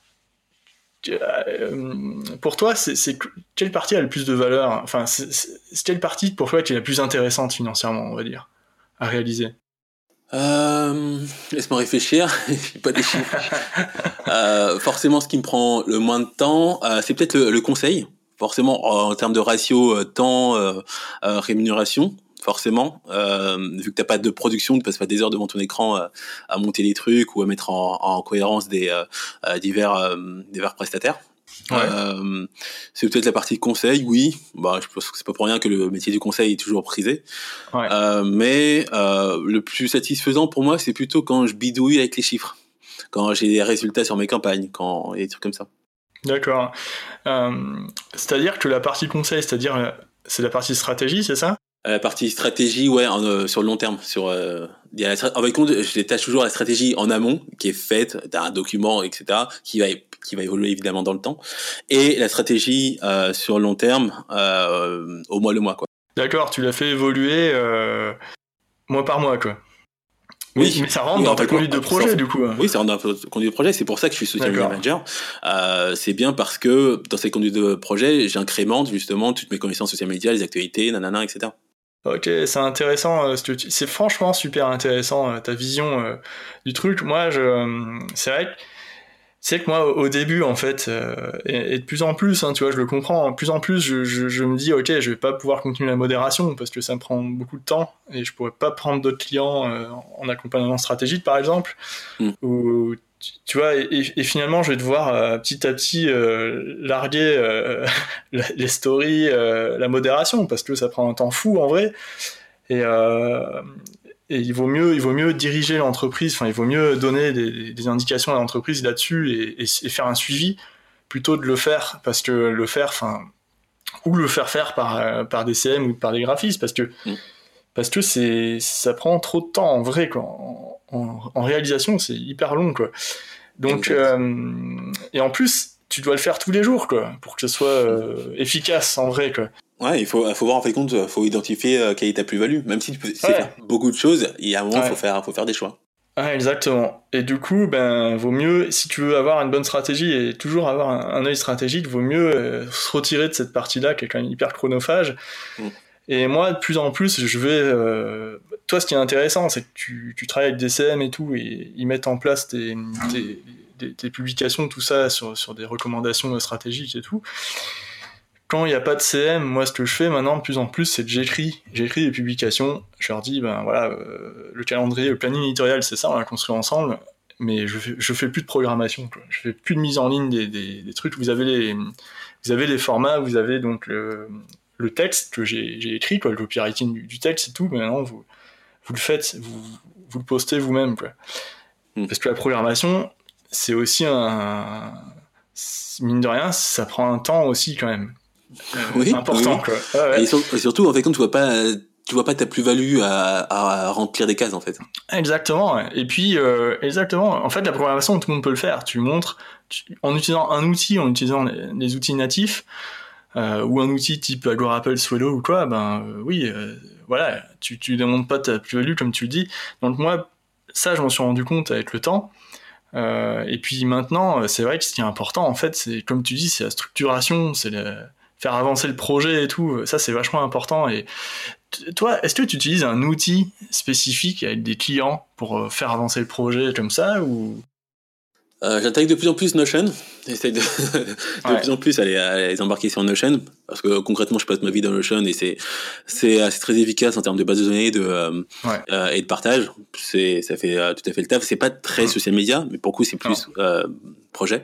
Pour toi, c'est, c'est quelle partie a le plus de valeur? Enfin, c'est, c'est, c'est quelle partie pour toi qui est la plus intéressante financièrement, on va dire, à réaliser?
Euh, laisse-moi réfléchir. J'ai pas des chiffres. euh, forcément, ce qui me prend le moins de temps, euh, c'est peut-être le, le conseil. Forcément, en termes de ratio euh, temps euh, euh, rémunération. Forcément, euh, vu que t'as pas de production, tu passes pas des heures devant ton écran euh, à monter des trucs ou à mettre en, en cohérence des euh, divers euh, divers prestataires. Ouais. Euh, c'est peut-être la partie conseil, oui. Bah, je pense que c'est pas pour rien que le métier du conseil est toujours prisé. Ouais. Euh, mais euh, le plus satisfaisant pour moi, c'est plutôt quand je bidouille avec les chiffres, quand j'ai des résultats sur mes campagnes, quand il y a des trucs comme ça.
D'accord. Euh, c'est-à-dire que la partie conseil, c'est-à-dire c'est la partie stratégie, c'est ça?
La partie stratégie, ouais, en, euh, sur le long terme. Sur, euh, y a la, en fin de compte, je détache toujours la stratégie en amont, qui est faite, t'as un document, et cetera, qui va, qui va évoluer évidemment dans le temps, et la stratégie euh, sur le long terme, euh, au mois le mois, quoi.
D'accord, tu l'as fait évoluer euh, mois par mois, quoi. Oui, oui, mais ça rentre oui, dans ta conduite de projet, du coup.
Oui, ça rentre dans ta conduite de projet. C'est pour ça que je suis social media manager. Euh, c'est bien parce que dans cette conduite de projet, j'incrémente justement toutes mes connaissances social media, les actualités, nanana, et cetera.
Ok, c'est intéressant. C'est franchement super intéressant ta vision euh, du truc. Moi, je, c'est vrai que c'est que moi, au début, en fait, euh, et, et de plus en plus, hein, tu vois, je le comprends, de plus en plus, je, je, je me dis, ok, je vais pas pouvoir continuer la modération parce que ça me prend beaucoup de temps et je pourrais pas prendre d'autres clients euh, en accompagnement stratégique, par exemple, mm. ou tu, tu vois, et, et finalement, je vais devoir euh, petit à petit euh, larguer euh, les stories, euh, la modération, parce que ça prend un temps fou en vrai. Et euh, Et il vaut mieux, il vaut mieux diriger l'entreprise, enfin, il vaut mieux donner des, des indications à l'entreprise là-dessus et, et, et faire un suivi plutôt de le faire, parce que le faire, enfin, ou le faire faire par, par des C M ou par des graphistes, parce que, mmh. parce que c'est, ça prend trop de temps en vrai, quoi. En, en, en réalisation, c'est hyper long, quoi. Donc, euh, et en plus, tu dois le faire tous les jours, quoi, pour que ce soit euh, efficace en vrai, quoi.
Ouais, il faut, faut voir en fait compte, il faut identifier euh, quelle est ta plus-value. Même si tu peux ouais. faire beaucoup de choses, il y a un moment, il ouais. faut faire, faut faire des choix.
Ah, exactement. Et du coup, ben, vaut mieux, si tu veux avoir une bonne stratégie et toujours avoir un, un œil stratégique, vaut mieux euh, se retirer de cette partie-là qui est quand même hyper chronophage. Mm. Et moi, de plus en plus, je vais... Euh... Toi, ce qui est intéressant, c'est que tu, tu travailles avec des C M et tout, et ils mettent en place tes, tes, tes, tes publications, tout ça, sur, sur des recommandations stratégiques et tout. Quand il n'y a pas de C M, moi, ce que je fais maintenant, de plus en plus, c'est que j'écris. J'écris des publications. Je leur dis, ben voilà, euh, le calendrier, le planning éditorial, c'est ça, on l'a construit ensemble. Mais je fais, je fais plus de programmation, quoi. Je fais plus de mise en ligne des, des, des trucs. Vous avez les, vous avez les formats, vous avez donc le, le texte que j'ai, j'ai écrit, quoi, le copywriting du, du texte et tout. Mais maintenant, vous, vous le faites, vous, vous le postez vous-même, quoi. Mm. Parce que la programmation, c'est aussi un, mine de rien, ça prend un temps aussi, quand même. Euh,
oui,
important,
oui.
quoi. Ah, ouais.
Et, sur, et surtout, en fait, quand tu vois pas, tu vois pas ta plus-value à, à, à remplir des cases en fait.
Exactement. Ouais. Et puis euh, exactement. En fait, la programmation, tout le monde peut le faire. Tu montres tu, en utilisant un outil, en utilisant les, les outils natifs euh, ou un outil type Agorapple, Swello ou quoi. Ben euh, oui, euh, voilà. Tu tu démontres pas ta plus-value comme tu le dis. Donc moi, ça, je m'en suis rendu compte avec le temps. Euh, et puis maintenant, c'est vrai que ce qui est important, en fait, c'est comme tu dis, c'est la structuration, c'est le, faire avancer le projet et tout. Ça, c'est vachement important. Et t- toi, est-ce que tu utilises un outil spécifique avec des clients pour faire avancer le projet comme ça ou
Euh, j'attaque de plus en plus Notion. J'essaie de, de
ouais.
plus en plus aller, aller les embarquer sur Notion parce que concrètement, je passe ma vie dans Notion et c'est c'est, c'est très efficace en termes de base de données de, euh,
Ouais.
euh, et de partage. C'est ça fait euh, tout à fait le taf. C'est pas très social media, mais pour le coup, c'est plus euh, projet.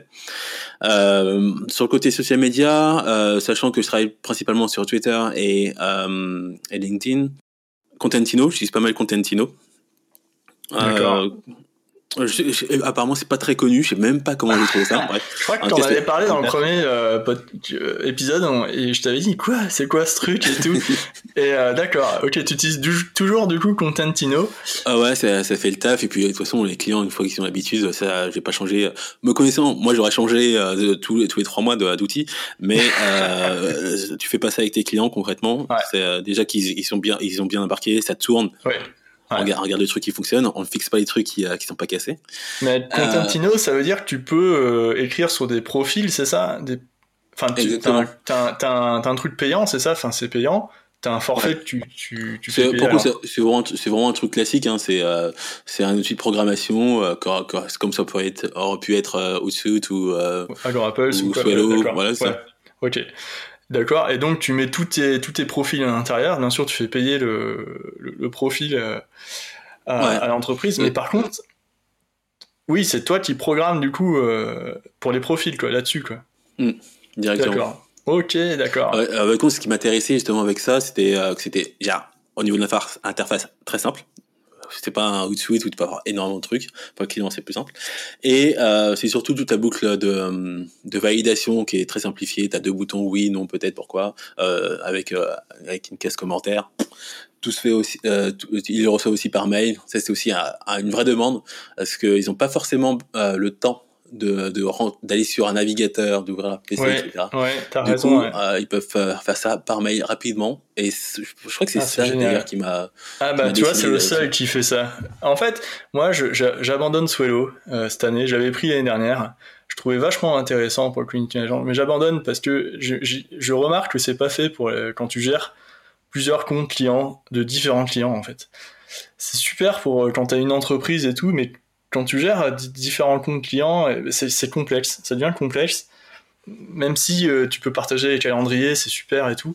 Euh, sur le côté social media, euh, sachant que je travaille principalement sur Twitter et, euh, et LinkedIn, Contentino, j'utilise pas mal Contentino.
D'accord.
Euh, Je, je, apparemment, c'est pas très connu. Je sais même pas comment j'ai trouvé ça. Bref.
Je crois que t'en avais parlé dans le premier euh, pod- euh, épisode et je t'avais dit quoi, c'est quoi ce truc et tout. Et euh, d'accord, ok, tu utilises du- toujours du coup Contentino.
Ah ouais, ça, ça fait le taf. Et puis de toute façon, les clients, une fois qu'ils ont l'habitude, ça, j'ai pas changé. Me connaissant, moi, j'aurais changé euh, de, tous, tous les trois mois de, d'outils. Mais euh, tu fais pas ça avec tes clients concrètement.
Ouais.
C'est euh, déjà qu'ils ils sont bien, ils ont bien embarqué, ça tourne.
Ouais.
On
Ouais.
regarde, on regarde les trucs qui fonctionnent, on ne fixe pas les trucs qui, euh, qui sont pas cassés.
Mais Contentino, euh... ça veut dire que tu peux euh, écrire sur des profils, c'est ça des... Enfin, tu, t'as, un, t'as, un, t'as, un, t'as un truc payant, c'est ça. Enfin, c'est payant. T'as un forfait ouais. que tu, tu, tu fais
c'est,
payer.
Pour coup, c'est, c'est, vraiment, c'est vraiment un truc classique. Hein. C'est, euh, c'est un outil de programmation, euh, comme ça pourrait être, aurait pu être euh, Outsuite ou euh,
Agorapple ou,
ou Swello. Voilà, c'est
ouais.
ça.
Ok. D'accord, et donc tu mets tous tes, tous tes profils à l'intérieur, bien sûr tu fais payer le, le, le profil euh, à, ouais. à l'entreprise, mais ouais. Par contre, oui, c'est toi qui programmes du coup euh, pour les profils quoi, là-dessus quoi.
Mmh, directement.
D'accord, ok, d'accord.
Ouais, euh, contre, ce qui m'intéressait justement avec ça, c'était euh, que c'était déjà au niveau de l'interface très simple. C'était pas un Outsuite où tu peux avoir énormément de trucs. Pour le client, c'est plus simple. Et euh, c'est surtout toute la boucle de, de validation qui est très simplifiée. Tu as deux boutons, oui, non, peut-être, pourquoi, euh, avec, euh, avec une caisse commentaire. Tout se fait aussi, euh, tout, ils le reçoivent aussi par mail. Ça, c'est aussi un, un, une vraie demande parce qu'ils n'ont pas forcément euh, le temps de, de d'aller sur un navigateur, d'ouvrir un P C,
ouais,
et cetera.
Ouais, t'as
du
raison.
coup,
ouais.
euh, ils peuvent faire ça par mail rapidement. Et je crois que c'est
ah,
ça
c'est
d'ailleurs qui m'a.
Ah bah tu vois, c'est le seul qui fait ça. En fait, moi, je, je, j'abandonne Swello euh, cette année. J'avais pris l'année dernière. Je trouvais vachement intéressant pour le community management, mais j'abandonne parce que je, je, je remarque que c'est pas fait pour euh, quand tu gères plusieurs comptes clients de différents clients en fait. C'est super pour euh, quand t'as une entreprise et tout, mais quand tu gères d- différents comptes clients, c'est, c'est complexe. Ça devient complexe. Même si euh, tu peux partager les calendriers, c'est super et tout.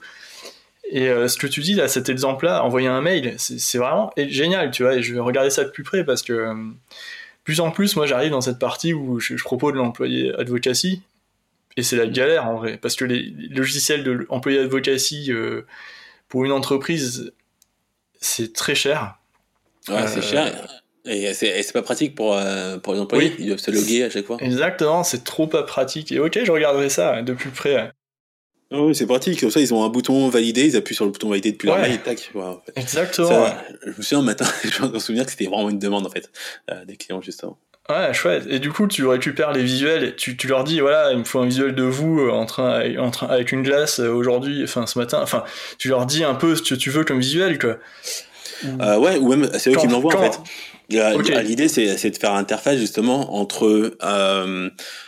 Et euh, ce que tu dis là, cet exemple-là, envoyer un mail, c'est, c'est vraiment génial, tu vois. Et je vais regarder ça de plus près parce que euh, plus en plus, moi, j'arrive dans cette partie où je, je propose de l'employé advocacy et c'est la galère en vrai, parce que les, les logiciels de l'employé advocacy euh, pour une entreprise, c'est très cher.
Ouais, euh, c'est cher. Et c'est, et c'est pas pratique pour, euh, pour les employés, oui. Ils doivent se loguer à chaque fois.
Exactement, c'est trop pas pratique. Et ok, je regarderai ça de plus près.
Oh oui, c'est pratique. Comme ça, ils ont un bouton validé, ils appuient sur le bouton validé depuis ouais. leur mail, tac. Voilà, en fait.
Exactement.
Ça,
ouais.
Je me souviens un matin, je me souviens que c'était vraiment une demande en fait euh, des clients justement.
Ouais, chouette. Et du coup, tu récupères les visuels, et tu, tu leur dis, voilà, il me faut un visuel de vous en train, en train, avec une glace aujourd'hui, enfin ce matin. Enfin, tu leur dis un peu ce que tu veux comme visuel, quoi.
Euh, ouais, ou même c'est eux quand, qui me l'envoient quand... en fait. La,
okay.
L'idée, c'est, c'est de faire interface justement entre euh,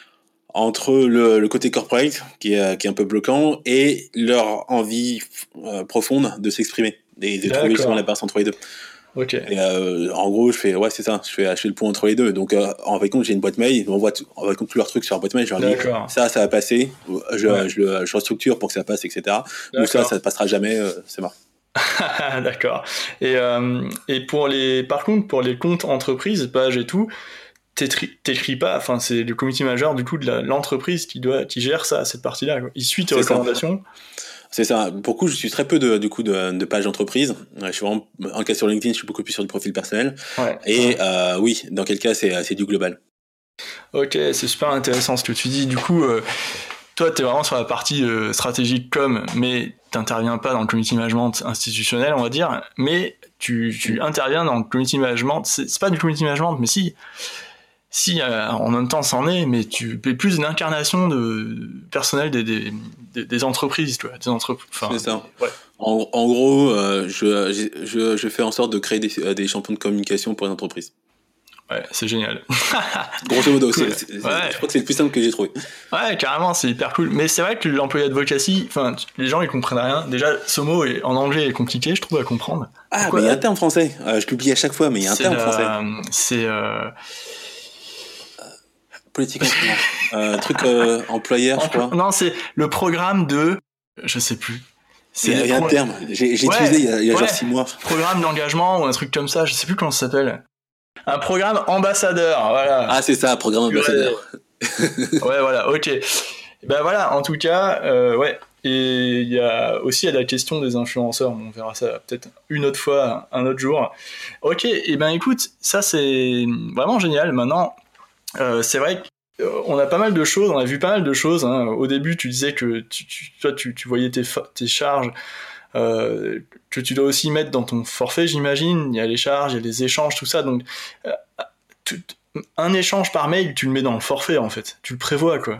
entre le, le côté corporate qui est, qui est un peu bloquant et leur envie euh, profonde de s'exprimer et de trouver justement la balance entre les deux.
Okay.
Et euh, en gros, je fais ouais, c'est ça. Je fais, je fais le point entre les deux. Donc, euh, en fait, compte, j'ai une boîte mail. On voit tout, on voit tous leurs trucs sur la boîte mail. Je leur dis ça, ça va passer. Je, ouais. je, je, je restructure pour que ça passe, et cetera. D'accord. Ou ça, ça ne passera jamais. Euh, c'est mort.
D'accord. Et euh, et pour les, par contre, pour les comptes entreprises, pages et tout, t'écris, t'écris pas. Enfin, c'est le community manager du coup de la, l'entreprise qui doit, qui gère ça, cette partie-là. Quoi. Il suit tes c'est recommandations.
Ça. C'est ça. Pour coup, je suis très peu de, du coup, de, de pages d'entreprise. Je suis vraiment, en cas sur LinkedIn, je suis beaucoup plus sur du profil personnel.
Ouais.
Et
ouais.
Euh, oui, dans quel cas, c'est, c'est du global.
Ok, c'est super intéressant ce que tu dis. Du coup, euh, toi, t'es vraiment sur la partie euh, stratégique com, mais t'interviens pas dans le community management institutionnel, on va dire, mais tu, tu interviens dans le community management. C'est, c'est pas du community management, mais si, si euh, en même temps c'en est, mais tu es plus une incarnation de personnel des, des, des, des entreprises, tu vois, des entreprises.
C'est ça.
Ouais.
En, en gros, euh, je, je, je fais en sorte de créer des, des champions de communication pour les entreprises.
Ouais, c'est génial.
Grosso modo,
cool.
c'est, c'est,
ouais.
je crois que c'est le plus simple que j'ai trouvé.
Ouais, carrément, c'est hyper cool. Mais c'est vrai que l'employé advocacy, enfin, les gens ils comprennent rien. Déjà, ce mot est, en anglais est compliqué, je trouve, à comprendre.
Ah,
Pourquoi,
mais il y a un terme français. Euh, je l'oublie à chaque fois, mais il y a un terme
la,
français.
C'est euh...
politique euh, truc euh, employeur, je crois.
Non, c'est le programme de, je sais plus.
C'est il y a, pro... un terme. J'ai, j'ai ouais, utilisé il y a, il y a ouais. genre six mois.
Programme d'engagement ou un truc comme ça, je sais plus comment ça s'appelle. Un programme ambassadeur, voilà.
Ah, c'est ça, programme ambassadeur.
Ouais, ouais voilà, ok. Ben voilà, en tout cas, euh, ouais. Et il y a aussi il y a la question des influenceurs. On verra ça peut-être une autre fois, un autre jour. Ok, et ben écoute, ça c'est vraiment génial. Maintenant, euh, c'est vrai qu'on a pas mal de choses, on a vu pas mal de choses. Hein. Au début, tu disais que tu, tu, toi, tu, tu voyais tes, tes charges. Euh, que tu dois aussi mettre dans ton forfait, j'imagine. Il y a les charges, il y a les échanges, tout ça. Donc, euh, tout, un échange par mail, tu le mets dans le forfait, en fait. Tu le prévois, quoi.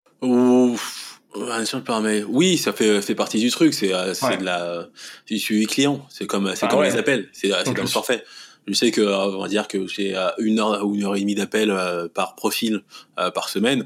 Ouf, un échange par mail. Oui, ça fait, fait partie du truc. C'est, c'est ouais. de la, c'est du suivi client. C'est comme, c'est ah, comme ouais. les appels. C'est, c'est dans le forfait. Je sais que, on va dire que j'ai une heure ou une heure et demie d'appel euh, par profil euh, par semaine.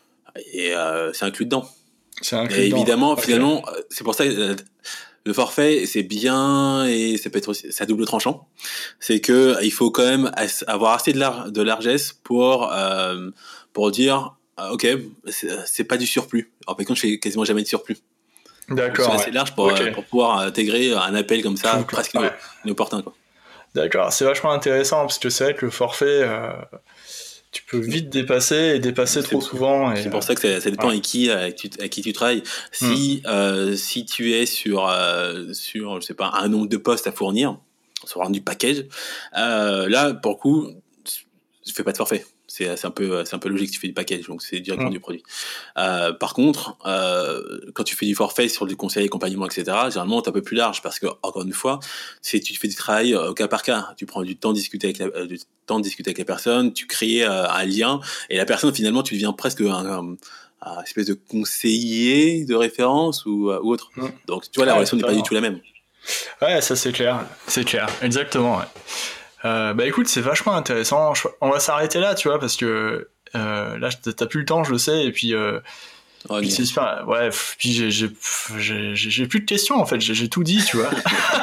Et euh, c'est inclus dedans. C'est inclus et dedans. Évidemment, okay. Finalement, c'est pour ça que euh, le forfait, c'est bien et ça peut être aussi, c'est à double tranchant. C'est que il faut quand même avoir assez de, lar- de largesse pour euh, pour dire ok, c'est, c'est pas du surplus. En fait, quand je fais quasiment jamais de surplus.
D'accord.
C'est assez ouais. large pour okay. pour pouvoir intégrer un appel comme ça, D'accord. presque ouais. inopportun quoi.
D'accord, c'est vachement intéressant parce que c'est vrai que le forfait, euh, tu peux vite dépasser et dépasser c'est trop souvent. Et,
c'est pour ça que ça, ça dépend ouais. à qui à qui, à qui tu travailles. Si mm. euh, si tu es sur euh, sur je sais pas un nombre de postes à fournir, sur du package, euh, là pour le coup, je fais pas de forfait. C'est, c'est un peu c'est un peu logique, tu fais du package, donc c'est directement mmh. du produit. Euh, par contre, euh, quand tu fais du forfait sur du conseil, accompagnement, et cetera, généralement t'es un peu plus large parce que encore une fois, c'est tu fais du travail au cas par cas. Tu prends du temps de discuter avec la, euh, du temps de discuter avec la personne, tu crées euh, un lien et la personne finalement tu deviens presque un, un, un espèce de conseiller de référence ou, ou autre. Mmh. Donc tu vois la ah, relation n'est pas du tout la même.
Ouais, ça c'est clair, c'est clair, exactement. Ouais. Euh, bah écoute, c'est vachement intéressant. On va s'arrêter là, tu vois, parce que euh, là, t'as plus le temps, je le sais, et puis, euh, oh, puis c'est super. Ouais, puis j'ai, j'ai, j'ai, j'ai plus de questions en fait. J'ai, j'ai tout dit, tu vois.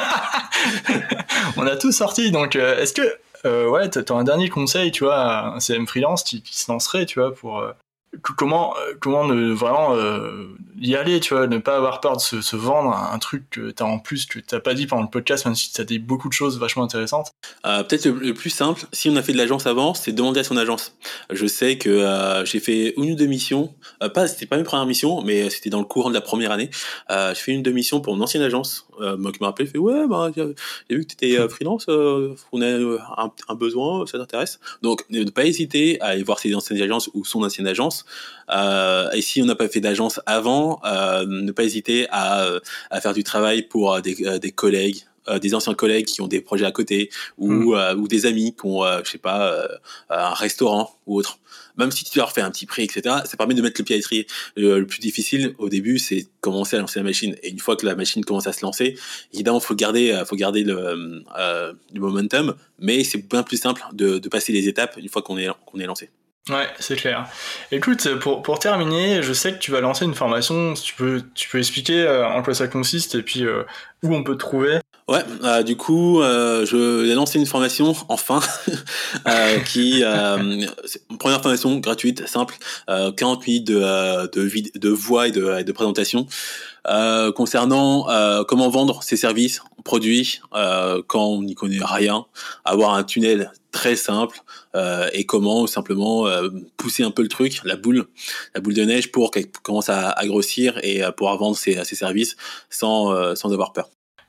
On a tout sorti. Donc, euh, est-ce que, euh, ouais, t'as, t'as un dernier conseil, tu vois, à un C M freelance qui, qui se lancerait, tu vois, pour euh, comment, comment ne vraiment euh, y aller, tu vois, ne pas avoir peur de se, se vendre un, un truc que t'as en plus que t'as pas dit pendant le podcast, même si t'as dit beaucoup de choses vachement intéressantes.
Euh, peut-être le, le plus simple, si on a fait de l'agence avant, c'est demander à son agence. Je sais que euh, j'ai fait une ou deux missions, euh, pas, c'était pas mes premières missions, mais c'était dans le courant de la première année. Euh, j'ai fait une ou deux missions pour une ancienne agence, euh, moi qui m'a rappelé, fait ouais, bah j'ai vu que t'étais euh, freelance, euh, on a un, un besoin, ça t'intéresse. Donc ne pas hésiter à aller voir ses anciennes agences ou son ancienne agence. Euh, et si on n'a pas fait d'agence avant, euh, ne pas hésiter à, à faire du travail pour des, des collègues, euh, des anciens collègues qui ont des projets à côté, ou, mmh. euh, ou des amis qui ont, euh, je sais pas, euh, un restaurant ou autre. Même si tu leur fais un petit prix, et cetera, ça permet de mettre le pied à l'étrier. Le, le plus difficile au début, c'est commencer à lancer la machine. Et une fois que la machine commence à se lancer, évidemment, faut garder, faut garder le, euh, le momentum, mais c'est bien plus simple de, de passer les étapes une fois qu'on est, qu'on est lancé.
Ouais, c'est clair. Écoute, pour, pour terminer, je sais que tu vas lancer une formation, tu peux, tu peux expliquer euh, en quoi ça consiste et puis euh, où on peut te trouver.
Ouais, euh, du coup, euh, je vais lancer une formation, enfin, euh, qui, euh, c'est une première formation gratuite, simple, euh, quarante minutes de, de, vid- de voix et de, de présentation, euh, concernant euh, comment vendre ses services, produits, euh, quand on n'y connaît rien, avoir un tunnel très simple, euh, et comment simplement euh, pousser un peu le truc, la boule, la boule de neige pour qu'elle commence à, à grossir et à pouvoir vendre ses, ses services sans, euh, sans avoir peur.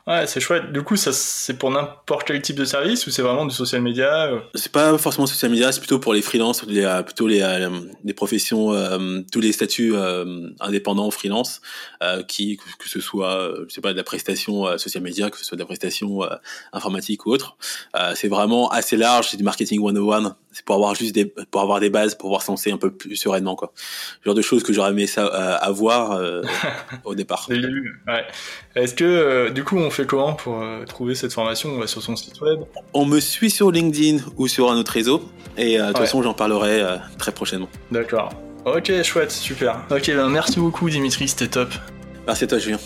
Ouais, c'est chouette. Du coup, ça, c'est pour n'importe quel type de service ou c'est vraiment du social media euh...
C'est pas forcément social media, c'est plutôt pour les freelances, les, euh, plutôt les, euh, les professions, euh, tous les statuts euh, indépendants, freelance, euh, qui, que ce soit, euh, je sais pas, de la prestation euh, social media, que ce soit de la prestation euh, informatique ou autre. Euh, c'est vraiment assez large, c'est du marketing one oh one. C'est pour avoir juste des, pour avoir des bases, pour pouvoir se lancer un peu plus sereinement, quoi. Le genre de choses que j'aurais aimé ça, euh, avoir euh, au départ.
Dès le début, ouais. Est-ce que, euh, du coup, on fait comment pour euh, trouver cette formation? On va sur son site web?
On me suit sur LinkedIn ou sur un autre réseau, et euh, de toute
ouais.
façon, j'en parlerai euh, très prochainement.
D'accord. Ok, chouette, super. Ok, ben merci beaucoup, Dimitri, c'était top.
Merci à toi, Julien.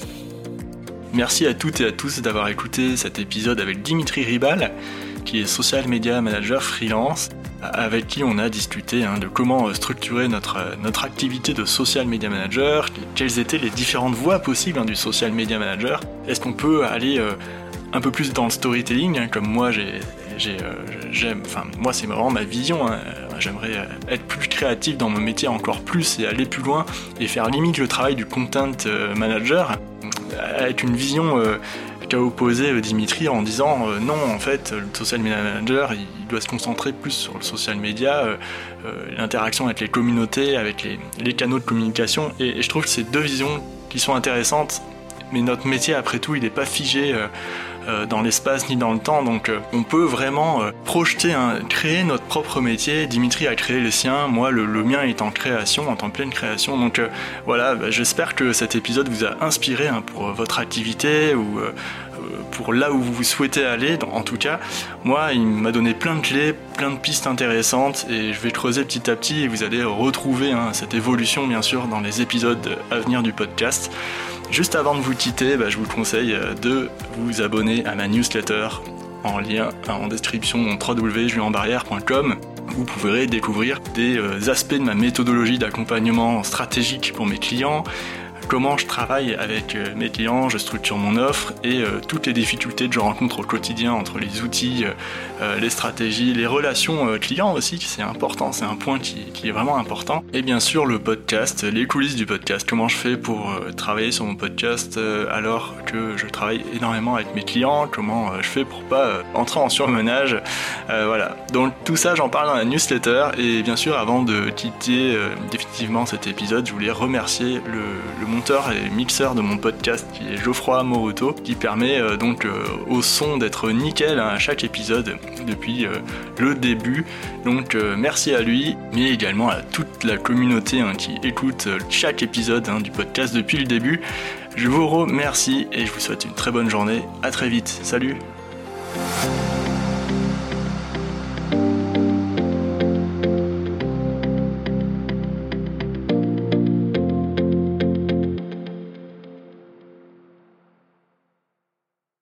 Merci à toutes et à tous d'avoir écouté cet épisode avec Dimitri Ribal, qui est social media manager freelance, avec qui on a discuté hein, de comment structurer notre, notre activité de social media manager, quelles étaient les différentes voies possibles hein, du social media manager. Est-ce qu'on peut aller euh, un peu plus dans le storytelling, hein, comme moi j'ai, j'ai, euh, j'aime, enfin moi c'est vraiment ma vision, hein. J'aimerais être plus créatif dans mon métier encore plus et aller plus loin et faire limite le travail du content manager avec une vision euh, qu'a opposé Dimitri en disant euh, non en fait le social media manager il doit se concentrer plus sur le social media, euh, euh, l'interaction avec les communautés, avec les, les canaux de communication et, et je trouve que c'est deux visions qui sont intéressantes, mais notre métier après tout il n'est pas figé euh, euh, dans l'espace ni dans le temps, donc euh, on peut vraiment euh, projeter, hein, créer notre propre métier. Dimitri a créé le sien, moi le, le mien est en création, en pleine création, donc euh, voilà, bah, j'espère que cet épisode vous a inspiré hein, pour euh, votre activité ou euh, pour là où vous souhaitez aller. En tout cas, moi, il m'a donné plein de clés, plein de pistes intéressantes et je vais creuser petit à petit et vous allez retrouver hein, cette évolution, bien sûr, dans les épisodes à venir du podcast. Juste avant de vous quitter, bah, je vous conseille de vous abonner à ma newsletter en lien en description w w w point julien barrière point com. Vous pourrez découvrir des aspects de ma méthodologie d'accompagnement stratégique pour mes clients, comment je travaille avec mes clients, je structure mon offre et euh, toutes les difficultés que je rencontre au quotidien entre les outils, euh, les stratégies, les relations euh, clients aussi, c'est important, c'est un point qui, qui est vraiment important. Et bien sûr le podcast, les coulisses du podcast, comment je fais pour euh, travailler sur mon podcast euh, alors que je travaille énormément avec mes clients, comment euh, je fais pour pas euh, entrer en surmenage, euh, voilà. Donc tout ça j'en parle dans la newsletter et bien sûr avant de quitter euh, définitivement cet épisode, je voulais remercier le, le monteur et mixeur de mon podcast qui est Geoffroy Moruto, qui permet euh, donc euh, au son d'être nickel hein, à chaque épisode depuis euh, le début. Donc euh, merci à lui, mais également à toute la communauté hein, qui écoute euh, chaque épisode hein, du podcast depuis le début. Je vous remercie et je vous souhaite une très bonne journée. À très vite. Salut!